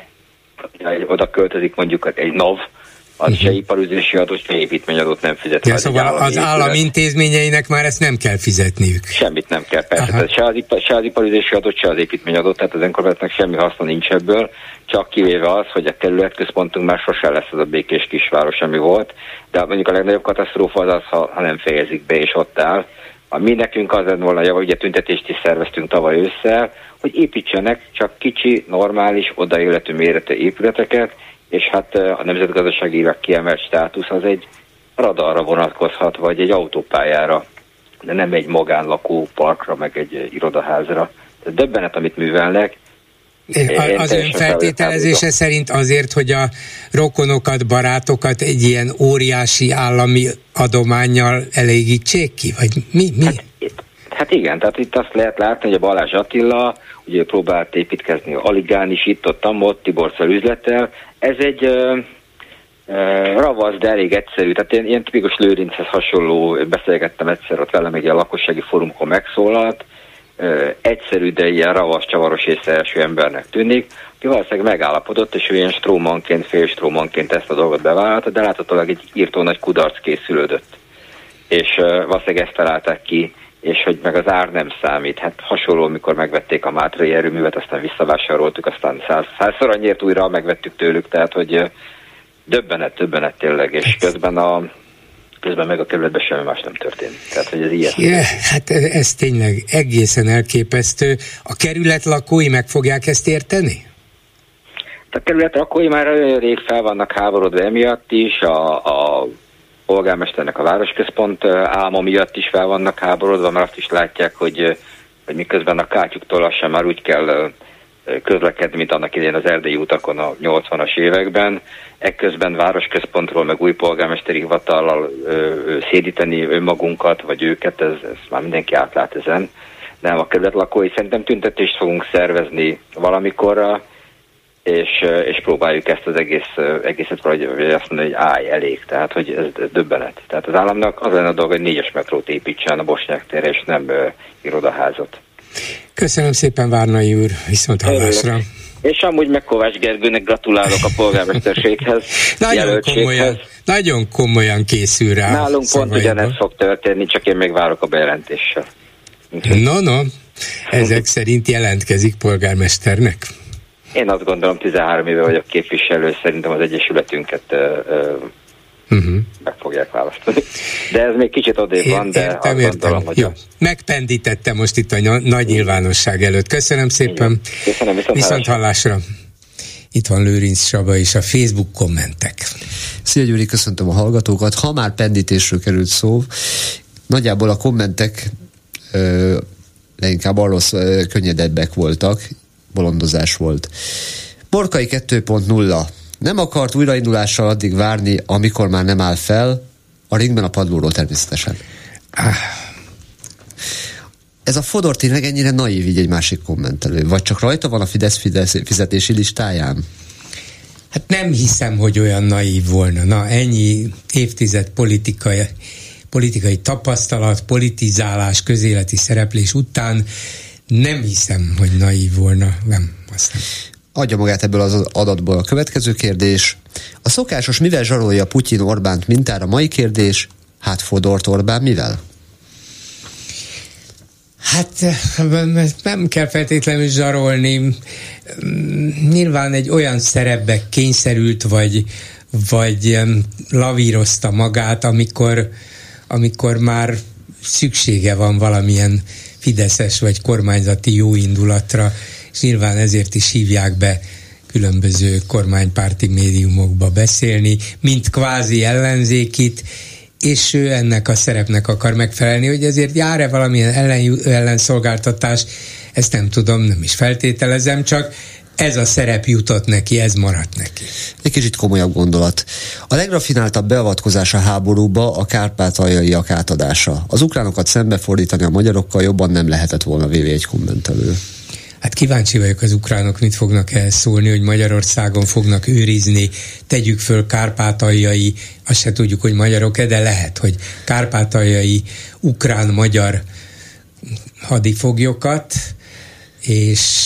Oda költözik mondjuk egy NAV, az uh-huh. se iparűzési adót, se építményadót nem fizet. Ja, szóval az állam intézményeinek már ezt nem kell fizetniük. Semmit nem kell, persze. Tehát se, az ipar, se az iparűzési adót, se az építményadót, tehát az önkormányzatnak semmi haszna nincs ebből, csak kivéve az, hogy a kerületközpontunk már sosem lesz az a békés kisváros, ami volt, de mondjuk a legnagyobb katasztrófa az az, ha, ha nem fejezik be, és ott áll. A mi nekünk az lenne volna java, ugye tüntetést is szerveztünk tavaly ősszel, hogy építsenek csak kicsi, normális, odaillető méretű épületeket, és hát a nemzetgazdaságilag kiemelt státusz az egy radarra vonatkozhat, vagy egy autópályára, de nem egy magánlakó parkra, meg egy irodaházra. Tehát döbbenet, amit művelnek. Az ön feltételezése szerint azért, hogy a rokonokat, barátokat egy ilyen óriási állami adománnyal elégítsék ki? Vagy mi? mi? Hát, hát igen, tehát itt azt lehet látni, hogy a Balázs Attila ugye próbált építkezni a Aligán is itt, ott, ott Tiborccal üzlettel. Ez egy uh, uh, ravasz, de elég egyszerű. Tehát ilyen, ilyen tipikus Lőrinchez hasonló, beszélgettem egyszer ott vele, meg ilyen lakossági fórumokon megszólalt. Uh, egyszerű, de ilyen ravasz, csavaros észre embernek tűnik, aki valószínűleg megállapodott, és ő ilyen strómanként, fél strómanként ezt a dolgot bevállalta, de láthatólag egy írtó nagy kudarc készülődött. És uh, valószínűleg ezt találták ki, és hogy meg az ár nem számít. Hát hasonló, amikor megvették a Mátrai erőművet, aztán visszavásároltuk, aztán száz, százszor annyiért újra megvettük tőlük, tehát hogy döbbenet, döbbenet tényleg, és közben a közben meg a kerületben semmi más nem történik. Tehát, hogy ez ilyen. Yeah, hát ez tényleg egészen elképesztő. A kerület lakói meg fogják ezt érteni? A kerület lakói már olyan rég fel vannak háborodva emiatt is, a, a polgármesternek a városközpont álma miatt is fel vannak háborodva, mert azt is látják, hogy, hogy miközben a kátyuktól lassan már úgy kell közlekedni, mint annak idején az erdélyi utakon a nyolcvanas években. Ekközben városközpontról meg új polgármesteri hivatallal szédíteni önmagunkat, vagy őket, ez, ez már mindenki átlát ezen. Nem, a kerület lakói szerintem tüntetést fogunk szervezni valamikorra, és, és próbáljuk ezt az egész, egészet valahogy azt mondani, hogy állj, elég. Tehát, hogy ez, ez döbbenet. Tehát az államnak az lenne a dolga, hogy négyes metrót építsen a Bosnyák térre, és nem ö, irodaházat. Köszönöm szépen, Várnai úr, viszont hallásra. És amúgy meg Kovács Gergőnek gratulálok a polgármesterséghez, nagyon komolyan, nagyon komolyan készül rá. Nálunk pont ugyanez fog történni, csak én még várok a bejelentéssel. No, no, ezek szerint jelentkezik polgármesternek. Én azt gondolom, tizenhárom éve vagyok képviselő, szerintem az egyesületünket ö, ö, uh-huh. meg fogják választani. De ez még kicsit odébb van, Én, de értem, azt értem. gondolom, hogy... Jó. Megpendítette most itt a ny- nagy nyilvánosság előtt. Köszönöm szépen. Köszönöm, viszont, viszont hallásra. Itt van Lőrinc Csaba és a Facebook kommentek. Szia Gyuri, köszöntöm a hallgatókat. Ha már pendítésről került szó, nagyjából a kommentek ö, leginkább arról könnyedebbek voltak, bolondozás volt. Borkai kettő pont nulla. Nem akart újraindulással addig várni, amikor már nem áll fel, a ringben a padlóról természetesen. Ah. Ez a Fodor tényleg ennyire naív, így egy másik kommentelő? Vagy csak rajta van a Fidesz fizetési listáján? Hát nem hiszem, hogy olyan naív volna. Na, ennyi évtized politikai, politikai tapasztalat, politizálás, közéleti szereplés után nem hiszem, hogy naív volna. Nem, azt nem. Adja magát ebből az adatból a következő kérdés. A szokásos mivel zsarolja Putyin Orbánt mintára mai kérdés? Hát Fodort Orbán mivel? Hát nem kell feltétlenül zsarolni. Nyilván egy olyan szerepbe kényszerült, vagy, vagy lavírozta magát, amikor, amikor már szüksége van valamilyen fideszes vagy kormányzati jóindulatra, és nyilván ezért is hívják be különböző kormánypárti médiumokba beszélni, mint kvázi ellenzékit, és ő ennek a szerepnek akar megfelelni, hogy ezért jár-e valamilyen ellen, ellenszolgáltatás, ezt nem tudom, nem is feltételezem, csak ez a szerep jutott neki, ez maradt neki. Egy kicsit komolyabb gondolat. A legrafináltabb beavatkozás a háborúba a kárpátaljaiak átadása. Az ukránokat szembefordítani a magyarokkal jobban nem lehetett volna, véli egy kommentelő. Hát kíváncsi vagyok, az ukránok mit fognak ehhez szólni, hogy Magyarországon fognak őrizni, tegyük föl kárpátaljai, azt se tudjuk, hogy magyarok-e, de lehet, hogy kárpátaljai ukrán-magyar hadifoglyokat, és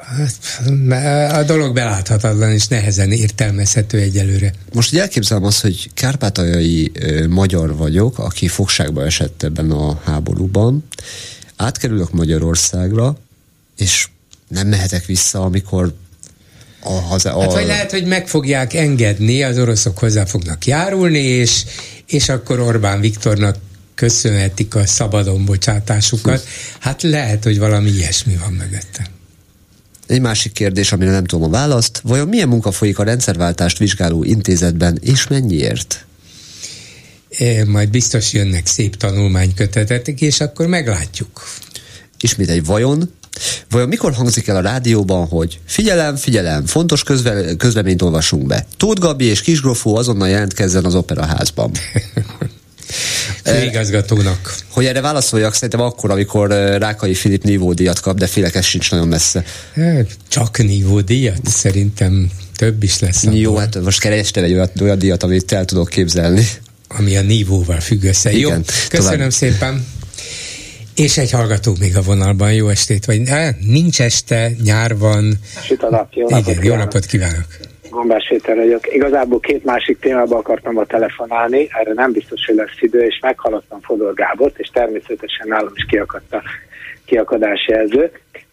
a dolog beláthatatlan és nehezen értelmezhető egyelőre. Most így elképzelem azt, hogy kárpátaljai ö, magyar vagyok, aki fogságba esett ebben a háborúban, átkerülök Magyarországra, és nem mehetek vissza, amikor a haza... A... Hát vagy lehet, hogy meg fogják engedni, az oroszok hozzá fognak járulni, és, és akkor Orbán Viktornak köszönhetik a szabadon bocsátásukat. Hát lehet, hogy valami ilyesmi van mögötte. Egy másik kérdés, amire nem tudom a választ, vajon milyen munka folyik a rendszerváltást vizsgáló intézetben, és mennyiért? É, majd biztos jönnek szép tanulmánykötetek, és akkor meglátjuk. Ismét egy vajon? Vajon mikor hangzik el a rádióban, hogy figyelem, figyelem, fontos közve, közleményt olvasunk be. Tóth Gabi és Kisgrofó azonnal jelentkezzen az Operaházban. Főigazgatónak. Hogy erre válaszoljak, szerintem akkor, amikor Rákai Filip nívódíjat kap, de félek, ez sincs nagyon messze. Csak nívódíjat? Szerintem több is lesz. Jó, abban. Hát most kerestem egy olyan, olyan díjat, amit el tudok képzelni. Ami a nívóval függ össze. Igen, jó, köszönöm tovább. Szépen. És egy hallgató még a vonalban, jó estét, vagy hát, nincs este, nyár van. Sütanap, jó napot. Igen, kívánok. Jó napot kívánok. Gombás Péter vagyok. Igazából két másik témába akartam a telefonálni, erre nem biztos, hogy lesz idő, és meghallottam Fodor Gábort, és természetesen nálam is kiakadt a kiakadásjelző.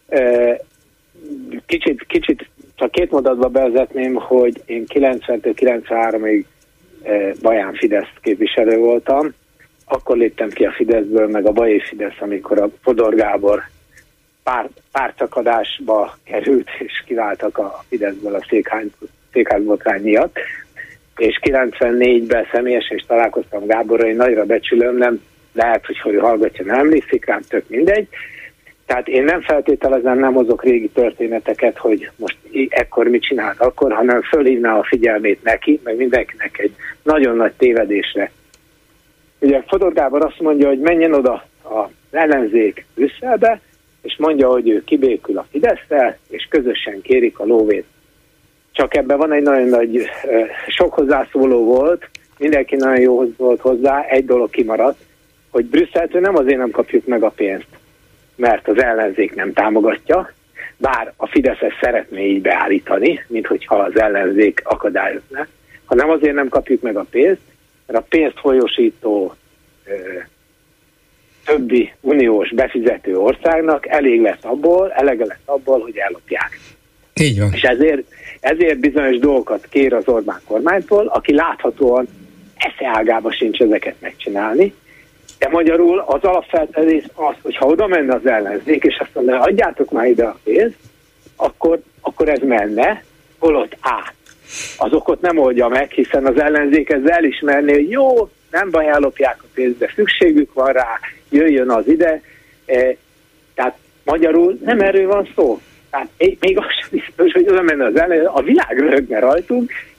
Kicsit, kicsit csak két mondatba bevezetném, hogy én kilencventől kilencvenháromig Baján Fidesz képviselő voltam, akkor léptem ki a Fideszből, meg a Bajai Fidesz, amikor a Fodor Gábor pár, pártszakadásba került, és kiváltak a Fideszből a székhány, székházbotrány miatt. És kilencvennégyben személyesen is találkoztam Gáborral, én nagyra becsülöm, nem lehet, hogy hogy hallgatja, nem emlékszik rám, tök mindegy. Tehát én nem feltételezem, nem hozok régi történeteket, hogy most ekkor mit csinált akkor, hanem fölhívná a figyelmét neki, meg mindenkinek egy nagyon nagy tévedésre. Ugye Fodor Gábor azt mondja, hogy menjen oda az ellenzék Brüsszelbe, és mondja, hogy ő kibékül a Fidesszel, és közösen kérik a lóvét. Csak ebben van egy nagyon nagy, sok hozzászóló volt, mindenki nagyon jó volt hozzá, egy dolog kimaradt, hogy Brüsszeltől nem azért nem kapjuk meg a pénzt, mert az ellenzék nem támogatja, bár a Fidesz ezt szeretné így beállítani, mint hogyha az ellenzék akadályozna, hanem azért nem kapjuk meg a pénzt, mert a pénzt folyósító ö, többi uniós befizető országnak elég lesz abból, elege lesz abból, hogy ellopják. Így van. És ezért, ezért bizonyos dolgokat kér az Orbán kormánytól, aki láthatóan esze ágába sincs ezeket megcsinálni, de magyarul az alapfeltelés az, hogy ha oda menne az ellenzék, és azt mondja, adjátok már ide a pénzt, akkor, akkor ez menne, holott át. Az okot nem oldja meg, hiszen az ellenzék ezzel elismerné, hogy jó, nem baj, ellopják a pénzt, de szükségük van rá, jöjjön az ide. E, tehát magyarul nem erről van szó. Tehát még az sem biztos, hogy oda menne az ellenzék, a világ röhögne rajtunk,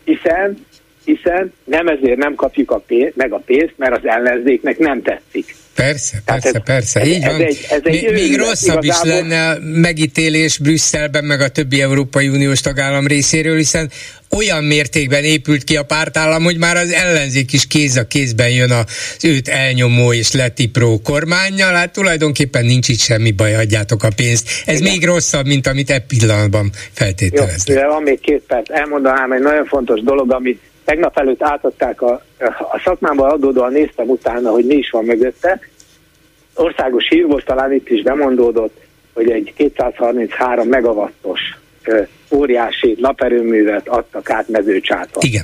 hiszen, hiszen nem ezért nem kapjuk a pénzt, meg a pénzt, mert az ellenzéknek nem tetszik. Persze, persze, ez, persze, ez, így van. Ez egy, ez egy még, még rosszabb igazából... is lenne a megítélés Brüsszelben, meg a többi Európai Uniós tagállam részéről, hiszen olyan mértékben épült ki a pártállam, hogy már az ellenzék is kéz a kézben jön az őt elnyomó és letipró kormánnyal, hát tulajdonképpen nincs itt semmi baj, adjátok a pénzt. Ez igen. Még rosszabb, mint amit e pillanatban feltételeznek. Jó, van még két perc, elmondanám egy nagyon fontos dolog, amit tegnap előtt átadták a, a szakmámban adódóan néztem utána, hogy mi is van mögötte. Országos hír volt, talán itt is bemondódott, hogy egy kétszázharminchárom megawattos ö, óriási naperőművet adtak át Mezőcsáton. Igen.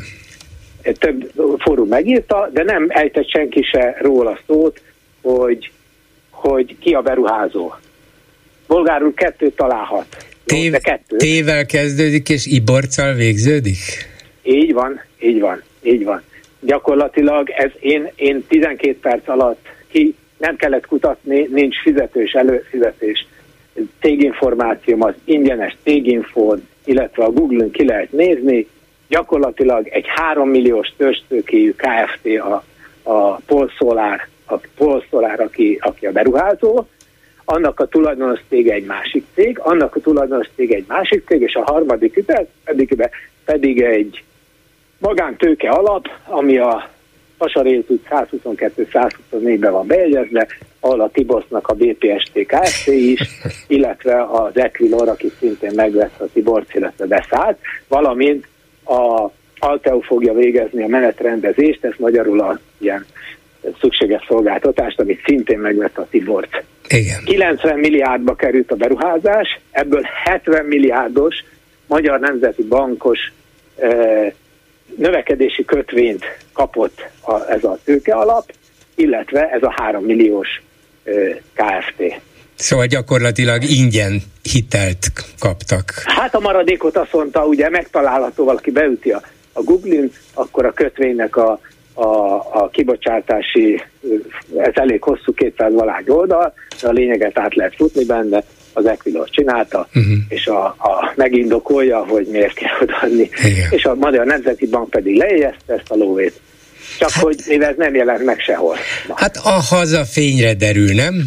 Több fórum megírta, de nem ejtett senki se róla szót, hogy, hogy ki a beruházó. Bolgárul kettőt találhat. Tév, tével kezdődik és iborccal végződik? Így van, így van, így van. Gyakorlatilag ez én, én tizenkét perc alatt ki nem kellett kutatni, nincs fizetős előfizetés. Céginformációm az ingyenes céginfón, illetve a Google-ön ki lehet nézni. Gyakorlatilag egy három milliós törzstőkéjű Kft. a, a Polsolar, a Polsolar aki, aki a beruházó, annak a tulajdonos cége egy másik cég, annak a tulajdonos cége egy másik cég, és a harmadik ütet pedig, pedig egy magántőke alap, ami a Pasarész út százhuszonkettő százhuszonnégyben van bejegyezve, ahol a Tiborcnak a bé pé es té Kft. Is, illetve az Equilor, aki szintén megvesz a Tiborc, illetve beszállt, valamint a Alteo fogja végezni a menetrendezést, ez magyarul a ilyen szükséges szolgáltatást, amit szintén megvett a Tiborc. Igen. kilencven milliárdba került a beruházás, ebből hetven milliárdos Magyar Nemzeti Bankos eh, növekedési kötvényt kapott a, ez a tőke alap, illetve ez a három milliós eh, Kft. Szóval gyakorlatilag ingyen hitelt kaptak. Hát a maradékot azt mondta, ugye megtalálható, valaki beüti a, a Google-in, akkor a kötvénynek a, a, a kibocsátási, ez elég hosszú kétszáz valány oldal, de a lényeget át lehet futni benne, az Equilor csinálta, uh-huh. és a, a megindokolja, hogy miért kell odaadni. Igen. És a Magyar Nemzeti Bank pedig lejegyezte ezt a lóvét. Csak hát, hogy mivel ez nem jelent meg sehol. Na. Hát a haza fényre derül, nem?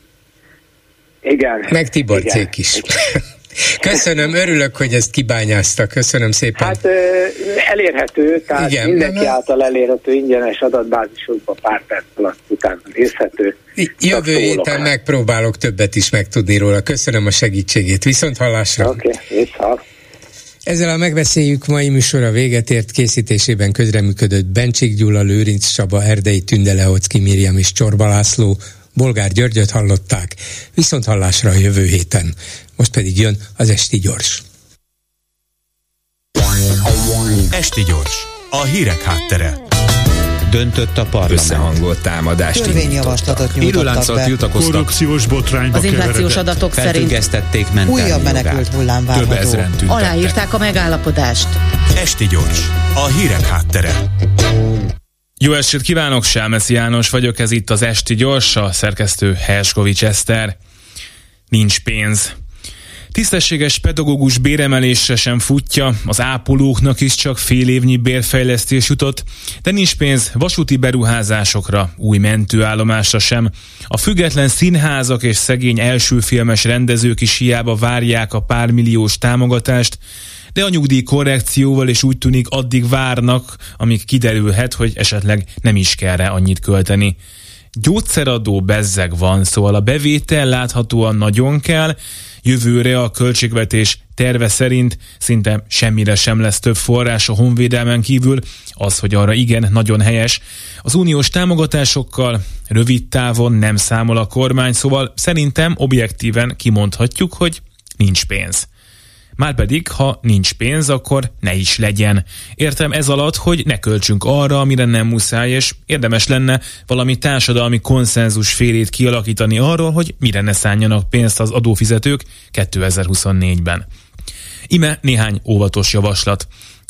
Igen. Meg Tiborcék is. Köszönöm, örülök, hogy ezt kibányáztak. Köszönöm szépen. Hát elérhető, tehát igen, mindenki által elérhető ingyenes adatbázisokba pár perc alatt utána nézhető. Jövő héten megpróbálok többet is megtudni róla. Köszönöm a segítségét. Viszont hallásra. Oké, okay, viszont. Ezzel a megbeszéljük mai műsora véget ért, készítésében közreműködött Bencsik Gyula, Lőrinc Csaba, Erdei Tünde, Leocki Miriam és Csorba László. Bolgár Györgyöt hallották, viszont hallásra a jövő héten. Most pedig jön az Esti Gyors. Esti Gyors, a hírek háttere. Döntött a parlament. Összehangolt támadást törvényjavaslatot nyújtottak be. Korrupciós botrányba az inflációs adatok szerint felfüggesztették mentelmi újabb menekült hullám várható. Több ezren tüntettek. Aláírták a megállapodást. Esti Gyors, a hírek háttere. Jó estét kívánok, Selmeci János vagyok, ez itt az Esti Gyors, a szerkesztő Herskovics Eszter. Nincs pénz. Tisztességes pedagógus béremelésre sem futja, az ápolóknak is csak fél évnyi bérfejlesztés jutott, de nincs pénz vasúti beruházásokra, új mentőállomásra sem. A független színházak és szegény elsőfilmes rendezők is hiába várják a pár milliós támogatást, de a nyugdíj korrekcióval is úgy tűnik addig várnak, amíg kiderülhet, hogy esetleg nem is kell rá annyit költeni. Gyógyszeradó bezzeg van, szóval a bevétel láthatóan nagyon kell, jövőre a költségvetés terve szerint szinte semmire sem lesz több forrás a honvédelmen kívül, az, hogy arra igen, nagyon helyes. Az uniós támogatásokkal rövid távon nem számol a kormány, szóval szerintem objektíven kimondhatjuk, hogy nincs pénz. Márpedig, ha nincs pénz, akkor ne is legyen. Értem ez alatt, hogy ne költsünk arra, amire nem muszáj, és érdemes lenne valami társadalmi konszenzus félét kialakítani arról, hogy mire ne szánjanak pénzt az adófizetők kétezer-huszonnégyben. Ime néhány óvatos javaslat.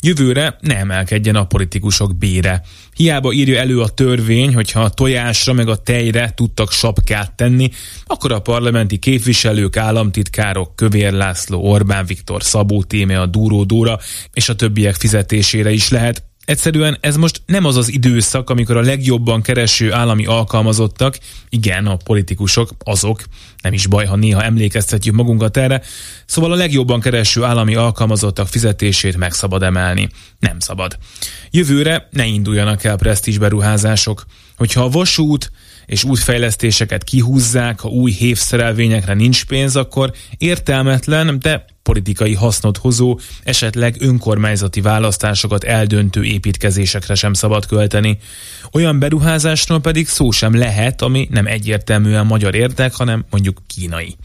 jövőre ne emelkedjen a politikusok bére. Hiába írja elő a törvény, hogyha a tojásra meg a tejre tudtak sapkát tenni, akkor a parlamenti képviselők, államtitkárok, Kövér László, Orbán Viktor, Szabó Tímea, Dúró Dóra és a többiek fizetésére is lehet. Egyszerűen ez most nem az az időszak, amikor a legjobban kereső állami alkalmazottak, igen, a politikusok, azok, nem is baj, ha néha emlékeztetjük magunkat erre, szóval a legjobban kereső állami alkalmazottak fizetését meg szabad emelni. Nem szabad. Jövőre ne induljanak el presztízs beruházások. Hogyha a vasút és útfejlesztéseket kihúzzák, ha új hévszerelvényekre nincs pénz, akkor értelmetlen, de politikai hasznot hozó, esetleg önkormányzati választásokat eldöntő építkezésekre sem szabad költeni. Olyan beruházásról pedig szó sem lehet, ami nem egyértelműen magyar érdek, hanem mondjuk kínai.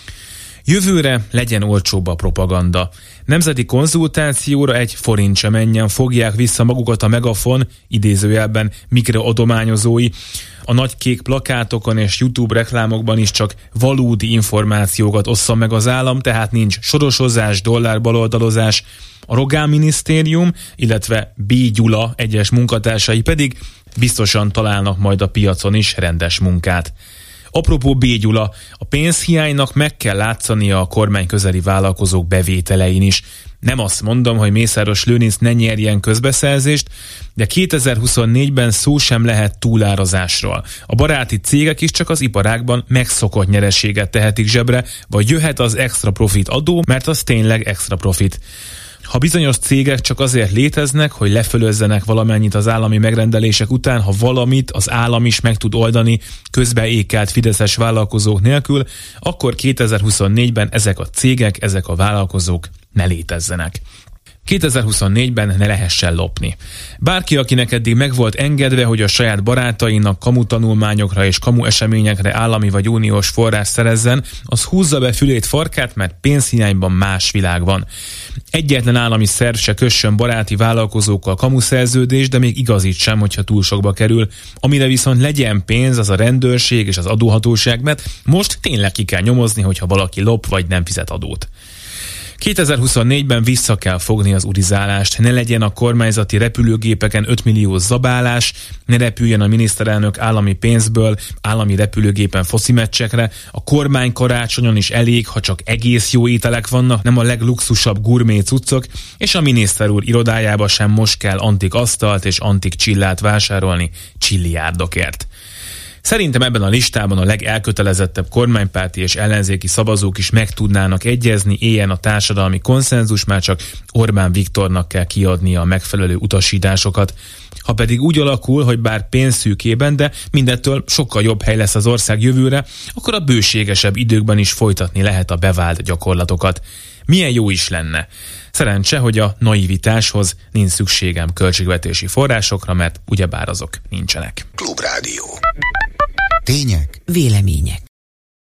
Jövőre legyen olcsóbb a propaganda. Nemzeti konzultációra egy forint sem menjen, fogják vissza magukat a Megafon, idézőjelben mikroadományozói. A nagy kék plakátokon és YouTube reklámokban is csak valódi információkat ossza meg az állam, tehát nincs sorosozás, dollárbaloldalozás. A Rogán minisztérium, illetve B. Gyula egyes munkatársai pedig biztosan találnak majd a piacon is rendes munkát. Apropó B. Gyula, a pénzhiánynak meg kell látszania a kormány közeli vállalkozók bevételein is. Nem azt mondom, hogy Mészáros Lőrinc ne nyerjen közbeszerzést, de kétezer-huszonnégyben szó sem lehet túlárazásról. A baráti cégek is csak az iparágban megszokott nyereséget tehetik zsebre, vagy jöhet az extra profit adó, mert az tényleg extra profit. Ha bizonyos cégek csak azért léteznek, hogy lefölözzenek valamennyit az állami megrendelések után, ha valamit az állam is meg tud oldani közbeékelt fideszes vállalkozók nélkül, akkor kétezer-huszonnégyben ezek a cégek, ezek a vállalkozók ne létezzenek. kétezer-huszonnégyben ne lehessen lopni. Bárki, akinek eddig meg volt engedve, hogy a saját barátainak kamu tanulmányokra és kamu eseményekre állami vagy uniós forrás szerezzen, az húzza be fülét farkát, mert pénzhiányban más világ van. Egyetlen állami szerv se kössön baráti vállalkozókkal kamu szerződést, de még igazít sem, hogyha túl sokba kerül. Amire viszont legyen pénz, az a rendőrség és az adóhatóság, mert most tényleg ki kell nyomozni, hogyha valaki lop vagy nem fizet adót. kétezer-huszonnégyben vissza kell fogni az urizálást, ne legyen a kormányzati repülőgépeken öt millió zabálás, ne repüljön a miniszterelnök állami pénzből, állami repülőgépen foszi meccsekre, a kormány karácsonyon is elég, ha csak egész jó ételek vannak, nem a legluxusabb gurmé cuccok, és a miniszter úr irodájába sem most kell antik asztalt és antik csillát vásárolni csilliárdokért. Szerintem ebben a listában a legelkötelezettebb kormánypárti és ellenzéki szavazók is meg tudnának egyezni, éljen a társadalmi konszenzus, már csak Orbán Viktornak kell kiadnia a megfelelő utasításokat. Ha pedig úgy alakul, hogy bár pénzszűkében, de mindettől sokkal jobb hely lesz az ország jövőre, akkor a bőségesebb időkben is folytatni lehet a bevált gyakorlatokat. Milyen jó is lenne. Szerencse, hogy a naivitáshoz nincs szükségem költségvetési forrásokra, mert ugyebár azok nincsenek. Klubrádió. Tények. Vélemények.